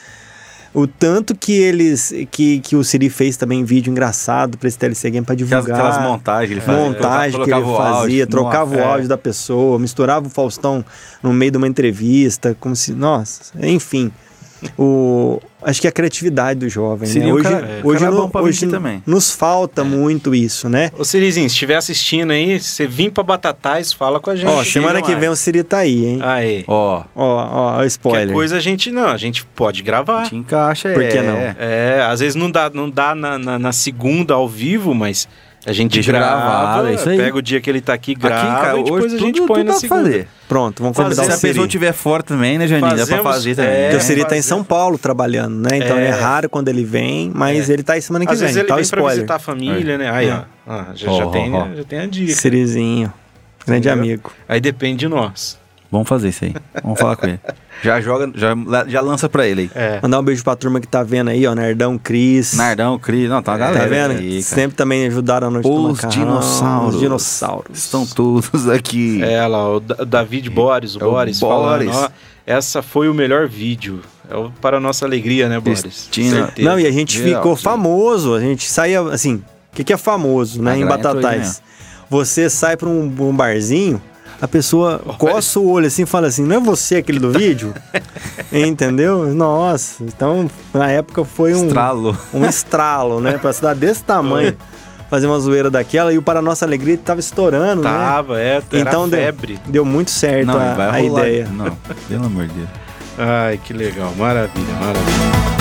O tanto que eles... Que, que o Siri fez também vídeo engraçado pra esse T L C Game pra Aquelas, divulgar. aquelas montagens que ele fazia. Montagem que Colocava ele o áudio. fazia, trocava Nossa, o é. áudio da pessoa, misturava o Faustão no meio de uma entrevista, como se... Nossa, enfim. o, acho que a criatividade do jovem, Seria né? um Hoje, cara- é, hoje, cara no- bom pra hoje mentir também. nos falta muito isso, né? Ô, Sirizinho, se estiver assistindo aí, você vir pra Batatais, fala com a gente. Ó, semana Chega que mais. vem o Siri tá aí, hein? Aí. Ó, Ó, ó, ó, Qualquer spoiler. coisa a gente não, a gente pode gravar. te encaixa, Por que é. não? É, às vezes não dá, não dá na, na, na segunda ao vivo, mas a gente Deixa grava, gravado, é isso aí. pega o dia que ele tá aqui, grava Aqui, cara, e depois hoje a gente tudo, põe tudo na dá pra segunda. fazer. Pronto, vamos Fazer convidar Se o a pessoa Siri. estiver forte também, né, Janinho? Dá pra Fazemos- fazer também. é, Porque o Siri tá em fazemos. São Paulo trabalhando, né? Então É. é raro quando ele vem, mas É. ele tá aí semana que Às vem. vezes ele Tá o vem pra spoiler. visitar a família, né? Aí, É. ó, ah, já, Ó, já, ó, tem, ó. já tem a dica. Sirizinho. Grande Entendeu? amigo. Aí depende de nós. Vamos fazer isso aí. Vamos falar com ele. Já joga, já, já lança pra ele aí. É. Mandar um beijo pra turma que tá vendo aí, ó. Nerdão, Cris. Nardão, Cris. Não, tá uma Tá galera vendo? aí, cara. Sempre também ajudaram a noite do Os macarrão. dinossauros. Os dinossauros. Estão todos aqui. É lá, o Da- o David Boris, o É o Boris, Boris. falando, ó, essa foi o melhor vídeo. É o- para a nossa alegria, né, Boris? Cristina. Certeza. Não, e a gente Geral, ficou sim. famoso. A gente saía, assim... O que, que é famoso, né? A em galera entrou aí, Batatais. Você sai pra um, um barzinho... A pessoa coça o olho assim e fala assim, não é você aquele do vídeo? Entendeu? Nossa, então na época foi um Estralo. um estralo, né? Pra cidade desse tamanho, fazer uma zoeira daquela. E o Para Nossa Alegria tava estourando, né? Tava, é, era Então deu, febre. deu muito certo Não, a, vai a rolar. ideia. Não, pelo amor de Deus. Ai, que legal, maravilha, maravilha.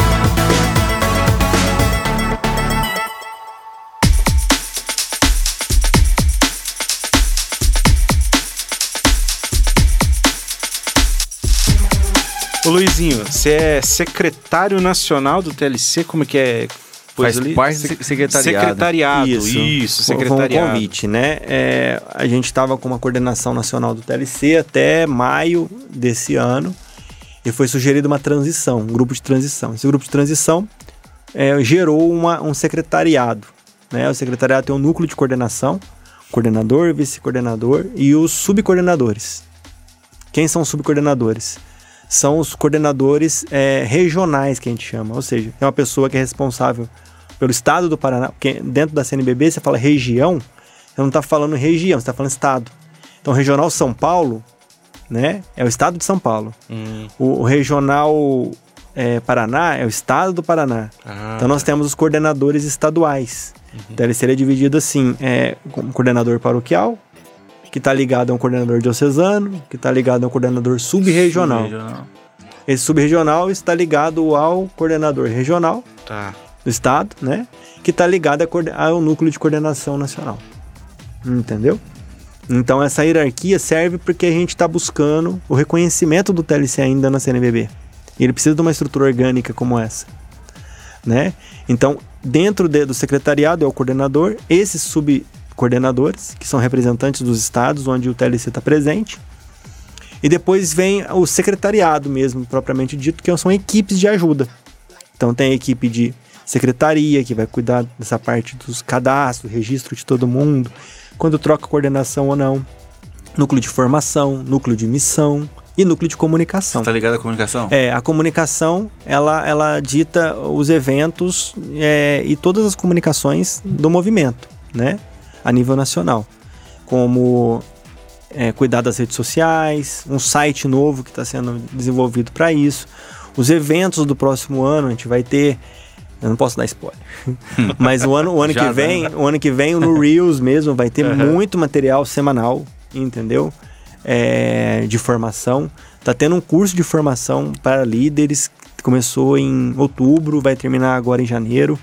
Ô Luizinho, você é secretário nacional do T L C, como é que é? Pois Faz ali? parte do Sec- secretariado. Secretariado, isso, Foi- secretariado. Foi um convite, né? É, a gente estava com uma coordenação nacional do T L C até maio desse ano e foi sugerida uma transição, um grupo de transição. Esse grupo de transição é, gerou uma, um secretariado, né? O secretariado tem um núcleo de coordenação, coordenador, vice-coordenador e os subcoordenadores. Quem são os subcoordenadores? São os coordenadores é, regionais, que a gente chama. Ou seja, é uma pessoa que é responsável pelo estado do Paraná. Porque dentro da C N B B, você fala região, você não está falando região, você está falando estado. Então, o Regional São Paulo, né, é o estado de São Paulo. Hum. O, o Regional é, Paraná é o estado do Paraná. Ah, Então, nós temos os coordenadores estaduais. Então, ele seria dividido assim, é, com um coordenador paroquial, que está ligado a um coordenador diocesano, que está ligado a um coordenador sub-regional. Sub-regional. Esse sub-regional está ligado ao coordenador regional tá. do estado, né? Que está ligado a coorden- ao núcleo de coordenação nacional. Entendeu? Então essa hierarquia serve porque a gente está buscando o reconhecimento do T L C ainda na C N B B. E ele precisa de uma estrutura orgânica como essa, né? Então, dentro de- do secretariado é o coordenador, esses subcoordenadores, que são representantes dos estados onde o T L C está presente. E depois vem o secretariado mesmo, propriamente dito, que são equipes de ajuda. Então tem a equipe de secretaria, que vai cuidar dessa parte dos cadastros, registro de todo mundo, quando troca coordenação ou não. Núcleo de formação, núcleo de missão e núcleo de comunicação. Tá ligado à comunicação? É, a comunicação, ela, ela dita os eventos é, e todas as comunicações do movimento, né? A nível nacional. Como é, cuidar das redes sociais, um site novo que está sendo desenvolvido para isso. Os eventos do próximo ano, a gente vai ter... Eu não posso dar spoiler. Mas o ano, o ano Já que vem, dá. o ano que vem, no Reels mesmo, vai ter Uhum. muito material semanal, entendeu? É, de formação. Tá tendo um curso de formação para líderes que começou em outubro, vai terminar agora em janeiro.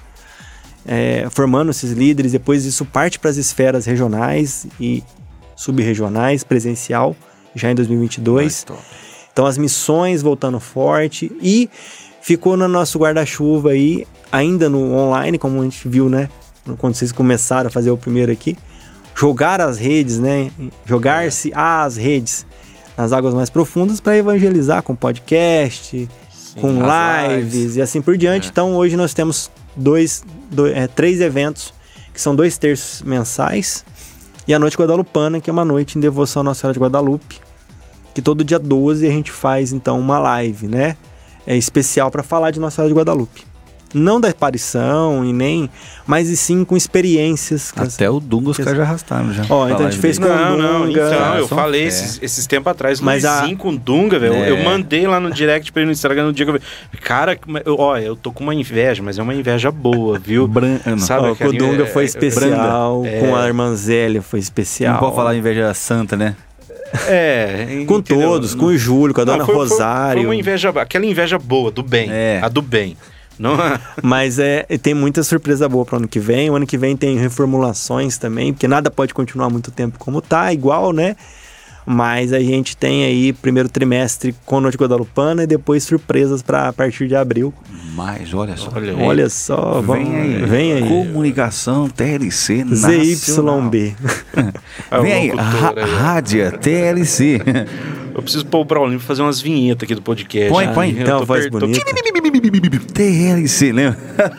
É, formando esses líderes, depois isso parte para as esferas regionais e subregionais, presencial, já em dois mil e vinte e dois. Mas top. Então as missões voltando forte e ficou no nosso guarda-chuva aí, ainda no online, como a gente viu, né? Quando vocês começaram a fazer o primeiro aqui, jogar as redes, né? Jogar-se às redes nas águas mais profundas para evangelizar com podcast, com as lives, lives. e assim por diante. É. Então hoje nós temos dois, dois é, três eventos que são dois terços mensais e a Noite Guadalupana, que é uma noite em devoção à Nossa Senhora de Guadalupe, que todo dia doze a gente faz então uma live, né? É especial para falar de Nossa Senhora de Guadalupe. Não da aparição e nem, mas e sim com experiências. com as- Até o Dunga os que- caras já arrastaram já. Ó, então a gente fez com Não, o não, Dunga. então, eu só falei fé. esses, esses tempos atrás, Mas a- Luizinho com Dunga, velho. É. Eu mandei lá no direct pra ele no Instagram no dia que eu vi. Cara, eu, ó, eu tô com uma inveja, mas é uma inveja boa, viu? Bran... ah, não. Sabe, Ó, com o aquele- Dunga é- foi é- especial, Branda. com É. a irmã Zélia foi especial. Não pode falar inveja santa, né? É, Com entendeu? todos, com o Júlio, com a Não, dona foi- foi- Rosário. Foi uma inveja, aquela inveja boa, do bem. É. A do bem. Não, Mas é, e tem muita surpresa boa para o ano que vem. O ano que vem tem reformulações também, porque nada pode continuar muito tempo como tá, igual, né? Mas a gente tem aí primeiro trimestre com Noite Guadalupana e depois surpresas para a partir de abril. Mas olha só. Olha aí. Olha só, vamos, Vem aí. vem aí. Comunicação T L C Z Nacional. Y B. É o Vem aí. locutor, Ra- é. Rádia T L C. Eu preciso pôr o Braulinho pra fazer umas vinhetas aqui do podcast. Põe, põe. Eu Tem uma tô voz per- tô- bonita. T L C, lembra?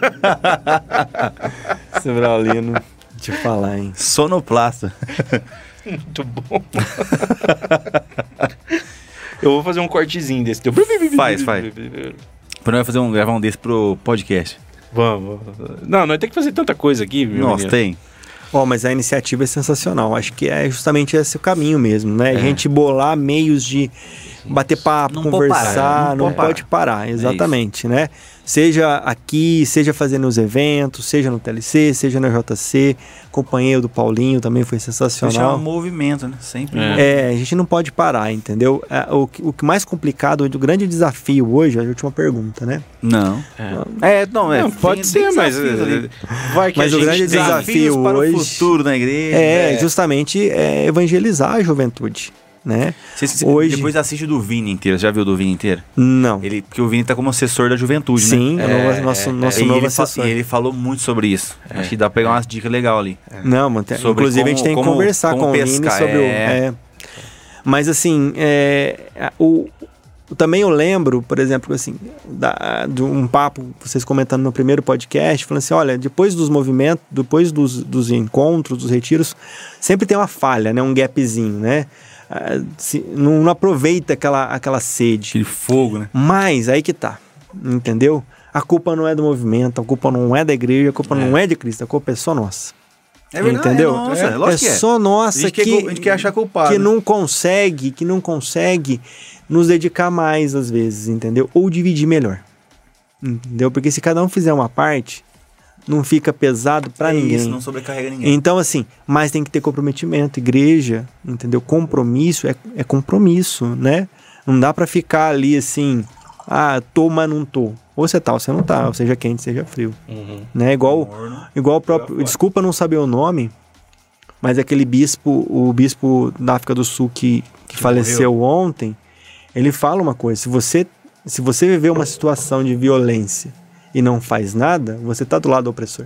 Esse Braulino, te falar, hein? Sonoplasta. Muito bom. Eu vou fazer um cortezinho desse. teu- Faz, faz. Pra nós fazer um, gravar um desse pro podcast. Vamos. Não, nós temos que fazer tanta coisa aqui, meu Nossa, menino. tem. Ó, mas a iniciativa é sensacional. Acho que é justamente esse o caminho mesmo, né? A gente bolar meios de bater papo, Não pode conversar, parar, não, não pode pode parar, exatamente, né? Seja aqui, seja fazendo os eventos, seja no T L C, seja na J C, companheiro do Paulinho também foi Deixar um sensacional. movimento, né? Sempre. É. É, a gente não pode parar, entendeu? É, O, que- o que mais complicado, o grande desafio hoje, a última pergunta, né? Não. É, não, é. Não, tem- pode tem ser, mas desafios ali. vai que Mas a o gente grande tem- desafio Desafios para hoje- o futuro na igreja. É, né? justamente é, evangelizar a juventude, né? Você, você hoje- depois assiste o do Vini inteiro. Já viu o do Vini inteiro? Não. Ele, porque o Vini tá como assessor da juventude, Sim, né? é o novo- nosso, nosso E novo ele, fa- assessor. e ele falou muito sobre isso. Acho que dá pra pegar umas dicas legais ali. Não, mano, tem- Sobre inclusive a gente como- tem que como- conversar como com o Vini pescar, sobre o. é. é. Mas assim, é, a- o, também eu lembro, por exemplo, assim, da, de um papo, vocês comentando no primeiro podcast, falando assim: olha, depois dos movimentos, depois dos, dos encontros, dos retiros, sempre tem uma falha, né? Um gapzinho, né? Ah, se- não, não aproveita aquela, aquela sede. Aquele fogo, né? Mas aí que tá, entendeu? A culpa não é do movimento, a culpa não é da igreja, a culpa não é de Cristo, a culpa é só nossa. É verdade, entendeu? é nossa, é, lógico que é. só nossa A gente quer que, cul- a gente quer achar culpado, que né? não consegue, que não consegue nos dedicar mais às vezes, entendeu? Ou dividir melhor, entendeu? Porque se cada um fizer uma parte, não fica pesado pra É ninguém. Isso, não sobrecarrega ninguém. Então, assim, mas tem que ter comprometimento. Igreja, entendeu? Compromisso é, é compromisso, né? Não dá pra ficar ali assim, ah, tô, mas não tô. Ou você tá, ou você não tá, ou seja quente, seja frio. Uhum. Né? Igual, Morno. igual o próprio. Desculpa não saber o nome, mas aquele bispo, o bispo da África do Sul que, que, Que faleceu ontem, ele fala uma coisa: se você, se você viver uma situação de violência e não faz nada, você tá do lado do opressor.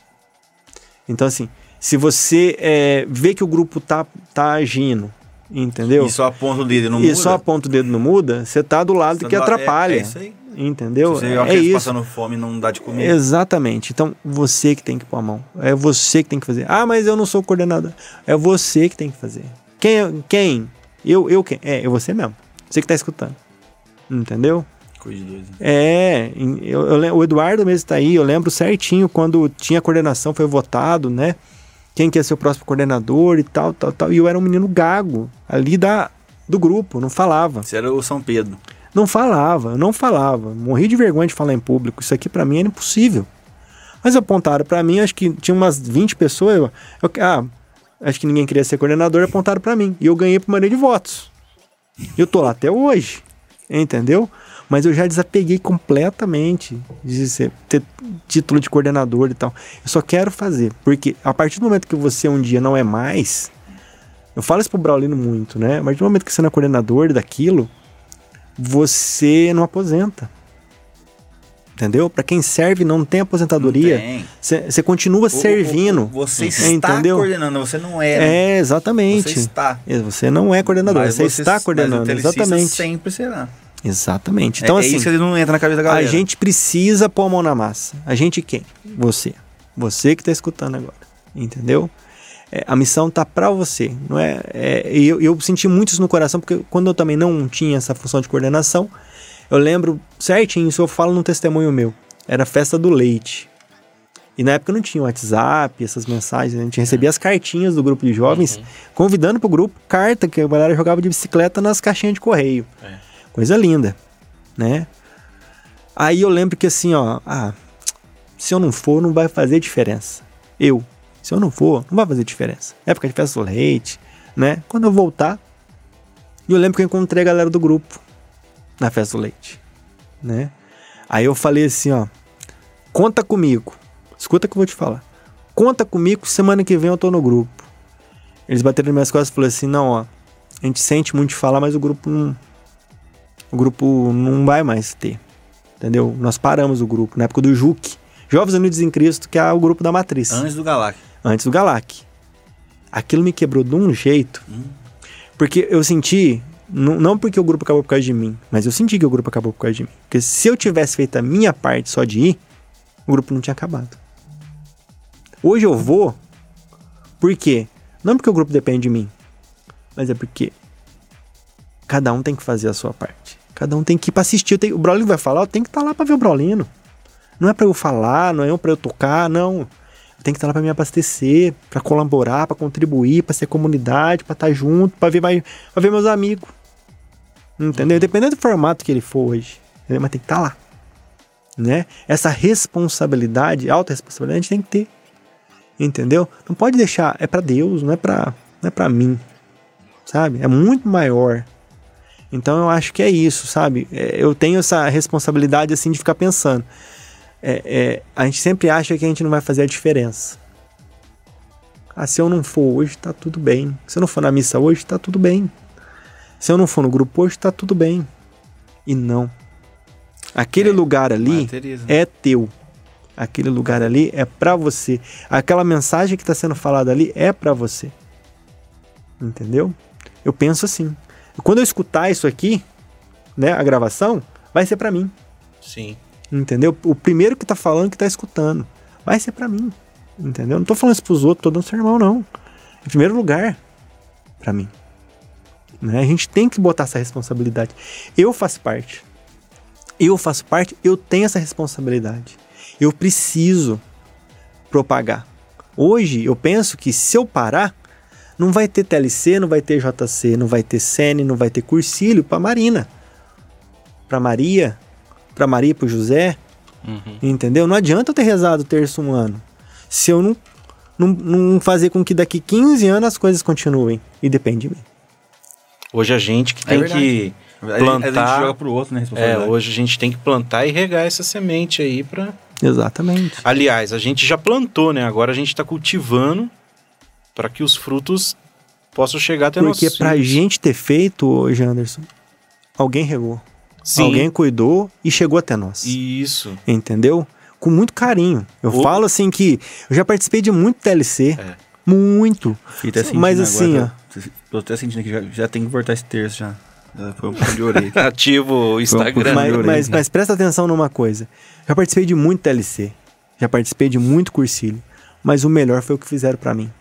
Então, assim, se você é, vê que o grupo tá, tá agindo, entendeu? E só aponta o dedo, não e muda. só aponta o dedo não muda, você tá do lado Você que tá do lado- atrapalha. É, é isso aí. Entendeu? Se você É acha eles isso. passando fome e não dá de comer. Exatamente. Então, você que tem que pôr a mão. É você que tem que fazer. Ah, mas eu não sou coordenador. É você que tem que fazer. Quem? Quem? Eu, eu quem? É, é você mesmo. Você que tá escutando. Entendeu? Coisa de dois, né? É, em- eu, eu lem- o Eduardo mesmo tá aí, eu lembro certinho quando tinha coordenação, foi votado, né? Quem que ia ser o próximo coordenador e tal, tal, tal. E eu era um menino gago ali da, do grupo, não falava. Esse era o São Pedro. Não falava, não falava. Morri de vergonha de falar em público. Isso aqui pra mim era impossível. Mas apontaram pra mim, acho que tinha umas vinte pessoas. Eu, eu- ah, acho que ninguém queria ser coordenador, apontaram pra mim. E eu ganhei por maioria de votos. Eu tô lá até hoje, entendeu? Mas eu já desapeguei completamente de ser, ter título de coordenador e tal. Eu só quero fazer, porque a partir do momento que você um dia não é mais, eu falo isso pro Braulino muito, né? A partir do momento que você não é coordenador daquilo, você não aposenta. Entendeu? Para quem serve não tem aposentadoria. Você continua O- servindo. o- o- Você está entendeu? coordenando, você não é. né? É, exatamente. Você está. É, Você não é coordenador, Mas você, está mas o coordenando. telecista Exatamente. sempre será. Exatamente. Então, é, assim, é isso que não entra na cabeça da a galera. gente precisa pôr a mão na massa. A gente quem? Você. Você que está escutando agora. Entendeu? É, a missão tá para você. Não é, é, eu, eu senti muito isso no coração, porque quando eu também não tinha essa função de coordenação, eu lembro certinho, isso eu falo num testemunho meu. era a festa do leite. E na época não tinha WhatsApp, essas mensagens, a gente recebia as cartinhas do grupo de jovens, Uhum. convidando pro grupo, carta que a galera jogava de bicicleta nas caixinhas de correio. É. Coisa linda, né? Aí eu lembro que assim, ó, ah, se eu não for, não vai fazer diferença. Eu, se eu não for, não vai fazer diferença. Época de festa do leite, né? Quando eu voltar, eu lembro que eu encontrei a galera do grupo na festa do leite, né? Aí eu falei assim, ó, conta comigo. Escuta o que eu vou te falar. Conta comigo, semana que vem eu tô no grupo. Eles bateram nas minhas costas e falaram assim, não, ó, a gente sente muito de falar, mas o grupo não... O grupo não vai mais ter. Entendeu? Nós paramos o grupo, na época do J U C. Jovens Unidos em Cristo, que é o grupo da Matriz. Antes do Galac. Antes do Galac. Aquilo me quebrou de um jeito. Hum. Porque eu senti... Não, não porque o grupo acabou por causa de mim, mas eu senti que o grupo acabou por causa de mim. Porque se eu tivesse feito a minha parte só de ir, o grupo não tinha acabado. Hoje eu vou, por quê? Não porque o grupo depende de mim, mas é porque cada um tem que fazer a sua parte. Cada um tem que ir pra assistir. Eu tenho, o Braulino vai falar, eu tenho que estar lá pra ver o Braulino. Não é pra eu falar, não é pra eu tocar, não. Eu tenho que estar lá pra me abastecer, pra colaborar, pra contribuir, pra ser comunidade, pra estar junto, pra ver, mais, pra ver meus amigos. Entendeu? Dependendo do formato que ele for hoje, entendeu? Mas tem que estar lá. Né? Essa responsabilidade, alta responsabilidade, a gente tem que ter. Entendeu? Não pode deixar, é pra Deus, não é pra, não é pra mim, sabe? É muito maior. Então eu acho que é isso, sabe? É, eu tenho essa responsabilidade assim de ficar pensando. É, é, a gente sempre acha que a gente não vai fazer a diferença. Ah, se eu não for hoje, tá tudo bem. Se eu não for na missa hoje, tá tudo bem. Se eu não for no grupo hoje, tá tudo bem. E não. Aquele É, lugar ali Teresa. é teu. Aquele lugar ali é pra você. Aquela mensagem que tá sendo falada ali é pra você. Entendeu? Eu penso assim. Quando eu escutar isso aqui, né, a gravação, vai ser pra mim. Sim. Entendeu? O primeiro que tá falando, que tá escutando, vai ser pra mim. Entendeu? Não tô falando isso pros outros, tô dando sermão, não. Em primeiro lugar, pra mim. Né? A gente tem que botar essa responsabilidade. Eu faço parte. Eu faço parte, eu tenho essa responsabilidade. Eu preciso propagar. Hoje, eu penso que se eu parar, não vai ter T L C, não vai ter J C, não vai ter Sene, não vai ter Cursílio pra Marina. Pra Maria, pra Maria e pro José. Uhum. Entendeu? Não adianta eu ter rezado o terço um ano. Se eu não, não, não fazer com que daqui quinze anos as coisas continuem. E depende de mim. Hoje a gente que É tem verdade. que A plantar... gente joga pro outro, né? É, responsabilidade. hoje a gente tem que plantar e regar essa semente aí pra... Exatamente. Aliás, a gente já plantou, né? Agora a gente tá cultivando para que os frutos possam chegar até nós. Porque pra gente ter feito hoje, Anderson, alguém regou. Sim. Alguém cuidou e chegou até nós. Isso. Entendeu? Com muito carinho. Eu O- falo assim que eu já participei de muito T L C. É. Muito. Fiquei até sentindo Mas assim, agora, ó. Tô até sentindo que já, já tem que voltar esse terço já. Já foi um pouco de orelha. Ativo o Instagram. Mas, Melhorei, mas, né? mas presta atenção numa coisa. Já participei de muito T L C. Já participei de muito Cursílio. Mas o melhor foi o que fizeram pra mim.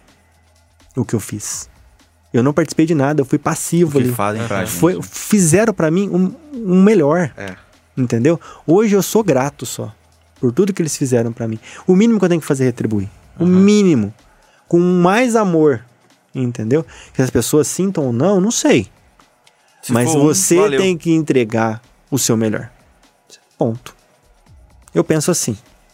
O que eu fiz. Eu não participei de nada, eu fui passivo O que ali. fazem pra gente. Foi, fizeram pra mim um, um melhor. É. Entendeu? Hoje eu sou grato só. Por tudo que eles fizeram pra mim. O mínimo que eu tenho que fazer é retribuir. O mínimo. Com mais amor. Entendeu? Que as pessoas sintam ou não, não sei. Se Mas for um, você valeu. tem que entregar o seu melhor. Ponto. Eu penso assim.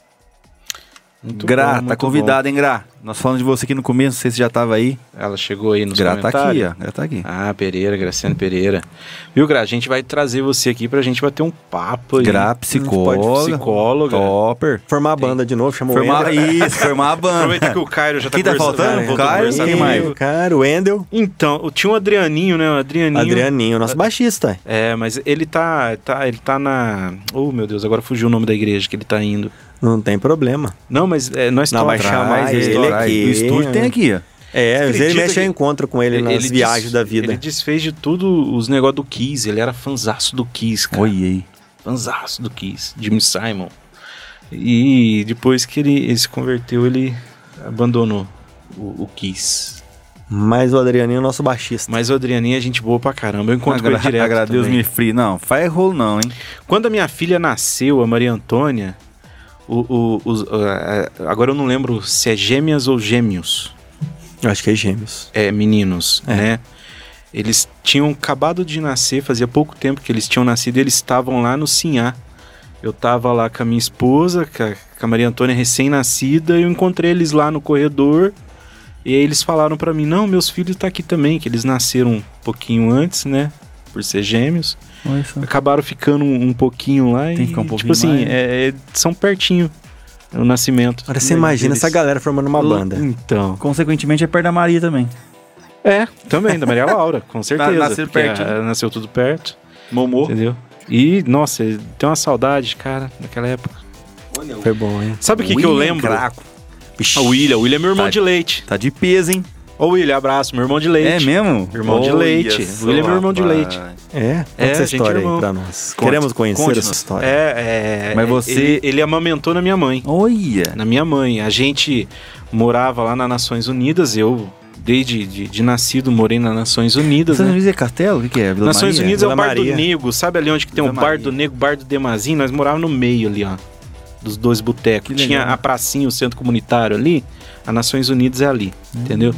Muito Gra, bom, tá muito convidado, hein, Gra? Nós falamos de você aqui no começo, não sei se já tava aí. bom. Ela chegou aí nos Gra tá comentários. aqui, ó. Gra tá aqui. Ah, Pereira, Graciano Pereira. Viu, Gra? A gente vai trazer você aqui pra gente bater um papo aí. Gra, psicóloga. Psicóloga. Topper. Formar a banda de novo, chamou Formar, o Wendel. isso, formar a banda. Aproveita que o Cairo já tá Quem tá conversando. faltando? Voltou a Cairo, conversar quem mais? comigo. Cara, o Wendel. Então, tinha um Adrianinho, né? O Adrianinho. Adrianinho, nosso baixista. É, mas ele tá, tá, ele tá na... Oh, meu Deus, agora fugiu o nome da igreja que ele tá indo. Não tem problema. Não, mas é, nós Não, vai chamar ele estourar. aqui. O estúdio tem aqui, ó. É, às vezes ele acredita mexe que- eu encontro com ele, nas des- viagens da vida. Ele desfez de tudo os negócios do Kiss. Ele era fanzaço do Kiss, cara. Oi, aí. Fanzaço do Kiss. Jimmy Simon. E depois que ele, ele se converteu, ele abandonou o, o Kiss. Mas o Adrianinho é nosso baixista. Mas o Adrianinho é gente boa pra caramba. Eu encontro com ele Agra direto Deus também. me frie. Não, faz rolo não, hein? Quando a minha filha nasceu, a Maria Antônia, O, o, os, uh, agora eu não lembro se é gêmeas ou gêmeos. Eu acho que é gêmeos. É, meninos, É. né? Eles tinham acabado de nascer, fazia pouco tempo que eles tinham nascido, e eles estavam lá no Sinhá. Eu tava lá com a minha esposa, com a, com a Maria Antônia recém-nascida, e eu encontrei eles lá no corredor, e aí eles falaram pra mim, não, meus filhos tá aqui também, que eles nasceram um pouquinho antes, né? Por ser gêmeos. Olha só. Acabaram ficando um, um pouquinho lá Tem e, que ficar um tipo pouquinho assim, mais, né? é, é- são pertinho o nascimento. Agora você imagina Eles- essa galera formando uma banda. Então. Consequentemente é perto da Maria também. É, também, da Maria Laura, com certeza. nasceram porque pertinho. a- nasceu tudo perto, Momô. entendeu? E, nossa, tem uma saudade, cara, daquela época. Foi bom, hein? Sabe o que, que eu William lembro? Craco. Ah, o William, o William é meu irmão Tá- de leite. Tá de peso, hein? Ô, William, abraço, meu irmão de leite. É mesmo? Irmão de Olha leite. só, O William é meu irmão de rapaz. leite. É? Conta É, essa gente, história irmão. aí pra nós. Conte- Queremos conhecer conte-nos. essa história. É, é. Mas você- Ele, ele amamentou na minha mãe. Olha. Na minha mãe. A gente morava lá nas Nações Unidas. Eu, desde de, de nascido, morei nas Nações Unidas, Você não né? diz Castelo? O que, que é? Vila Nações Maria? Unidas é o Vila Bar Maria. do Nego. Sabe ali onde que tem Vila o Bar Maria. do Nego, Bar do Demazinho? Nós morávamos no meio ali, ó. Dos dois botecos. Que Tinha legal. a pracinha, o centro comunitário ali. A Nações Unidas é ali, entendeu?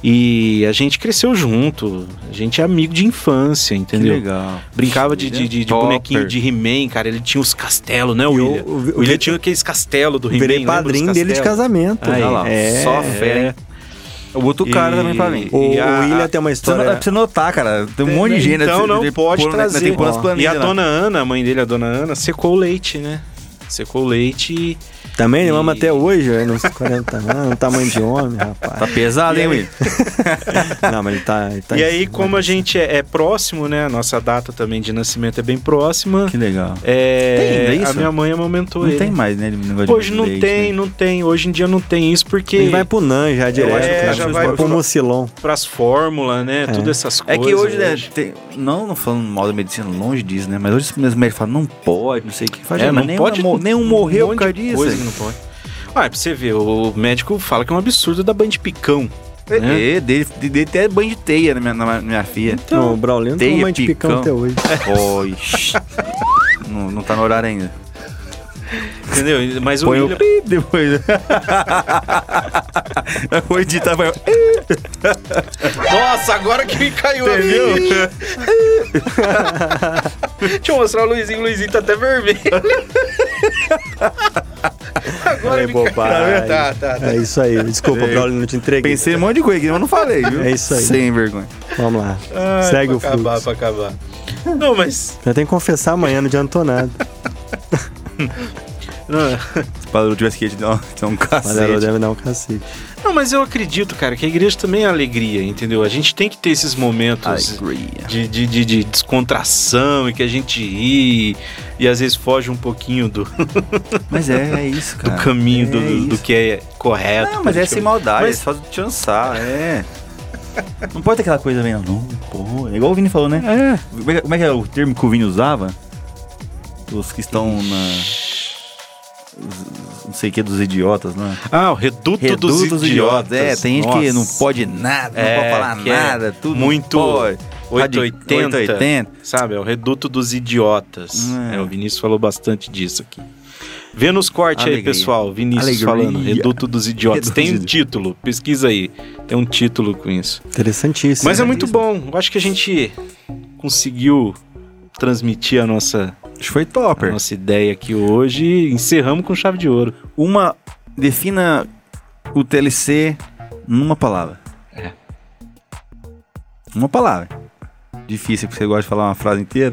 E a gente cresceu junto. A gente é amigo de infância, Que entendeu? legal. Brincava de, de, de- de Topper. bonequinho de He-Man, cara. Ele tinha os castelos, né, E eu- William? o- O, o- William o- tinha aqueles castelos do He-Man. Virei lembra dos padrinho dele de castelos? casamento. Aí, Olha lá, é. só fera, hein? O outro cara E- também pra mim. O, E a- o William tem uma Precisa, história. precisa notar, cara. Tem um monte de gente. Então né? não Tem- pode pôr- né? trazer. Tem que pôr nas Ó. E planilhas a lá. dona Ana, a mãe dele, a dona Ana, secou o leite, né? Secou o leite e... Também ele E- mama até hoje, é, nos quarenta anos, um tamanho de homem, Tá rapaz. pesado, E hein, aí? Will? Não, mas ele tá. Ele tá e aí, como a gente é, é próximo, né? A nossa data também de nascimento é bem próxima. Que legal. É, Tem ainda isso? A minha mãe amamentou Não ele. tem mais, né? Negócio de Hoje não leite, tem, né? não tem. Hoje em dia não tem isso porque... Ele vai pro Nan já direto, É, cara. já vai, vai pro pro- Mucilon. Pras fórmulas, né? É. Todas essas É coisas. que hoje, né, tem, não, não falando mal da medicina, longe disso, né? Mas hoje mesmo médicos falam, não pode, não sei o que. Faz, É, mas não nenhum, pode. mo- nenhum morreu um por monte causa de disso. coisa que não pode. Ah, é pra você ver, o médico fala que é um absurdo da banho de picão. né? É, dele, dele até banho de teia na minha, na minha filha. Não, o Braulino tem teia, uma de picão picão. até hoje. Oxi. não, não tá no horário ainda. Entendeu? Mas o Põe o William... pi depois. Eu vou editar, vai. Nossa, agora que me caiu a minha. Deixa eu mostrar o Luizinho. O Luizinho tá até vermelho. Agora É me bobagem. Tá, tá, tá. É isso aí. Desculpa, É. Braulino, não te entreguei. Pensei em um monte de coisa aqui, mas não falei, viu? É isso aí. Sem vergonha. Vamos lá. Ai, Segue pra o acabar, fluxo. pra acabar. Não, mas... Eu tenho que confessar amanhã, não adiantou nada. Não, Se o Padre tivesse que te dar um, te dar um Mas ela cacete. deve dar um cacete. não, mas eu acredito, cara, que a igreja também é alegria, entendeu? A gente tem que ter esses momentos Alegria. de, de, de, de descontração e que a gente ri e às vezes foge um pouquinho do, Mas é, é isso, do cara. caminho é do, do, do isso. que é correto. Não, mas é sem maldade, Mas- é só te lançar, é. Não pode ter aquela coisa mesmo, não. Pô, é igual o Vini falou, né? É. Como é, como é que é o termo que o Vini usava? Os que estão na. os- Não sei o que, dos idiotas, né? Ah, o reduto, Redutos dos idiotas. É, tem gente que não Nossa. pode nada, não É, pode falar que é nada, tudo muito pode. oitocentos e oitenta. oitocentos e oitenta. Sabe, é o reduto dos idiotas. É. É, o Vinícius falou bastante disso aqui. Vê nos cortes aí, Alegria. pessoal. Vinícius Alegria. falando, reduto dos idiotas. Reduto Tem um dos- título, pesquisa aí. Tem um título com isso. Interessantíssimo. Mas é muito bom. Eu acho que a gente conseguiu transmitir a nossa, Acho que foi a topper. nossa ideia aqui hoje. E encerramos com chave de ouro. Uma. Defina o T L C numa palavra. É. Uma palavra. Difícil, porque você gosta de falar uma frase inteira.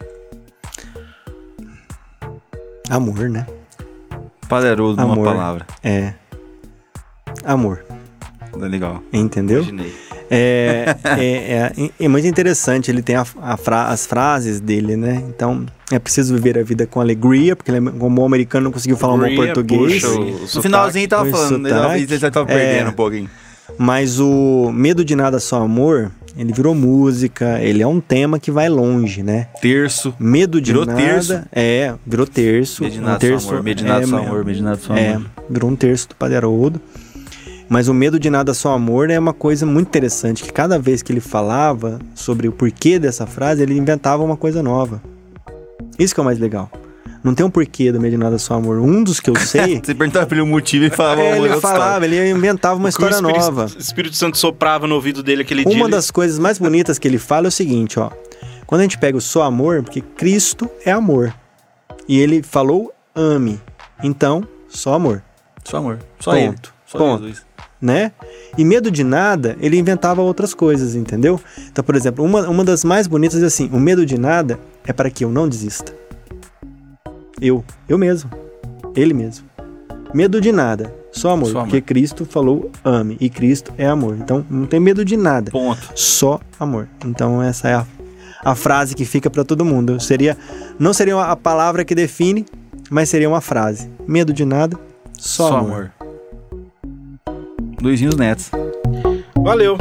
Amor, né? Poderoso numa Amor. palavra. É. Amor. Tá legal. Entendeu? Imaginei. É, é, é, é muito interessante, ele tem a, a fra- as frases dele, né? Então, é preciso viver a vida com alegria, porque ele, como bom americano, não conseguiu falar um bom Alegria, português. puxa, o- No sotaque. finalzinho ele tava Com falando, ele tava, sotaque. ele tava É. perdendo um pouquinho. Mas o Medo de Nada Só Amor, ele virou música, ele é um tema que vai longe, né? Terço. Medo de Virou nada... terço. É, virou terço. Medo de um nada só terço, amor, medo de nada é, só amor, medo de nada só É, amor. virou um terço do Padre Haroldo. Mas o Medo de Nada Só Amor é uma coisa muito interessante, que cada vez que ele falava sobre o porquê dessa frase, ele inventava uma coisa nova. Isso que é o mais legal. Não tem um porquê do medo de nada só amor. Um dos que eu sei... Você perguntava pra ele o motivo e falava é, uma ele outra falava, história. ele inventava uma história o Espírito, nova. O Espírito Santo soprava no ouvido dele aquele dia. Uma ele- das coisas mais bonitas que ele fala é o seguinte, ó. Quando a gente pega o só amor, porque Cristo é amor. E ele falou ame. Então, só amor, Só amor. Só Ponto. ele. Só Ponto. Jesus. né? E medo de nada, ele inventava outras coisas, entendeu? Então, por exemplo, uma, uma das mais bonitas é assim, o medo de nada é para que eu não desista. Eu, eu mesmo. Ele mesmo. Medo de nada, só amor. Só amor. Porque Cristo falou ame, e Cristo é amor. Então, não tem medo de nada. Ponto. Só amor. Então essa é a, a frase que fica para todo mundo. Seria, não seria a palavra que define, mas seria uma frase. Medo de nada, só, Só amor. amor. Luizinhos Netos. Valeu.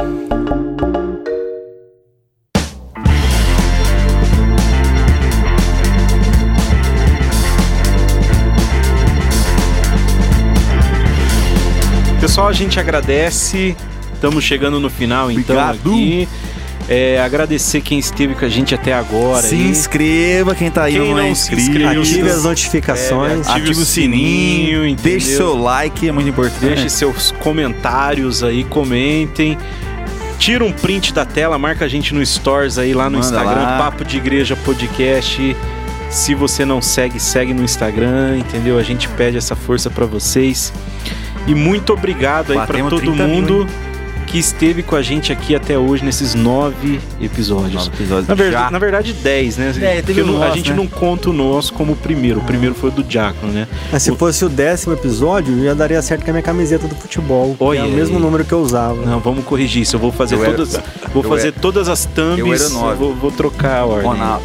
Pessoal, a gente agradece. Estamos chegando no final, então, Obrigado. aqui. É, agradecer quem esteve com a gente até agora. Se aí. inscreva, quem tá aí Quem não é não se inscrito. inscreveu, Ative se- as notificações. É, Ative o sininho, entendeu? deixe seu like, é muito importante. Deixe seus comentários aí, comentem. Tira um print da tela, marca a gente no Stories aí lá no Manda Instagram, lá. Papo de Igreja Podcast. Se você não segue, segue no Instagram, entendeu? A gente pede essa força pra vocês. E muito obrigado aí pra Batemos todo trinta mil, mundo hein? que esteve com a gente aqui até hoje nesses nove episódios. Nove episódios Na verdade, já. na verdade, dez, né? É, teve Porque o não- a nosso, gente né? não conta o nosso como o primeiro. O primeiro foi o do Diácono, né? Mas se fosse o décimo episódio, já daria certo com a minha camiseta do futebol. Que Olha é o mesmo aí. número que eu usava. Não, vamos corrigir isso. Eu vou fazer Eu era- todas, vou eu fazer era- todas as thumbs. eu era o nove. vou, vou trocar a ordem. Ronaldo.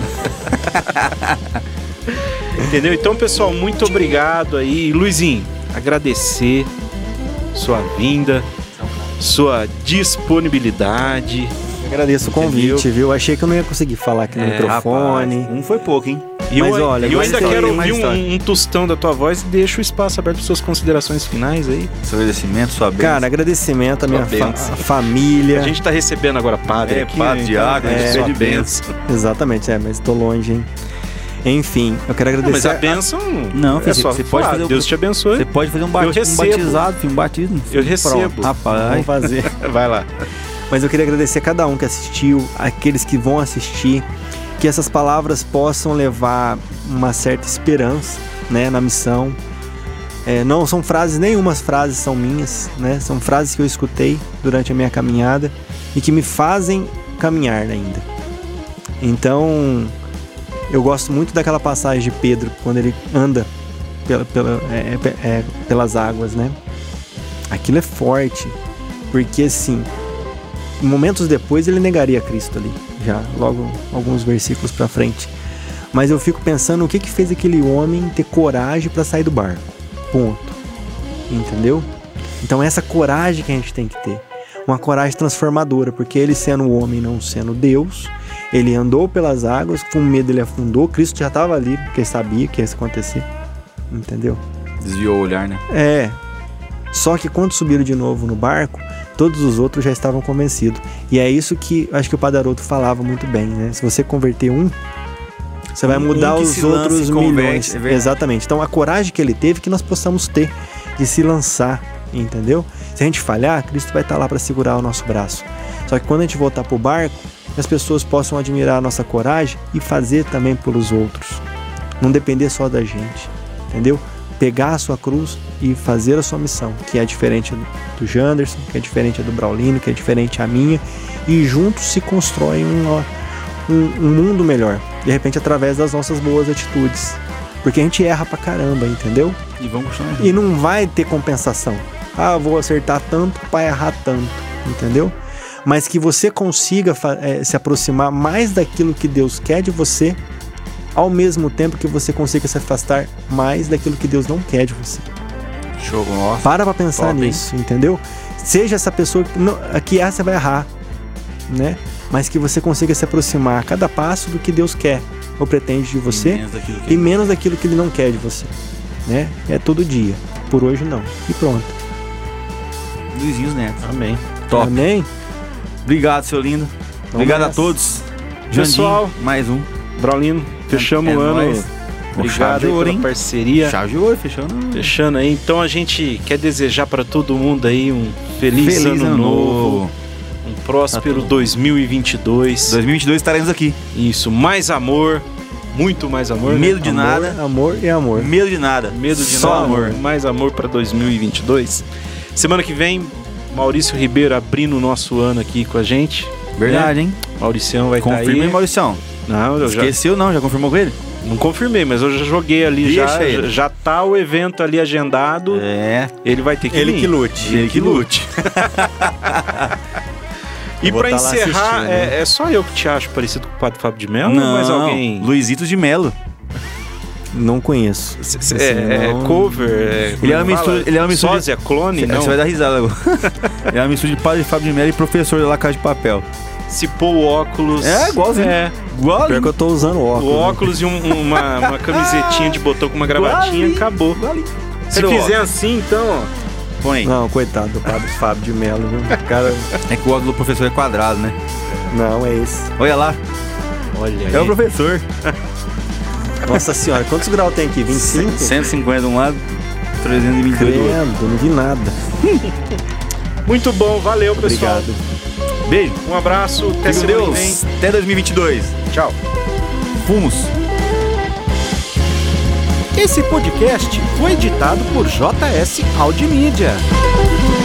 Entendeu? Então, pessoal, muito obrigado aí. Luizinho, agradecer sua vinda, sua disponibilidade. Agradeço o convite, Entendeu? viu? Achei que eu não ia conseguir falar aqui no É, microfone. Rapaz, um foi pouco, hein? E Mas eu, olha, eu mais ainda história, quero mais ouvir história. um, um tostão da tua voz e deixo o espaço aberto para suas considerações finais aí. Seu agradecimento, sua bênção. Cara, agradecimento à minha fa- bênção. família. A gente tá recebendo agora padre É, aqui. padre, né? diácono, Então, é, sua de bênção. Exatamente, é, mas tô longe, hein? Enfim, eu quero Não, agradecer. mas a bênção Não, é filho, só você falar, pode fazer o- Deus te abençoe. Você pode fazer um, bati- Eu um recebo. batizado, filho, um batismo. Eu recebo. Pronto. Rapaz, Vamos fazer. Vai lá. Mas eu queria agradecer a cada um que assistiu, aqueles que vão assistir, que essas palavras possam levar uma certa esperança, né, na missão. É, não são frases, nenhumas frases são minhas, né? São frases que eu escutei durante a minha caminhada e que me fazem caminhar ainda. Então, eu gosto muito daquela passagem de Pedro, quando ele anda pela, pela, é, é, é, pelas águas, né? Aquilo é forte, porque assim, momentos depois ele negaria Cristo ali, já logo alguns versículos pra frente. Mas eu fico pensando o que que fez aquele homem ter coragem pra sair do barco. Ponto. Entendeu? Então essa coragem que a gente tem que ter, uma coragem transformadora, porque ele sendo o homem, não sendo Deus, ele andou pelas águas, com medo ele afundou, Cristo já estava ali, porque sabia que ia acontecer. Entendeu? desviou o olhar, né? É. Só que quando subiram de novo no barco, todos os outros já estavam convencidos. E é isso que acho que o Padre Haroldo falava muito bem, né? Se você converter um, você vai Um- mudar um que os se lança outros e converte, milhões. é verdade. Exatamente. Então a coragem que ele teve que nós possamos ter de se lançar, entendeu? Se a gente falhar, Cristo vai estar lá para segurar o nosso braço. Só que quando a gente voltar pro barco, as pessoas possam admirar a nossa coragem e fazer também pelos outros. Não depender só da gente, entendeu? Pegar a sua cruz e fazer a sua missão, que é diferente do Janderson, que é diferente do Braulino, que é diferente a minha, e juntos se constrói um, um, um mundo melhor, de repente através das nossas boas atitudes, porque a gente erra pra caramba, entendeu? E vamos continuar. E não vai ter compensação. Ah, vou acertar tanto pra errar tanto, entendeu? Mas que você consiga fa- eh, se aproximar mais daquilo que Deus quer de você, ao mesmo tempo que você consiga se afastar mais daquilo que Deus não quer de você. Show, nossa. Para pra pensar Top, hein? nisso, entendeu? Seja essa pessoa que, não, que erra, você vai errar, né? Mas que você consiga se aproximar a cada passo do que Deus quer ou pretende de você Menos daquilo que- e menos daquilo que Ele não quer de você, né? É todo dia. Por hoje não. E pronto. Luizinhos Neto. Amém. Top. Amém? Obrigado, seu lindo. Obrigado a nessa. todos. Pessoal. Jandim, mais um. Braulino, fechamos É o ano nóis. Obrigado de aí ouro, pela hein? parceria. Chave de ouro, fechando. Fechando aí. Então a gente quer desejar pra todo mundo aí um feliz, Feliz ano, ano novo, novo. um próspero Tá tudo. dois mil e vinte e dois. dois mil e vinte e dois estaremos aqui. Isso, mais amor, muito mais amor. Medo né? de Amor, nada. Amor e amor. Medo de nada. Medo de Só nada, amor. mais amor pra dois mil e vinte e dois. Semana que vem, Maurício Ribeiro abrindo o nosso ano aqui com a gente. Verdade, hein? Mauricião vai estar Confirma aí. aí, Mauricião. Não, eu já Esqueceu não? Já confirmou com ele? não confirmei, mas eu já joguei ali, Deixa já, ele. já tá o evento ali agendado. É. Ele vai ter que Ele vir. que lute. Ele que lute. E Eu vou pra tá lá encerrar, assistindo, é, né? é só eu que te acho parecido com o Padre Fábio de Mello? Não, ou mais alguém? Luizito de Melo. Não conheço. C- c- Assim, é, é não- cover? É, Ele é uma como fala? mistura- ele é uma mistura de- Sósia, clone? Você Não. você vai dar risada agora. Ele é uma mistura de Padre Fábio de Mello e professor da La Casa de Papel. Se pôr o óculos... É, igualzinho. É, Igual Pior que eu tô usando óculos. o né? óculos e um- uma, uma camisetinha de botão com uma gravatinha, Igualzinho. acabou. Se Cadê o fizer óculos? assim, então, ó. Põe. Não, coitado do Padre Fábio de Mello, viu? O cara. É que o óculos do professor é quadrado, né? Não, é esse. Olha lá. Olha É o aí. professor. Nossa senhora, quantos graus tem aqui? vinte e cinco? cento e cinquenta de um lado, trezentos e vinte e dois do outro. Credo, não vi nada. Muito bom, valeu, pessoal. Obrigado. Beijo. Um abraço, até Fique com semana que vem. Deus. Até dois mil e vinte e dois. Tchau. Fumos. Esse podcast foi editado por J S Audio Mídia.